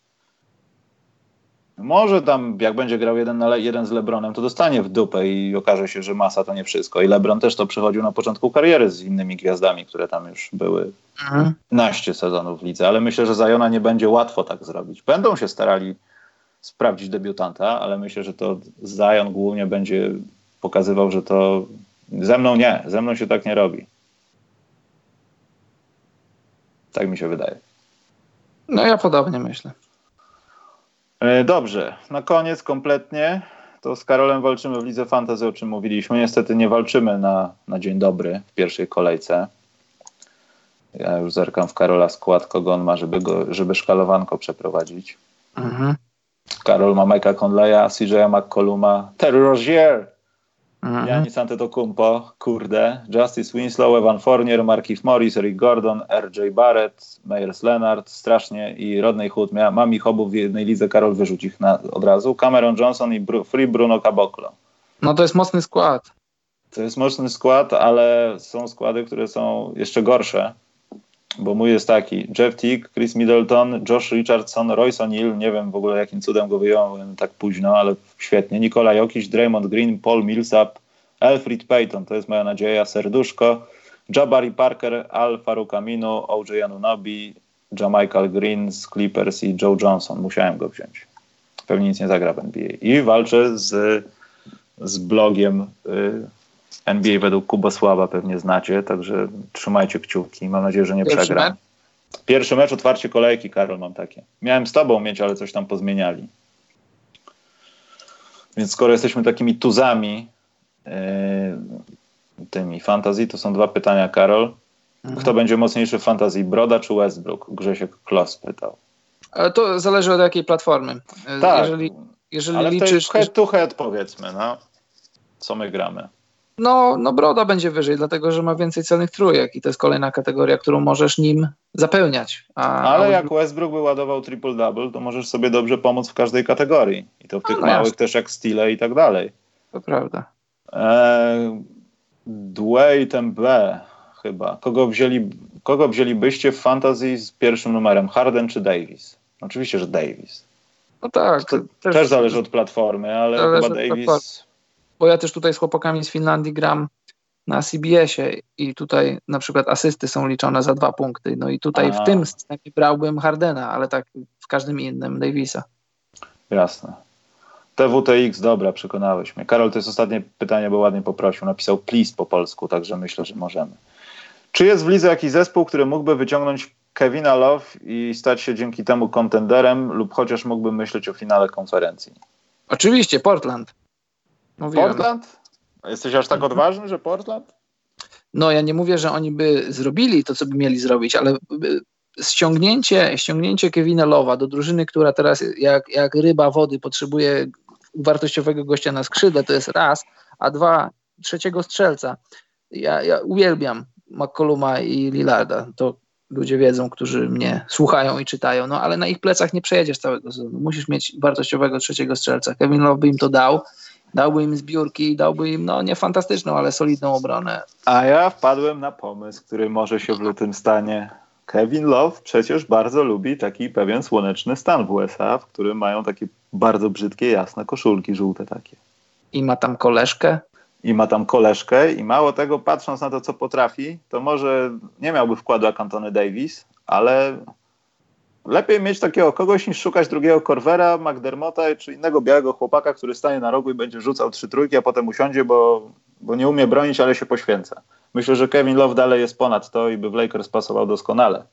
Może tam, jak będzie grał jeden na le- jeden z LeBronem, to dostanie w dupę i okaże się, że masa to nie wszystko. I LeBron też to przechodził na początku kariery z innymi gwiazdami, które tam już były mhm. naście sezonów w lidze, ale myślę, że Ziona nie będzie łatwo tak zrobić. Będą się starali sprawdzić debiutanta, ale myślę, że to Zion głównie będzie pokazywał, że to ze mną nie, ze mną się tak nie robi. Tak mi się wydaje. No ja podobnie myślę. Dobrze, na koniec kompletnie to z Karolem walczymy w Lidze Fantasy, o czym mówiliśmy. Niestety nie walczymy na, na dzień dobry w pierwszej kolejce. Ja już zerkam w Karola skład, kogo on ma, żeby, go, żeby szkalowanko przeprowadzić. Mhm. Karol ma Mike'a Conleya, C J McColluma, Terry Rozier, mhm. Giannis Antetokounmpo, kurde, Justice Winslow, Evan Fournier, Markieff Morris, Eric Gordon, R J Barrett, Meyers Leonard, strasznie i Rodney Hood. Mia, mam ich obu w jednej lidze, Karol wyrzuci ich na, od razu. Cameron Johnson i Bru, Free Bruno Caboclo. No to jest mocny skład. To jest mocny skład, ale są składy, które są jeszcze gorsze. Bo mój jest taki: Jeff Teague, Chris Middleton, Josh Richardson, Royce O'Neal, nie wiem w ogóle jakim cudem go wyjąłem tak późno, ale świetnie. Nikola Jokic, Draymond Green, Paul Millsap, Elfrid Payton, to jest moja nadzieja, serduszko, Jabari Parker, Al Farouk Aminu, O J Anunoby, Jamichael Green z Clippers i Joe Johnson. Musiałem go wziąć. Pewnie nic nie zagra w N B A. I walczę z, z blogiem y, N B A według Kubosława, pewnie znacie, także trzymajcie kciuki. Mam nadzieję, że nie Pierwszy przegram. mecz? Pierwszy mecz, otwarcie kolejki, Karol, mam takie. Miałem z tobą mieć, ale coś tam pozmieniali. Więc skoro jesteśmy takimi tuzami yy, tymi fantazji, to są dwa pytania, Karol. Mhm. Kto będzie mocniejszy w fantazji, Broda czy Westbrook? Grzesiek Klos pytał. Ale to zależy od jakiej platformy. Tak, jeżeli, jeżeli ale liczysz... to head to head, powiedzmy, no. Co my gramy? No, no Broda będzie wyżej, dlatego że ma więcej celnych trójek i to jest kolejna kategoria, którą możesz nim zapełniać. A, Ale a jak Westbrook by ładował triple-double, to możesz sobie dobrze pomóc w każdej kategorii. I to w tych no, małych jasne. też jak Steele i tak dalej. To prawda. Eee, Dwayne M B chyba. Kogo, wzięli, kogo wzięlibyście w fantasy z pierwszym numerem? Harden czy Davis? Oczywiście, że Davis. No tak. To też, też zależy od platformy, ale chyba Davis... Platformy. Bo ja też tutaj z chłopakami z Finlandii gram na C B S-ie i tutaj na przykład asysty są liczone za dwa punkty. No i tutaj A. w tym systemie brałbym Hardena, ale tak w każdym innym Davisa. Jasne. T W T X, dobra, przekonałeś mnie. Karol, to jest ostatnie pytanie, bo ładnie poprosił. Napisał please po polsku, także myślę, że możemy. Czy jest w lidze jakiś zespół, który mógłby wyciągnąć Kevina Love i stać się dzięki temu kontenderem lub chociaż mógłby myśleć o finale konferencji? Oczywiście, Portland. Mówiłem. Portland? Jesteś aż tak odważny, że Portland? No ja nie mówię, że oni by zrobili to, co by mieli zrobić, ale ściągnięcie, ściągnięcie Kevina Love'a do drużyny, która teraz jak, jak ryba wody potrzebuje wartościowego gościa na skrzydle, to jest raz, a dwa, trzeciego strzelca. Ja, ja uwielbiam McColluma i Lillarda. To ludzie wiedzą, którzy mnie słuchają i czytają, no ale na ich plecach nie przejedziesz całego sezonu. Musisz mieć wartościowego trzeciego strzelca. Kevin Love by im to dał. Dałby im zbiórki, dałby im, no nie fantastyczną, ale solidną obronę. A ja wpadłem na pomysł, który może się w lutym stanie. Kevin Love przecież bardzo lubi taki pewien słoneczny stan w U S A, w którym mają takie bardzo brzydkie, jasne koszulki, żółte takie. I ma tam koleżkę. I ma tam koleżkę i mało tego, patrząc na to, co potrafi, to może nie miałby wkładu jak Anthony Davis, ale lepiej mieć takiego kogoś niż szukać drugiego Korvera, McDermotta czy innego białego chłopaka, który stanie na rogu i będzie rzucał trzy trójki, a potem usiądzie, bo, bo nie umie bronić, ale się poświęca. Myślę, że Kevin Love dalej jest ponad to i by w Lakers pasował doskonale.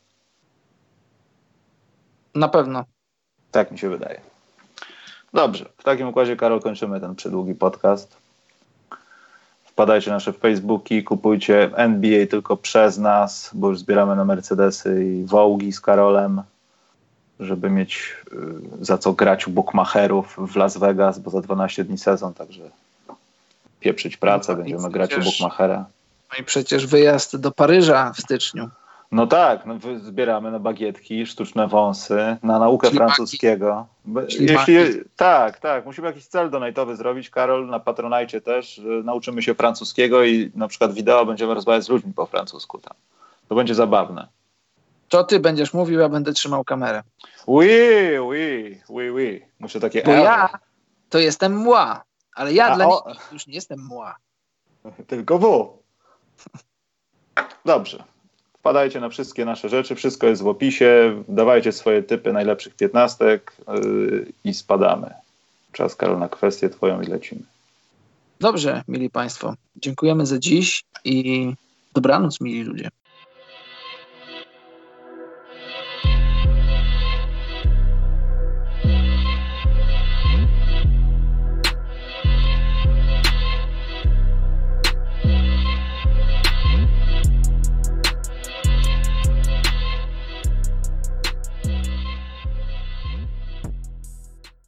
Na pewno. Tak mi się wydaje. Dobrze, w takim układzie, Karol, kończymy ten przydługi podcast. Wpadajcie na nasze Facebooki, kupujcie N B A tylko przez nas, bo już zbieramy na Mercedesy i Wołgi z Karolem, żeby mieć y, za co grać u bookmacherów w Las Vegas, bo za dwanaście dni sezon, także pieprzyć pracę, No, będziemy przecież, grać u bookmachera. No i przecież wyjazd do Paryża w styczniu. No tak, no, zbieramy na bagietki, sztuczne wąsy, na naukę Ślimaki. francuskiego. Ślimaki. Jeśli, tak, tak, musimy jakiś cel donate'owy zrobić, Karol, na Patronite też, że nauczymy się francuskiego i na przykład wideo będziemy rozmawiać z ludźmi po francusku tam. To będzie zabawne. To ty będziesz mówił, ja będę trzymał kamerę. Oui, oui, oui, oui. Muszę takie Bo euro. ja to jestem moi, ale ja A, dla o. nich już nie jestem moi. Tylko W. Dobrze. Wpadajcie na wszystkie nasze rzeczy, wszystko jest w opisie, dawajcie swoje typy najlepszych piętnastek yy, i spadamy. Czas, Karol, na kwestię twoją i lecimy. Dobrze, mili państwo. Dziękujemy za dziś i dobranoc, mili ludzie.